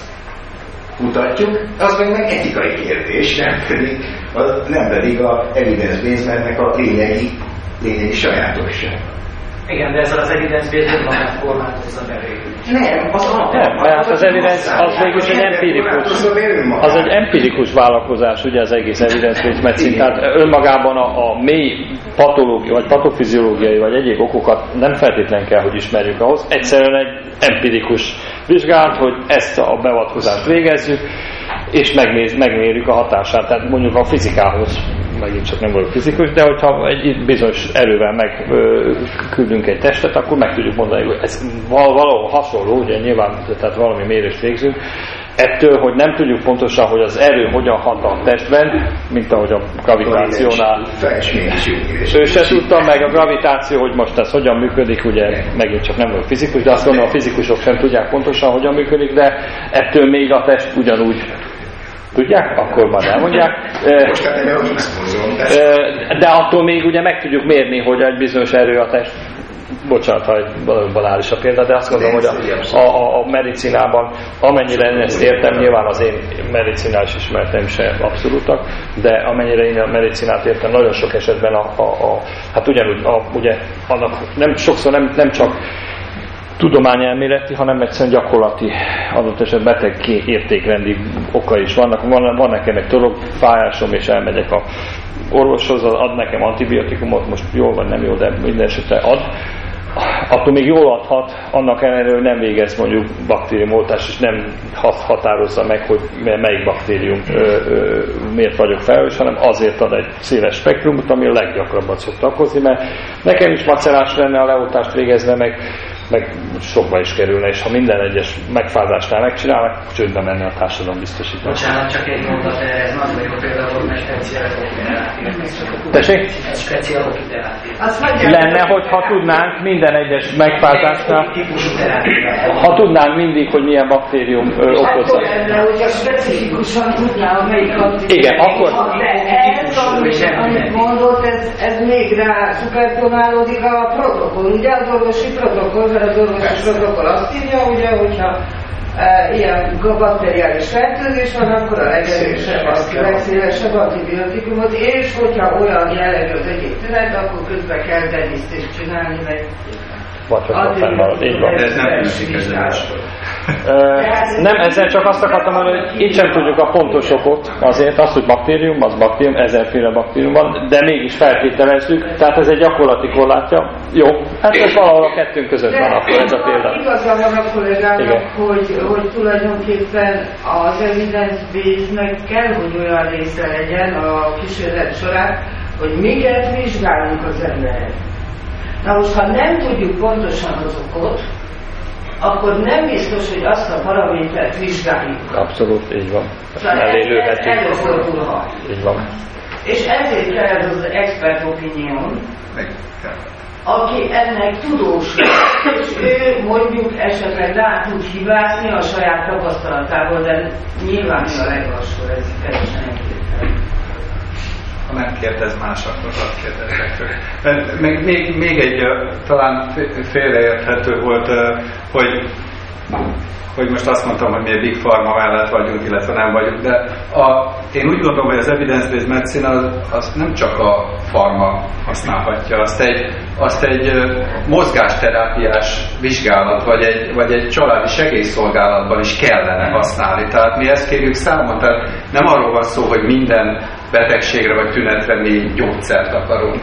kutatjuk, az meg, meg etikai kérdés, nem pedig, az, nem pedig a evidence-based-nek a lényegi, lényegi sajátosság. Igen, de ezzel az evidence-based van megkorlátozza belőle. Nem, az alapján. Nem, mert hát az evidence az mégis egy empirikus, az egy empirikus vállalkozás, ugye az egész evidence-based medicine, tehát önmagában a, a mély patológiai, vagy patofiziológiai, vagy egyéb okokat nem feltétlen kell, hogy ismerjük ahhoz. Egyszerűen egy empirikus vizsgálat, hogy ezt a beavatkozást végezzük, és megnéz, megmérjük a hatását. Tehát mondjuk a fizikához, megint csak nem vagyok fizikus, de hogyha egy bizonyos erővel megküldünk egy testet, akkor meg tudjuk mondani, hogy ez valahol hasonló, ugye nyilván, tehát valami mérést végzünk. Ettől, hogy nem tudjuk pontosan, hogy az erő hogyan hat a testben, mint ahogy a gravitációnál. Ő se tudta, meg a gravitáció, hogy most ez hogyan működik, ugye megint csak nem vagyok fizikus, de azt gondolom, a fizikusok sem tudják pontosan, hogyan működik, de ettől még a test ugyanúgy tudják, akkor majd elmondják. De attól még ugye meg tudjuk mérni, hogy egy bizonyos erő a test. Bocsánat, ha egy banális a példa, de azt gondolom, hogy a, a, a medicinában, amennyire én ezt értem, nyilván az én medicinális ismereteim se abszolútak, de amennyire én a medicinát értem, nagyon sok esetben a, a, a hát ugyanúgy, a, ugye, annak nem, sokszor nem, nem csak tudományelméleti, hanem egyszerűen gyakorlati adott esetben beteg értékrendi okai is vannak. Van, van nekem egy torok fájásom, és elmegyek a orvoshoz, ad nekem antibiotikumot, most jól van, nem jó, de minden esetre ad. attól még jól adhat, annak ellenére, hogy nem végez mondjuk baktériumoltást, és nem határozza meg, hogy melyik baktérium ö, ö, miért vagyok felelős, hanem azért ad egy széles spektrumot, ami a leggyakrabban szokta okozni, mert nekem is macerás lenne a leoltást végezve, meg, meg sokba is kerülne, és ha minden egyes megfázásnál megcsinálnak, csődbe menne a társadalombiztosítás. Bocsánat, csak egy mondat erre, ez nagyon jó például volt, mert speciálok. Tessék? Speciálok Lenne, hogyha tudnánk minden egyes megfázásnál, ha tudnánk mindig, hogy milyen baktérium ö, okozza. Akkor lenne, hogyha specifikusan tudnám, melyik baktérium. Igen, akkor... De ez, amit, amit mondott, ez, ez még rá szuperponálódik a protokoll. Ugye az orvosi protokoll, mert az orvosi protokoll azt írja, ugye, hogyha e, ilyen bakteriális fertőzés van, akkor a legerősebb, a legszélesebb antibiotikumot, és hogyha olyan jellegű az egyik tünet, akkor közben kell denisztést csinálni, meg Vagy hogy fennmarad, így van. De ez nem műszik ezzel. Nem, ezzel csak azt akartam mondani, hogy így sem tudjuk a pontos okot, azért azt, hogy baktérium, az baktérium, ezerféle baktérium van, de mégis feltételezzük, tehát ez egy gyakorlati korlátja. Jó, hát ez valahol a kettőnk között van akkor ez a példa. Igaza van a kollégának, hogy, hogy tulajdonképpen az evidence-based-nek kell, hogy olyan része legyen a kísérlet során, hogy miket vizsgálunk az emberek. Na most, ha nem tudjuk pontosan az okot, akkor nem biztos, hogy azt a paramétert vizsgáljuk. Abszolút, így van. Szóval ez előfordulhat. Így van. És ezért kell ez az expert opinion, aki ennek tudós, és ő mondjuk esetleg rá tud hibázni a saját tapasztalatából, de nyilván mi a leglassú, ez teljesen egyértelmű. Ha nem kérdez más, akkor azt kérdezek tőle. Még, még, még egy talán félreérthető volt, hogy, hogy most azt mondtam, hogy mi a Big Pharma mellett vagyunk, illetve nem vagyunk, de a, én úgy gondolom, hogy az evidence-based medicine az, az nem csak a pharma használhatja, azt egy, azt egy mozgásterápiás vizsgálat, vagy egy, vagy egy családi segélyszolgálatban is kellene használni. Tehát mi ezt kérjük számon, tehát nem arról van szó, hogy minden betegségre vagy tünetre mi gyógyszert akarunk.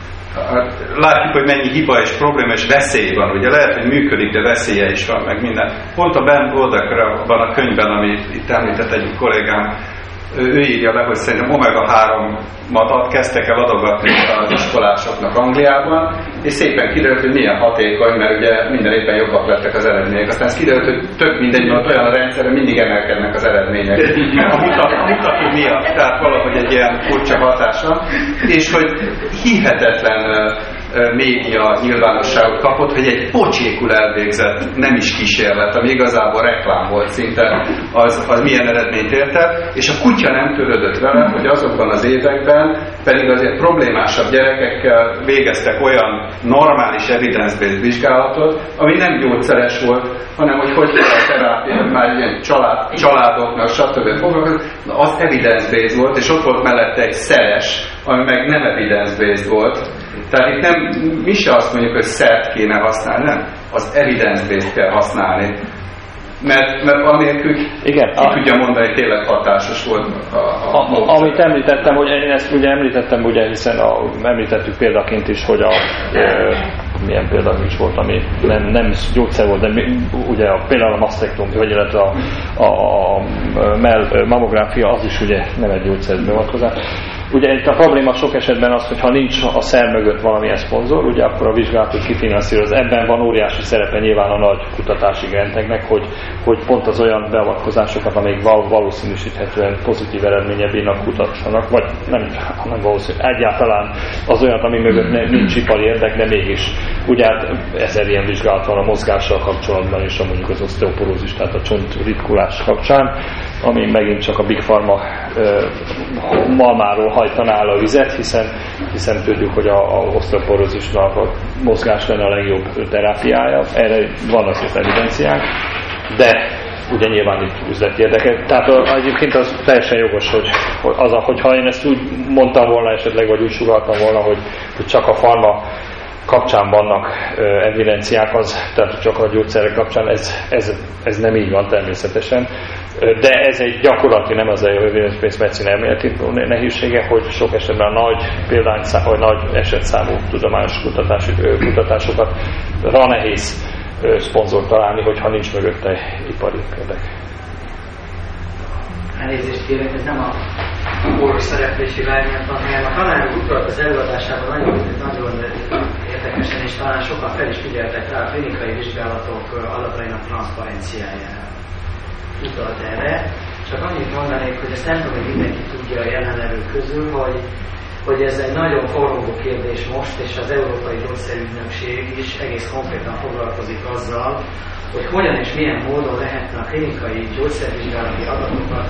Látjuk, hogy mennyi hiba és probléma és veszély van. Ugye lehet, hogy működik, de veszélye is van, meg minden. Pont a Ben Goldacre-ban a könyvben, amit itt említett egyik kollégám, ő írja le, hogy szerintem omega háromat kezdtek el adogatni az iskolásoknak Angliában, és szépen kiderült, hogy milyen hatékony, mert ugye minden évben jobbak lettek az eredmények. Aztán ez kiderült, hogy tök mindegy, mert olyan a rendszerben mindig emelkednek az eredmények. A mutató, mutató miatt, tehát valahogy egy ilyen furcsa hatása. És hogy hihetetlen média nyilvánosságot kapott, hogy egy pocsékul elvégzett, nem is kísérlet, ami igazából reklám volt szinte, az, az milyen eredményt ért el, és a kutya nem törődött vele, hogy azokban az években pedig azért problémásabb gyerekekkel végeztek olyan normális evidence-based vizsgálatot, ami nem gyógyszeres volt, hanem hogy hogy kell a terápia, már ilyen család, családoknak, stb. Foglalkozott, az evidence-based volt, és ott volt mellette egy szeres, ami meg nem evidence-based volt. Tehát itt nem, mi se azt mondjuk, hogy szert kéne használni, nem? Az evidence-based kell használni. Mert, mert anélkül igen, ki a, tudja mondani, hogy tényleg hatásos volt a, a, a amit említettem, hogy én ezt ugye említettem, ugye, hiszen a, említettük példaként is, hogy a e, milyen példa is volt, ami nem, nem gyógyszer volt, de mi, ugye a, például a masztektomia, vagy illetve a, a, a mammográfia, az is ugye nem egy gyógyszeres beavatkozás. Ugye itt a probléma sok esetben az, hogy ha nincs a szer mögött valamilyen szponzor, ugye akkor a vizsgálatot kifinanszíroz. Ebben van óriási szerepe nyilván a nagy kutatási granteknek, hogy, hogy pont az olyan beavatkozásokat, amelyik val- valószínűsíthetően pozitív eredménye bírnak kutassanak, vagy nem, nem valószínű, egyáltalán az olyan, ami mögött nincs ipari érdek, de mégis. Ugye hát ezer ilyen vizsgálat van a mozgással kapcsolatban, és a mondjuk az oszteoporózis, tehát a csontritkulás kapcsán, ami megint csak a Big Pharma ö, malmáról hajtaná el a vizet, hiszen, hiszen tudjuk, hogy a, a oszteoporózisnak a mozgás lenne a legjobb terápiája. Erre van azért evidenciánk, de ugye nyilván itt üzleti érdekek. Tehát a, egyébként az teljesen jogos, hogy, hogy az a, hogyha én ezt úgy mondtam volna esetleg, vagy úgy sugaltam volna, hogy, hogy csak a farma kapcsán vannak uh, evidenciák, az, tehát csak a gyógyszerek kapcsán ez, ez, ez nem így van természetesen. De ez egy gyakorlati, nem az a medicina elméleti nehézsége, hogy sok esetben a nagy példányszám, vagy nagy esetszámú tudományos kutatási, kutatásokat rá nehéz szponzort találni, hogyha nincs mögötte ipari érdek. Elnézést kérek, ez nem a orvos szereplési várnyában, hanem a tanár úr utalt az előadásában nagyon, nagyon érdekesen, és talán sokan fel is figyeltek rá a klinikai vizsgálatok adatainak transzparenciájára. Utalt erre. Csak annyit mondanék, hogy ezt nem tudom, hogy mindenki tudja a jelenlevők közül, hogy, hogy ez egy nagyon forró kérdés most, és az Európai Gyógyszerügynökség is egész konkrétan foglalkozik azzal, hogy hogyan és milyen módon lehetne a klinikai gyógyszervizsgálati adatokat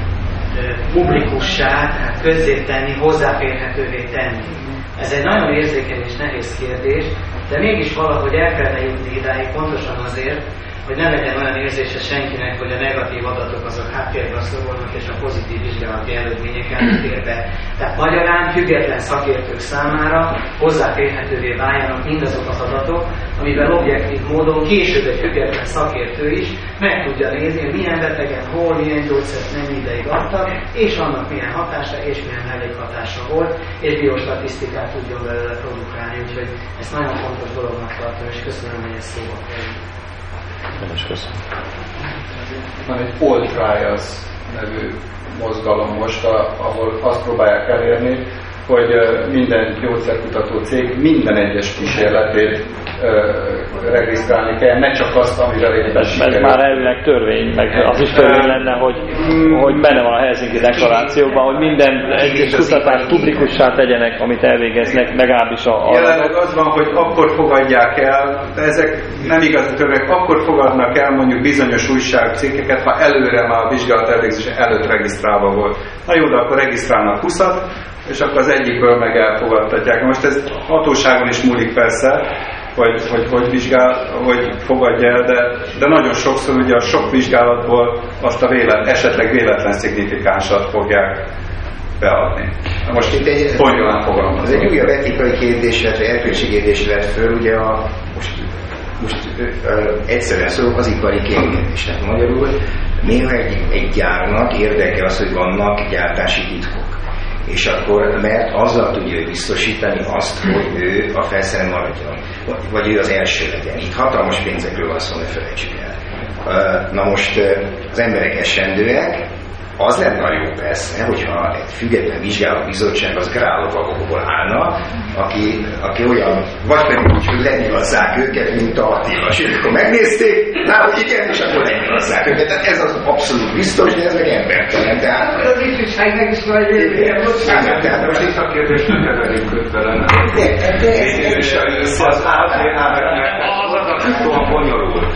publikussá, tehát közzétenni, hozzáférhetővé tenni. Ez egy nagyon érzékeny és nehéz kérdés, de mégis valahogy el kellene jutni idáig pontosan azért, hogy ne legyen olyan érzése senkinek, hogy a negatív adatok azok háttérbe szorulnak, és a pozitív vizsgálati eredmények előtérbe. Tehát magyarán független szakértők számára hozzáférhetővé váljanak mindazok az adatok, amivel objektív módon később egy független szakértő is meg tudja nézni, hogy milyen betegen, hol, milyen gyógyszert mennyi ideig adtak, és annak milyen hatása és milyen mellékhatása volt, és biostatisztikát tudjon belőle produkálni. Úgyhogy ezt nagyon fontos dolognak tartom, és köszönöm, hogy ezt szóba kerül. Én is köszönöm. Van egy All Trials nevű mozgalom most, ahol azt próbálják elérni, hogy minden gyógyszerkutató cég minden egyes kísérletét regisztrálni kell, ne csak azt, amivel éppen sikerül. Ez már elvileg törvény, meg az is törvény lenne, hogy, hogy benne van a Helsinki deklarációban, hogy minden egyes kutatást publikussá tegyenek, amit elvégeznek, legalábbis a... a jelenleg az van, hogy akkor fogadják el, de ezek nem igaz törvények, akkor fogadnak el mondjuk bizonyos újságcikkeket, ha előre már a vizsgálat elvégzése előtt regisztrálva volt. Na jó, de akkor regisztrálnak húszat, és akkor az egyikből meg elfogadtatják. Most ez hatóságon is múlik persze, hogy hogy, hogy vizsgál, hogy fogadja el, de, de nagyon sokszor ugye a sok vizsgálatból azt a vélet, esetleg véletlen szignifikánsat fogják beadni. Most itt egy bonyolán fogalmazom. Ez egy újabb etikai kérdés, illetve erkölcsi kérdés lett föl, ugye a, most, most ö, egyszerűen szólok az ipari kérkedés. Tehát magyarul néha egy, egy gyárnak érdeke az, hogy vannak gyártási titkok. És akkor, mert azzal tudja biztosítani azt, hogy ő a felszínen maradjon, vagy, vagy ő az első legyen. Itt hatalmas pénzekről van szó, ne felejtsük el. Na most az emberek esendőek, az lenne jó persze, hogyha egy független vizsgálóbizottság az grállovagokból állna, aki, aki olyan, vagy pedig úgy, hogy lenyilazzák őket, mint a Attila. És akkor megnézték, na, hogy igen, és akkor lenyilazzák őket. Tehát ez az abszolút biztos, de ez meg embertelen. Tehát... Az ifjúság meg is vagy ilyen, bocsánat. Tehát most itt a kérdést nem keverjük közben. Az átlénál bonyolult.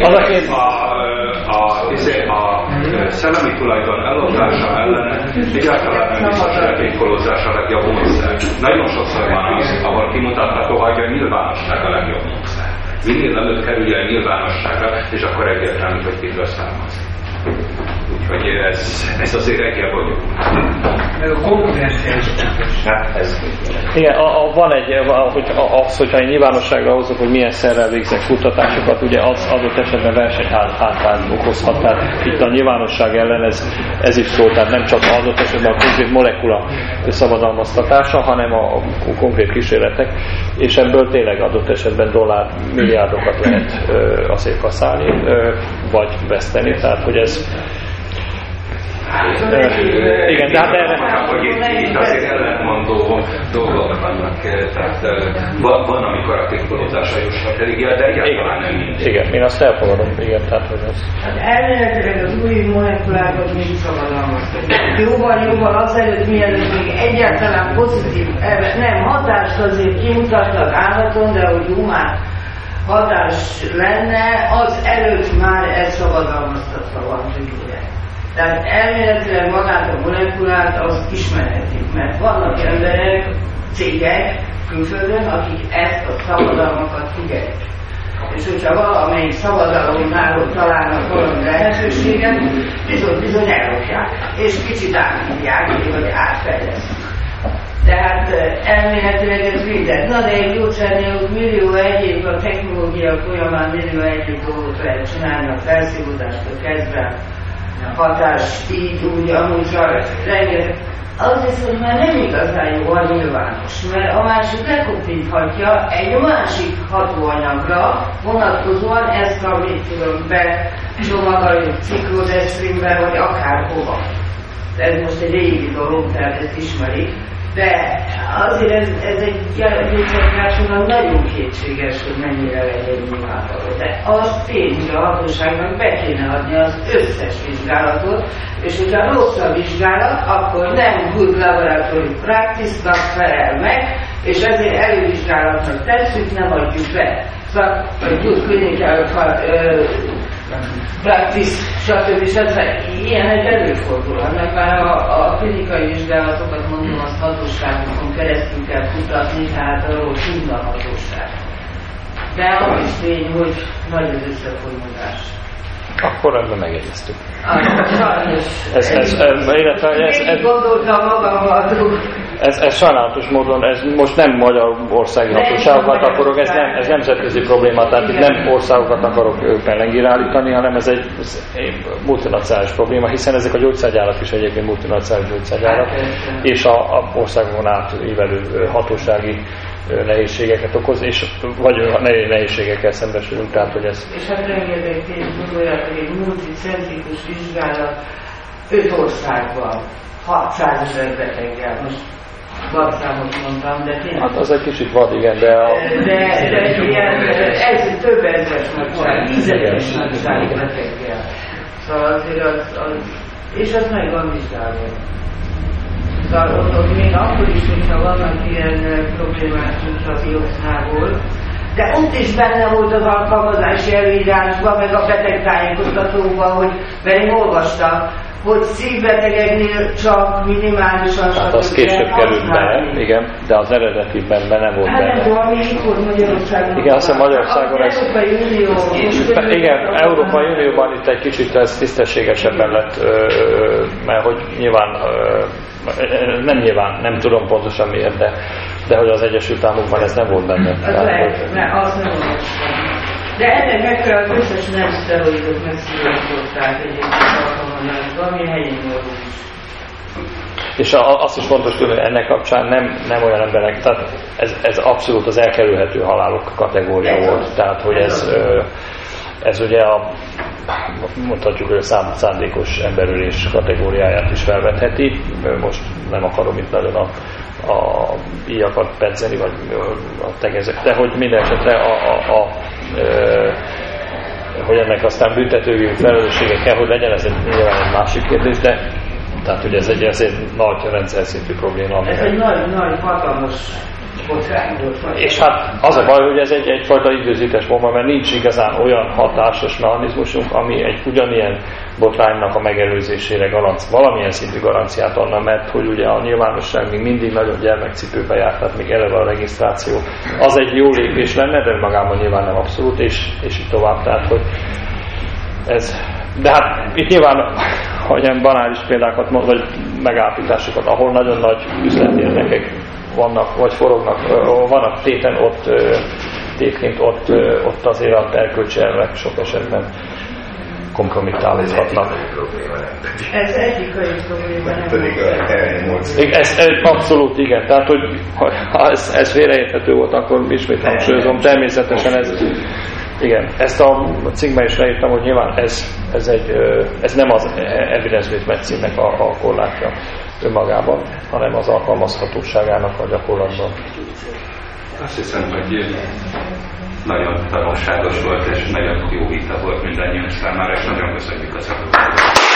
A szellemi tulajdon eladása ellen egyáltalán nem biztos, hogy a ténykolózás a legjobb módszer. Nagyon sokszor van az, ahol kimutatható, hogy a nyilvánosság a legjobb módszer. Minél előtt kerülje a nyilvánosságra, és akkor egyértelmű, hogy kitől származik. Úgyhogy ez, ez azért egyre vagyok. Ez a konkurencia is fontos. Hát ez... Igen, a, a, van egy, hogy az, hogyha egy nyilvánosságra hozok, hogy milyen szerrel végzek kutatásokat, ugye az adott esetben versenyhátrányt okozhat, tehát itt a nyilvánosság ellen ez, ez is szó, tehát nem csak adott esetben a konkrét molekula szabadalmaztatása, hanem a, a konkrét kísérletek, és ebből tényleg adott esetben dollár milliárdokat lehet ö, azért kaszálni, ö, vagy veszteni, tehát hogy ez igen, de hát erre... Hogy itt, itt azért ellentmondó dolgok vannak, tehát van, van amikor a titkolózásra jussak elég, de egyáltalán nem nincs. Igen, én azt elfogadom, igen, tehát hogy ez... Hát elméletileg az új molekulákat mind szabadalmaztatják. Jóval, jóval azelőtt, mielőtt még egyáltalán pozitív, nem, hatást azért kimutatnak állaton, de hogy humán hatás lenne, az előtt már ez szabadalmaztatva van, tudjuk. Tehát elméletileg magát a molekulát azt ismerhetik, mert vannak emberek, cégek külföldön, akik ezt a szabadalmakat figyelik. És hogyha valamelyik szabadalomnál találnak valami lehetőséget, bizony-bizony ellopják, és kicsit áthívják, vagy átfejlesztik. Tehát elméletileg ez minden. Na de egy gyógyszernél millió egyéb, a technológia folyamán millió egyéb dolgot lehet csinálni, a felszívódástól kezdve hatás, így úgy, amúgy rengeteg. Az viszont már nem igazán jó a nyilvános, mert a másik lekoppinthatja egy másik hatóanyagra vonatkozóan ezt a, mit tudom, becsomagoljuk ciklodextrinbe, vagy akárhova. Ez most egy régi dolog, tehát ezt ismerik. De azért ez, ez egy gyógyszertársadalom nagyon kétséges, hogy mennyire legyen nyilvánvaló. De az tény, hogy a hatóságnak be kéne adni az összes vizsgálatot, és hogyha rossz a vizsgálat, akkor nem good laboratory practice-nak felel meg, és ezért elővizsgálatnak tesszük, nem adjuk be. Szóval, hogy good clinical practice, stb. stb. Ilyenek előfordulnak, mert a, a klinikai vizsgálatokat mondom, azt hatóságokon keresztül kell kutatni, tehát arról tudna a hatóság. De az is tény, hogy nagy az összefonódás. Akkor ebben megegyeztük. Sajnos. Ez, ez, ez, illetve, ez, ez, gondoltam magammal. Ez, ez sajnálatos módon, ez most nem Magyarországi hatóságokat akarok, ez, nem, ez nemzetközi probléma, tehát itt nem országokat akarok pellengére állítani, hanem ez egy, ez egy multinacionális probléma, hiszen ezek a gyógyszergyárak is egyébként multinacionális gyógyszergyárak, és a, a országon átívelő hatósági nehézségeket okoz, és vagy nehézségekkel szembesülünk, tehát hogy ez... És hát rengeteg pénz gondolják, hogy egy multicentrikus vizsgálat öt országban, hatszázezer beteggel, most vadszámot mondtam, de tényleg... Hát az egy kicsit vad, igen, de a... De, de ilyen, ez több ezres nagyság, tízezer nagyság beteggel. Szóval azért az, az... És az meg van vizsgálva. Szóval ott, ott még akkor is, hogyha vannak ilyen problémák, mint a dioxnából, de ott is benne volt az alkalmazási előírásban, meg a betegtájékoztatóban, hogy, mert én olvastam, hogy szívbetegeknél csak minimálisan... Hát az később került be, igen, de az eredetiben be nem volt hát benne. Hát nem tudom, itt volt Magyarországon. Igen, azt hiszem Magyarországon ez... Európai Unió... Igen, Európai Unióban itt egy kicsit ez tisztességesebben lett, mert hogy nyilván, nem nyilván, nem tudom pontosan miért, de, de hogy az Egyesült Államokban ez nem volt benne. Az lehet, mert azt nem olvastam. De ennek megfelelően az összes nem szteroidot megszívózották egyébként alkalmazásban, ami helyén való is. És a, azt is fontos tudni, hogy ennek kapcsán nem, nem olyan emberek, tehát ez, ez abszolút az elkerülhető halálok kategória ez volt. Az. Tehát, hogy ez, ez ugye a, mondhatjuk, hogy a szám, szándékos emberölés kategóriáját is felvetheti. Most nem akarom itt nagyon a, a íjakat pedzeni, vagy a tegezek, de hogy minden esetre a, a, a e, hogy ennek aztán büntetőjogi felelőssége kell, hogy legyen, ez egy, nyilván egy másik kérdés, de tehát ugye ez egy, ez egy nagy rendszer szintű probléma. Ez egy nagy, nagy, hatalmas botrány volt. És hát az a baj, hogy ez egy, egyfajta időzítés bomba, mert nincs igazán olyan hatásos mechanizmusunk, ami egy ugyanilyen botránynak a megelőzésére garanc, valamilyen szintű garanciát adna, mert hogy ugye a nyilvánosság még mindig nagyon gyermekcipőbe járt, tehát még eleve a regisztráció. Az egy jó lépés lenne, de magában nyilván nem abszolút, és, és így tovább. Tehát, hogy ez, de hát itt nyilván, hogy ilyen banális példákat, vagy megállapításokat, ahol nagyon nagy üzleti érdekek vannak, vagy forognak, vannak téten ott, tétként ott, ott azért a erkölcsi elvek sok esetben kompromittálódhatnak. Ez etikai probléma, nem pedig a ez, ez abszolút igen, tehát hogy ha ez, ez félreérthető volt, akkor ismét hangsúlyozom, természetesen ez igen, ezt a cikkben is leírtam, hogy nyilván ez, ez, egy, ez nem az evidence-based medicine-nek a, a korlátja önmagában, hanem az alkalmazhatóságának a gyakorlatban. Azt hiszem, hogy nagyon tanulságos volt, és nagyon jó vita volt mindannyiunk számára, és nagyon köszönjük az előadást.